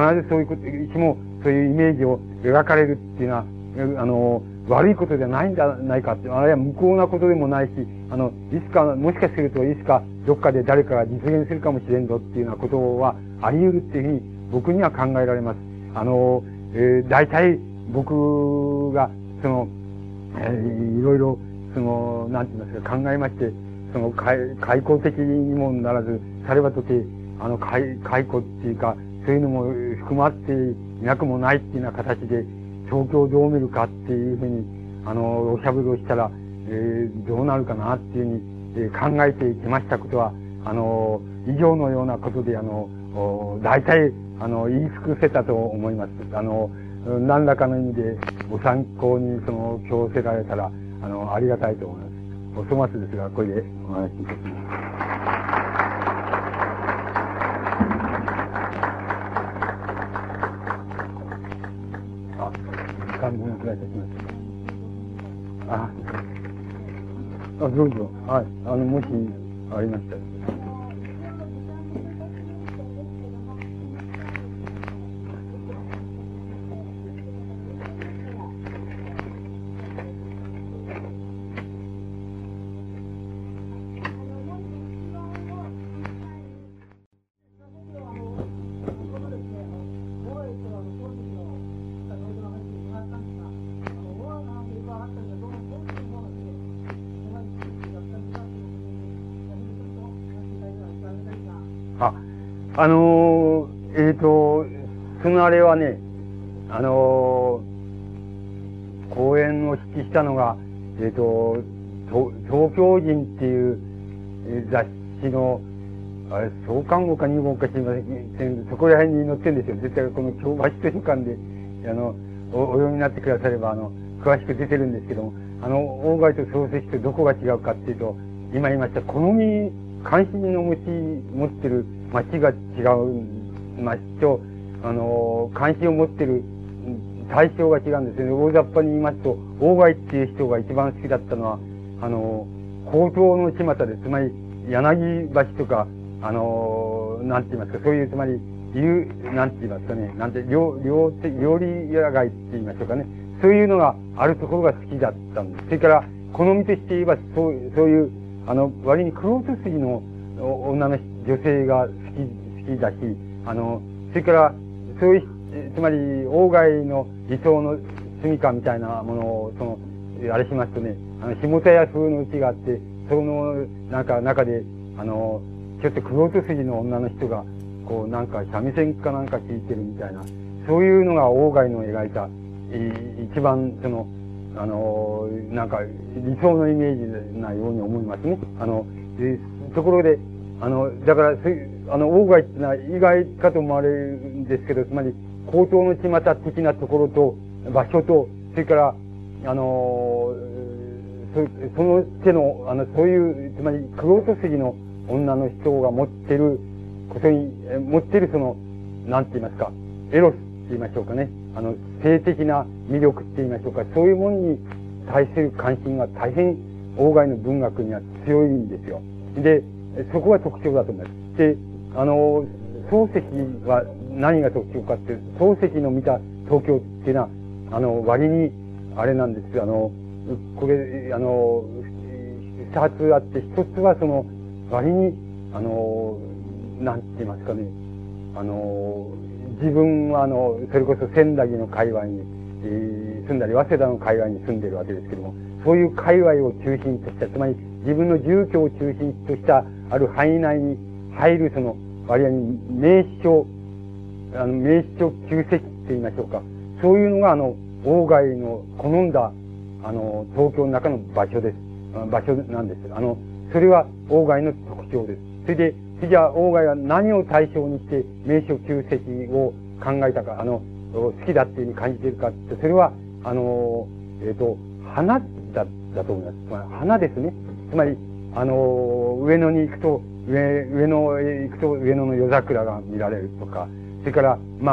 必ずそういうこと、いつもそういうイメージを描かれるっていうのは、あの、悪いことではないんじゃないかって、あるいは無効なことでもないし、あの、いつか、もしかするといつかどっかで誰かが実現するかもしれんぞっていうようなことはあり得るっていうふうに僕には考えられます。あの、えー、大体僕が、その、えー、いろいろ、その、なんて言いますか、考えまして、その、開開口的にもならず、さればとて、あの、開、開口っていうか、そういうのも含まっていなくもないっていうような形で、東京をどう見るかっていうふうに、あの、おしゃべりをしたら、えー、どうなるかなっていうふうに、えー、考えてきましたことは、あの、以上のようなことで、あの、大体、あの、言い尽くせたと思います。あの、何らかの意味でご参考に、その、強せられたら、あの、ありがたいと思います。お粗末ですが、これでお話しいたします。あ、時間分くらい経ちました。あ、あ、どうぞ。はい。あの、もし、ありましたら。あ、あのー、えっと、そのあれはね、あのー、講演を指揮したのが、えっと、東京人っていう雑誌の、あれ、創刊号か入号か知りません。そこら辺に載ってるんですよ。絶対この京橋図書館で、あの、お、お読みになってくだされば、あの、詳しく出てるんですけども、あの、鴎外と漱石とどこが違うかっていうと、今言いました、好み、関心の持ち、持ってる町が違う町と、あの、関心を持ってる対象が違うんですよね。大雑把に言いますと、鴎外っていう人が一番好きだったのは、あの、江東の巷で、つまり、柳橋とか、あの、なんて言いますか、そういう、つまり、いう、なんて言いますかね、なんて、料、料、料理屋街って言いましょうかね。そういうのがあるところが好きだったんです。それから、好みとして言えば、そう、そういう、あの、割に黒と筋の女の女性が好き、好きだし、あの、それから、そういう、つまり、鴎外の理想の住処みたいなものを、その、あれしますとね、あの、下田屋風の家があって、その、なんか、中で、あの、ちょっと黒と筋の女の人が、こう、なんか、三味線かなんか弾いてるみたいな、そういうのが鴎外の描いた、一番、その、あの、なんか、理想のイメージなように思いますね。あの、えところで、あの、だから、あの、鴎外ってのは意外かと思われるんですけど、つまり、江東の巷的なところと、場所と、それから、あの、そ, その手の、あの、そういう、つまり、黒と筋の女の人が持ってることに、持ってるその、なんて言いますか、エロスって言いましょうかね。あの、性的な魅力って言いましょうか。そういうものに対する関心が大変、鴎外の文学には強いんですよ。で、そこが特徴だと思います。で、あの、漱石は何が特徴かって、漱石の見た東京っていうのは、あの、割に、あれなんです。あの、これ、あの、二つあって、一つはその、割に、あの、なんて言いますかね、あの、自分はあの、それこそ千駄木の界隈に、えー、住んだり、早稲田の界隈に住んでるわけですけども、そういう界隈を中心とした、つまり自分の住居を中心としたある範囲内に入るその割合に名所、あの、名所旧跡って言いましょうか。そういうのがあの、鴎外の好んだ、あの、東京の中の場所です。場所なんです。あの、それは鴎外の特徴です。それで、じゃあ、鴎外は何を対象にして名所旧跡を考えたか、あの、好きだっていうふうに感じているかって、それは、あの、えっと、花だ、だと思います。つまり、花ですね。つまり、あの、上野に行くと、上、上野へ行くと上野の夜桜が見られるとか、それから、まあ、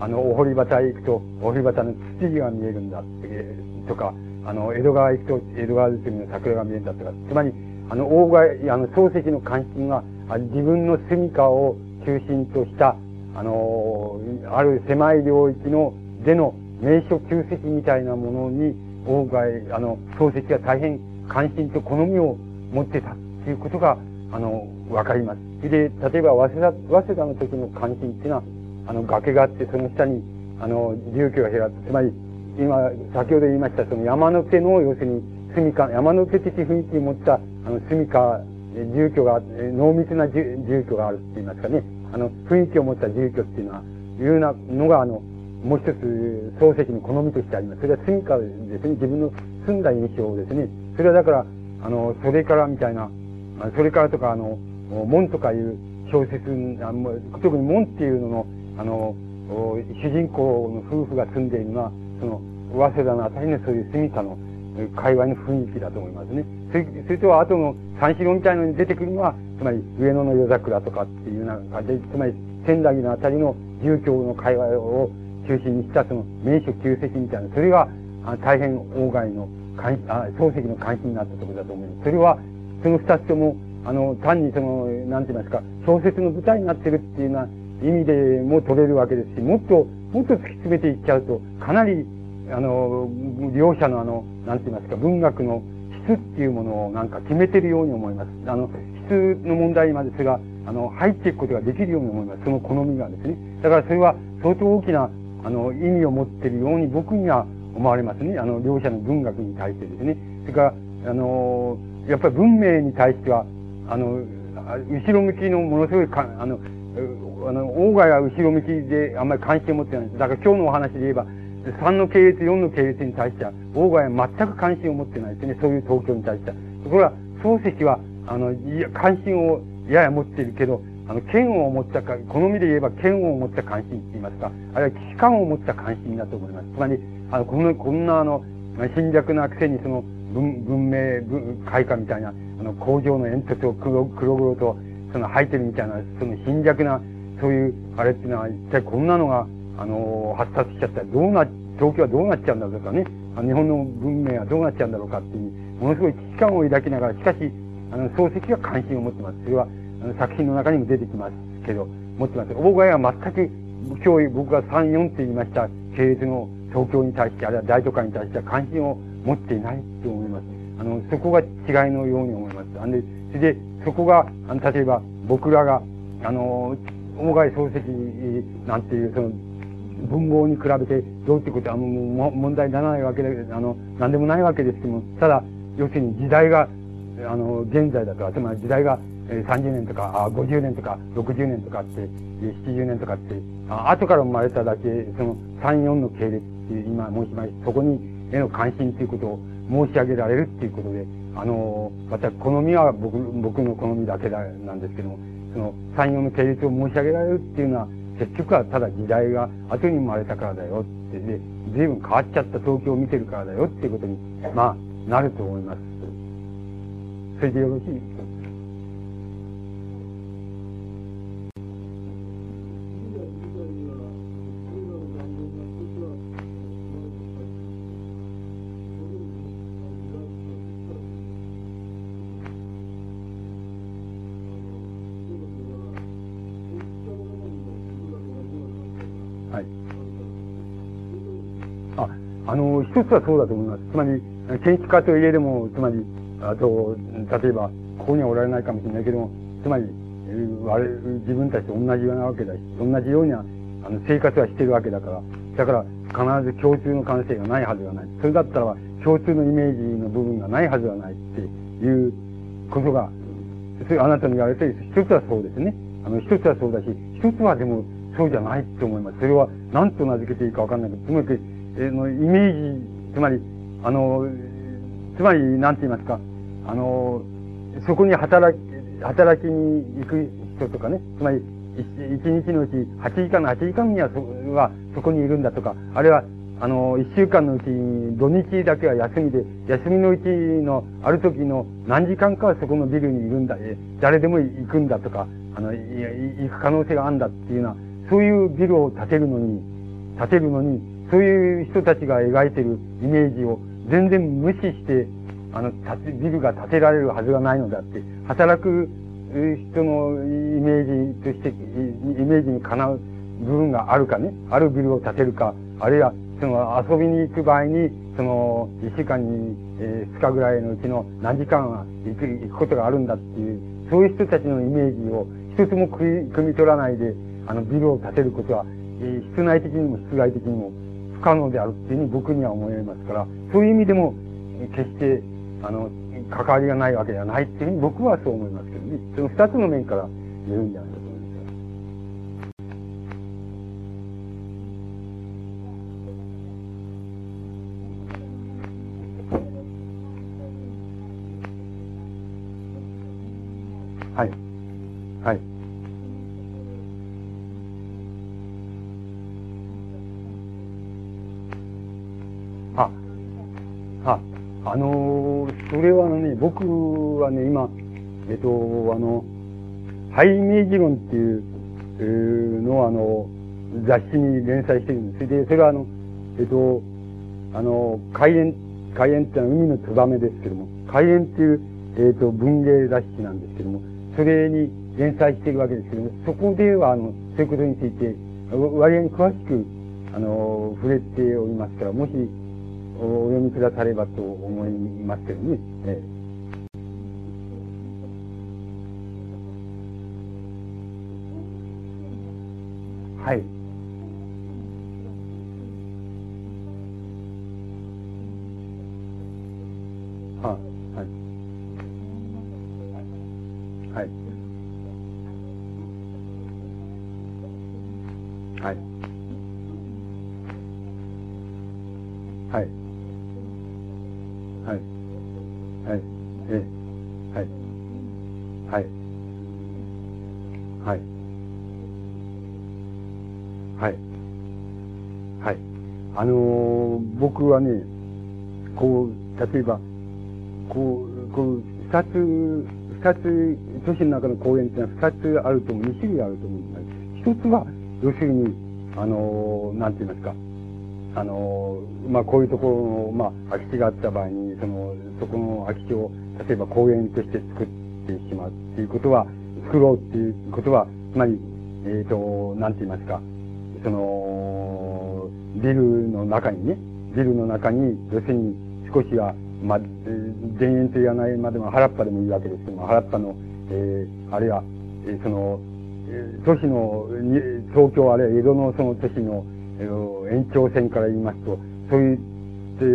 あの、お堀端へ行くと、お堀端のツツジが見えるんだって、とか、あの、江戸川へ行くと、江戸川堤の桜が見えるんだとか、つまり、あの、大外、あの、漱石の関心は、自分の住処を中心とした、あの、ある狭い領域の、での名所旧跡みたいなものに、大外、あの、漱石が大変関心と好みを持ってたっていうことが、あの、わかります。で、例えば、早稲田、早稲田の時の関心っていうのは、あの、崖があって、その下に、あの、住居が広がって、つまり、今、先ほど言いました、その山の手の、要するに、住処、山の手的雰囲気を持った、あの、住処、住居が、濃密な住住居があるって言いますかね。あの、雰囲気を持った住居っていうのは、いうようなのが、あの、もう一つ、漱石の好みとしてあります。それは住処ですね。自分の住んだ印象ですね。それはだから、あの、それからみたいな、それからとか、あの、門とかいう小説、あの特に門っていうのの、あの、主人公の夫婦が住んでいるのは、その、早稲田のあたりのそういう住処の界隈の雰囲気だと思いますね。それそれと後の三四郎みたいなのに出てくるのは、つまり上野の夜桜とかっていうような感じで、つまり千駄木のあたりの住居の界隈を中心にしたその名所旧跡みたいな、それが大変大外の関あ漱石の関心になったところだと思います。それは、その二つとも、あの、単にその、なんて言いますか、小説の舞台になってるっていうような意味でも取れるわけですし、もっと、もっと突き詰めていっちゃうと、かなり、あの、両者のあの、なんて言いますか、文学の質っていうものをなんか決めてるように思います。あの、質の問題までそれが、あの、入っていくことができるように思います。その好みがですね。だからそれは相当大きな、あの、意味を持っているように僕には思われますね。あの、両者の文学に対してですね。それから、あの、やっぱり文明に対しては、あの、後ろ向きのものすごいか、あの、あの、大外は後ろ向きであんまり関心を持ってないんです。だから今日のお話で言えば、さんの系列、よんの系列に対しては、大外は全く関心を持ってないですね。そういう東京に対しては。ところが、漱石は、あの、いや、関心をやや持っているけど、あの、嫌悪を持ったか、好みで言えば嫌悪を持った関心って言いますか、あるいは危機感を持った関心だと思います。つまり、あの、この、こんなあの、侵略なくせにその、文、文明、文、開花みたいな、あの、工場の煙突を黒、黒々と、その、吐いてるみたいな、その、侵略な、そういう、あれっていうのは、一体こんなのが、あの、発達しちゃったらどうな、東京はどうなっちゃうんだろうかね。日本の文明はどうなっちゃうんだろうかっていう、ものすごい危機感を抱きながら、しかし、あの、漱石は関心を持ってます。それは、あの、作品の中にも出てきますけど、持ってます。大外は全く、今日僕がさん、よんって言いました、系列の東京に対して、あるいは大都会に対しては関心を持っていないと思います。あの、そこが違いのように思います。あの、それで、そこが、あの、例えば、僕らが、あの、大外漱石なんていう、その、文豪に比べてどうってことはもう問題にならないわけで、あの、なんでもないわけですけども、ただ、要するに時代が、あの、現在だと、つまり時代がさんじゅうねんとか、あごじゅうねんとか、ろくじゅうねんとかって、ななじゅうねんとかって、あ後から生まれただけ、そのさん、よんの系列っていう、今申しました、そこに、への関心ということを申し上げられるっていうことで、あの、また好みは僕、僕の好みだけだ、なんですけども、そのさん、よんの系列を申し上げられるっていうのは、結局はただ時代が後に生まれたからだよって、で、随分変わっちゃった東京を見てるからだよっていうことに、まあ、なると思います。それでよろしいですか？あの、一つはそうだと思います。つまり、建築家といえども、つまり、あと、例えば、ここにはおられないかもしれないけども、つまり、我自分たちと同じようなわけだし、同じようには、あの、生活はしてるわけだから、だから、必ず共通の感性がないはずがない。それだったらば、共通のイメージの部分がないはずがないっていうことが、それあなたに言われて、一つはそうですね。あの、一つはそうだし、一つはでも、そうじゃないと思います。それは、何と名付けていいかわかんないけど、つまり、えの、イメージ、つまり、あの、つまり、なんて言いますか、あの、そこに働き、働きに行く人とかね、つまり、一日のうちはちじかんのはちじかんにはそ、はそこにいるんだとか、あるいは、あの、一週間のうちに土日だけは休みで、休みのうちのある時の何時間かはそこのビルにいるんだ、誰でも行くんだとか、あの、行く可能性があるんだっていうような、そういうビルを建てるのに、 建てるのに、そういう人たちが描いてるイメージを全然無視して、あの、建て、ビルが建てられるはずがないのだって、働く人のイメージとして、イメージにかなう部分があるかね、あるビルを建てるか、あるいは、その遊びに行く場合に、その、一週間に、えー、二日ぐらいのうちの何時間は行く、行くことがあるんだっていう、そういう人たちのイメージを一つも汲み取らないで、あの、ビルを建てることは、えー、室内的にも室外的にも不可能であるっていうふうに僕には思いますから、そういう意味でも、決して、あの、関わりがないわけではないっていうふうに僕はそう思いますけどね。その二つの面から言えるんじゃないかと思います。はい。はい。あ、あ、あのー、それはね、僕はね、今、えっと、あの、ハイイメージ論っていう、えー、のをあの、雑誌に連載してるんです。で、それはあの、えっと、あの、海縁、海縁ってのは海のツバメですけども、海縁っていう、えっと、文芸雑誌なんですけども、それに連載しているわけですけども、そこでは、あの、そういうことについて、割合に詳しく、あの、触れておりますから、もし、お読みくださればと思いますけどね。ええ、はい。は、はい。はい。はい。はい。はい。はい。ええ。はい。はい。はい。はい。はい。あのー、僕はね、こう、例えば、こう、こう、二つ、二つ、都市の中の公園っていうのは二つあると思う、二種類あると思うんです。一つは、要するに、あのー、なんて言いますか、あの、まあ、こういうところの、まあ、空き地があった場合に、その、そこの空き地を、例えば公園として作ってしまうっていうことは、作ろうっていうことは、つまり、えっと、なんて言いますか、その、ビルの中にね、ビルの中に、要するに少しは、まあ、田園と言わないまでも原っぱでもいいわけですけども、原っぱの、えー、あるいは、えー、その、えー、都市の、東京あるいは江戸のその都市の、延長線から言いますと、そういう、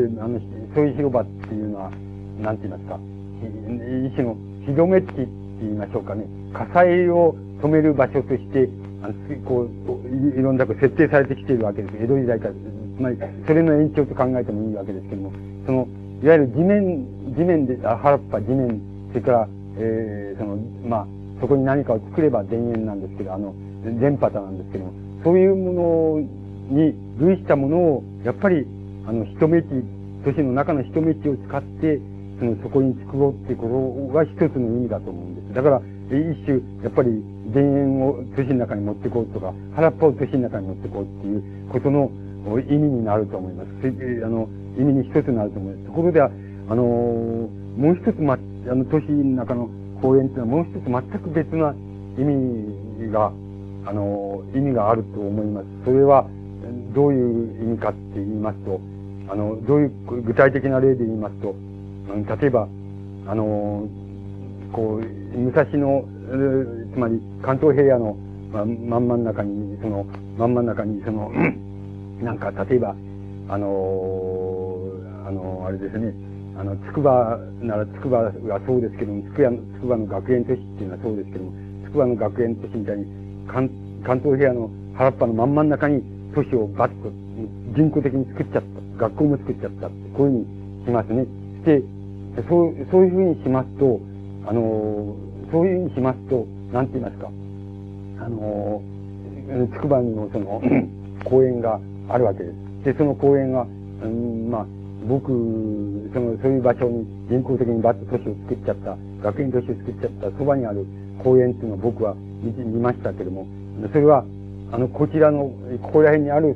あの、そういう広場っていうのは、なんて言いますか、一種の火止め地って言いましょうかね。火災を止める場所として、あのこう、いろんなこう設定されてきているわけです。江戸時代から。つまり、それの延長と考えてもいいわけですけども、その、いわゆる地面、地面で、あ原っぱ、地面、それから、えー、その、まあ、そこに何かを作れば田園なんですけど、あの、電波なんですけども、そういうものに類したものを、やっぱり、あの、一目地、都市の中の一目地を使って、その、そこに作ろうっていうことが一つの意味だと思うんです。だから、一種、やっぱり、田園を都市の中に持っていこうとか、原っぱを都市の中に持っていこうっていうことの意味になると思います。あの、意味に一つになると思います。ところでは、あの、もう一つ、ま、あの、都市の中の公園っていうのはもう一つ全く別な意味が、あの、意味があると思います。それは、どういう意味かって言いますと、あの、どういう具体的な例で言いますと、例えば、あの、こう、武蔵野、つまり関東平野の、ま、真ん真ん中に、その、真ん真ん中に、その、なんか、例えば、あの、あの、あれですね、あの、筑波なら筑波がそうですけども、筑波筑波の学園都市っていうのはそうですけども、筑波の学園都市みたいに、関関東平野の原っぱの真ん真ん中に都市をバッと人工的に作っちゃった。学校も作っちゃったって、こういうふうにしますね。で、そう、そういうふうにしますと、あの、そういうふうにしますと、なんて言いますか、あの、筑波のその、公園があるわけです。で、その公園が、うん、まあ、僕、その、そういう場所に人工的にバッと都市を作っちゃった、学園都市を作っちゃったそばにある公園っていうのを僕は見、見ましたけども、それは、あの、こちらの、ここら辺にある、その、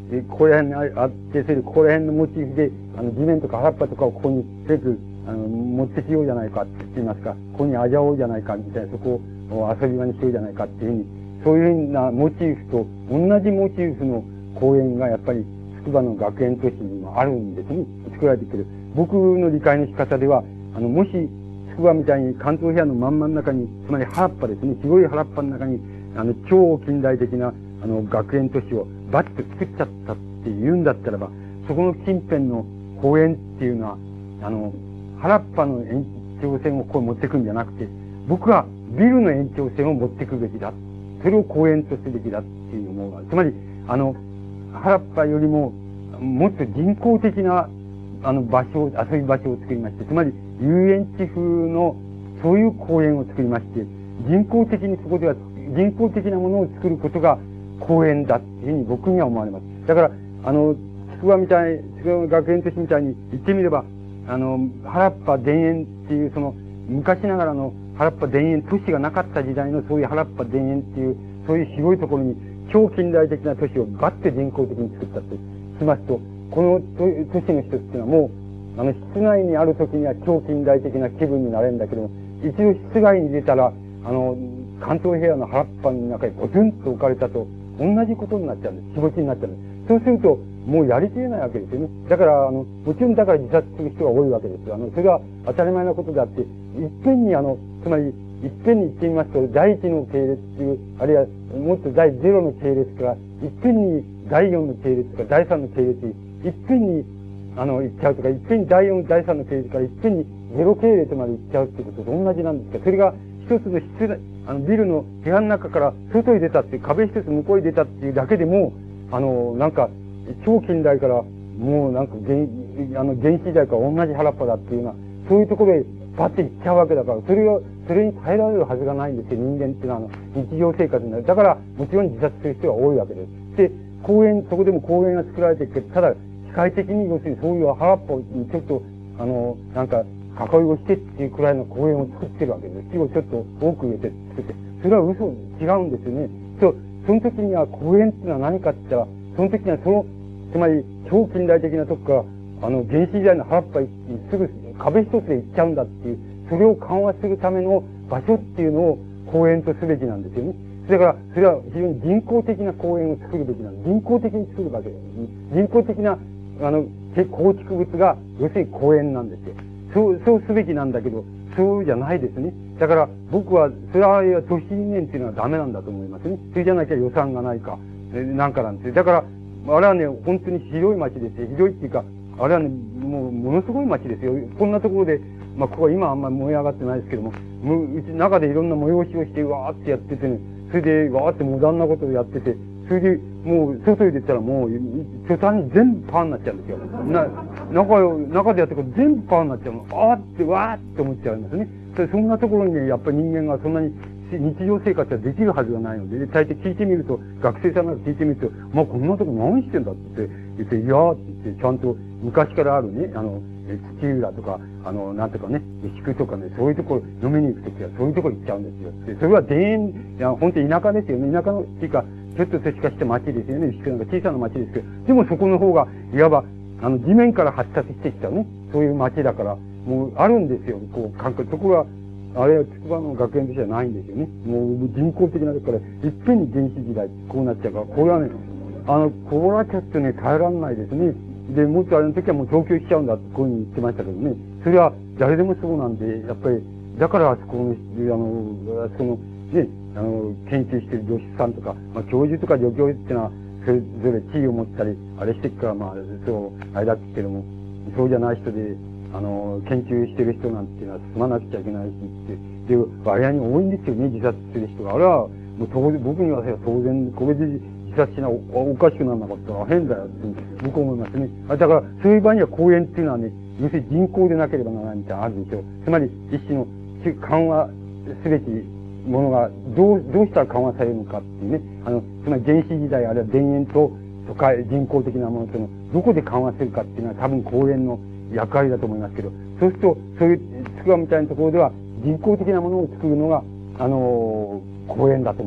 えここら辺にあって、それでここら辺のモチーフで、あの、地面とか原っぱとかをここに、とりあえず、あの、持ってきようじゃないかって言いますか、ここに味わおうじゃないか、みたいな、そこを遊び場にしようじゃないかっていうふうに、そういうふうなモチーフと、同じモチーフの公園がやっぱり、筑波の学園都市にもあるんですね。作られてくる。僕の理解の仕方では、あの、もし、筑波みたいに関東平野の真ん真ん中に、つまり原っぱですね、広い原っぱの中に、あの、超近代的な、あの、学園都市をバッと作っちゃったって言うんだったらば、そこの近辺の公園っていうのは、あの、原っぱの延長線をこう持ってくんじゃなくて、僕はビルの延長線を持ってくべきだ。それを公園とすべきだっていう思うが、つまり、あの、原っぱよりも、もっと人工的な、あの、場所を、遊び場所を作りまして、つまり、遊園地風の、そういう公園を作りまして、人工的にそこでは、人工的なものを作ることが公園だっていうふうに僕には思われます。だから、あの、筑波みたい、筑波学園都市みたいに言ってみれば、あの、原っぱ田園っていう、その、昔ながらの原っぱ田園、都市がなかった時代のそういう原っぱ田園っていう、そういう広いところに、超近代的な都市をバッて人工的に作ったとしますと、この都市の一つっていうのはもう、あの、室内にある時には超近代的な気分になれるんだけども、一度室外に出たら、あの、関東平野の原っぱの中にポツンと置かれたと、同じことになっちゃうんです。気持ちになっちゃうんです。そうすると、もうやりきれないわけですよね。だから、あの、もちろんだから自殺する人が多いわけです。あの、それは当たり前なことであって、いっぺんにあの、つまり、いっぺんに言ってみますと、第一の系列っていう、あるいはもっと第ゼロの系列から、いっぺんに第四の系列とか第三の系列に、いっぺんに、あの、行っちゃうとか、いっぺんに第四、第三の系列からいっぺんにゼロ系列まで行っちゃうってことと同じなんですが、それが一つの室内、あの、ビルの部屋の中から外に出たっていう、壁一つ向こうに出たっていうだけでも、あの、なんか、超近代から、もうなんか原、あの、原始時代から同じ原っぱだっていうような、そういうところへパッて行っちゃうわけだから、それが、それに耐えられるはずがないんですよ、人間っていうのは、あの、日常生活になる。だから、もちろん自殺する人が多いわけです。で、公園、そこでも公園が作られていくけど、ただ、機械的に、要するにそういう原っぱにちょっと、あの、なんか、囲いをしてっていうくらいの公園を作ってるわけです。木をちょっと多く植えて作って。それは嘘、違うんですよね。そう、その時には公園っていうのは何かって言ったら、その時にはその、つまり、超近代的なとこから、あの、原始時代の原っぱにすぐ壁一つで行っちゃうんだっていう、それを緩和するための場所っていうのを公園とすべきなんですよね。だから、それは非常に人工的な公園を作るべきなんです。人工的に作るわけです。人工的な、あの、構築物が、要するに公園なんですよ。そう、そうすべきなんだけど、そうじゃないですね。だから、僕は、それは、都市理念っていうのはダメなんだと思いますね。それじゃなきゃ予算がないか、えなんかなんですよ。だから、あれはね、本当に広い町ですよ。広いっていうか、あれはね、もう、ものすごい町ですよ。こんなところで、まあ、ここは今あんまり燃え上がってないですけども、うち中でいろんな催しをして、わーってやっててね、それで、わーってモダンなことをやってて、それで、もう、外に出たらもう、途端に全部パーになっちゃうんですよ。な、中を、中でやってること全部パーになっちゃうの。あーって、わーって思っちゃいますね。そそんなところにね、やっぱり人間がそんなに日常生活はできるはずがないので、大抵聞いてみると、学生さんが聞いてみると、まあ、こんなとこ何してんだって言って、いやーって言って、ちゃんと昔からあるね、あの、土浦とか、あの、なんとかね、石工とかね、そういうところ、飲みに行くときはそういうところ行っちゃうんですよ。で、それは田園、いや、本当田舎ですよね。田舎の、っていうか、ちょっと接しかした町ですよね。石工なんか小さな町ですけど、でもそこの方が、いわば、あの、地面から発達してきたね、そういう町だから、もう、あるんですよ、こう、感覚。ところが、あれは筑波の学園としてはないんですよね。もう人工的なところから、いっぺんに原始時代、こうなっちゃうから、これはね、あの、これはちょっとね、耐えられないですね。で、もっとあれの時はもう東京しちゃうんだってこういうふうに言ってましたけどね。それは誰でもそうなんで、やっぱり、だからあそこの、あの、あそこの、ね、あの、研究してる助手さんとか、まあ教授とか助教授っていうのは、それぞれ地位を持ったり、あれしてっから、まあ、そう、あれだってけども、そうじゃない人で、あの、研究してる人なんていうのは進まなくちゃいけないしって、で、割合に多いんですよね、自殺する人が。あれは、もう当然、僕には当然、これで自殺しな、お、おかしくならなかったら変だよって、僕は思いますね。だから、そういう場合には公園っていうのはね、要するに人工でなければならないみたいなのあるでしょう。つまり、一種の緩和すべきものが、どう、どうしたら緩和されるのかっていうね。あの、つまり原始時代、あるいは田園と都会、人工的なものというのを、どこで緩和するかっていうのは多分公園の役割だと思いますけど、そうすると、そういう、筑波みたいなところでは、人工的なものを作るのが、あのー、公園だと思います。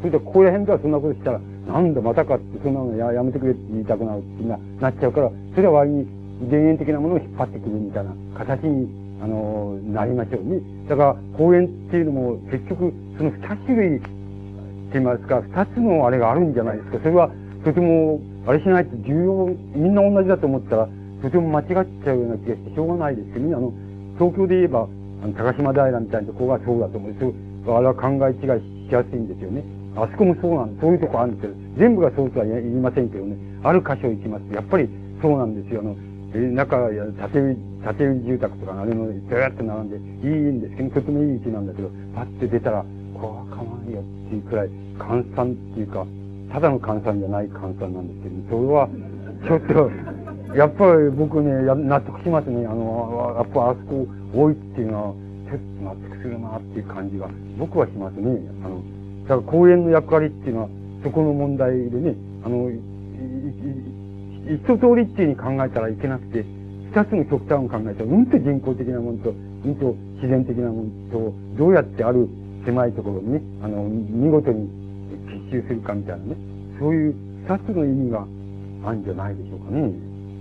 それでここら辺ではそんなことしたら、なんだまたかって、そんなのややめてくれって言いたくなるってな、なっちゃうから、それは割に田園的なものを引っ張ってくるみたいな形に、あの、なりましょうね。だから、公園っていうのも、結局、その二種類って言いますか、二つのあれがあるんじゃないですか。それは、とても、あれしないと重要、みんな同じだと思ったら、とても間違っちゃうような気がしてしょうがないですけどね。あの、東京で言えば、あの、高島平みたいなところがそうだと思うんですよ。あれは考え違いしやすいんですよね。あそこもそうなんです。そういうとこあるんですけど、全部がそうとは言いませんけどね。ある箇所行きますと、やっぱりそうなんですよ。あの、えー、中、建売、建売住宅とかあれのずーっと並んで、いいんですけど、とてもいい家なんだけど、パッて出たら、これはかまんよっていうくらい、閑散っていうか、ただの閑散じゃない閑散なんですけど、それは、ちょっと、やっぱり僕ね、納得しますね。あの、やっぱあそこ多いっていうのは、ちょっと納得するなっていう感じが、僕はしますね。あの、だから公園の役割っていうのは、そこの問題でね、あの、一通りっていうふうに考えたらいけなくて、二つの極端を考えたら、うんと人工的なものと、うんと自然的なものと、どうやってある狭いところにね、あの、見事に結集するかみたいなね、そういう二つの意味があるんじゃないでしょうかね。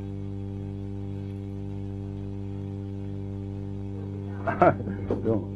どうも。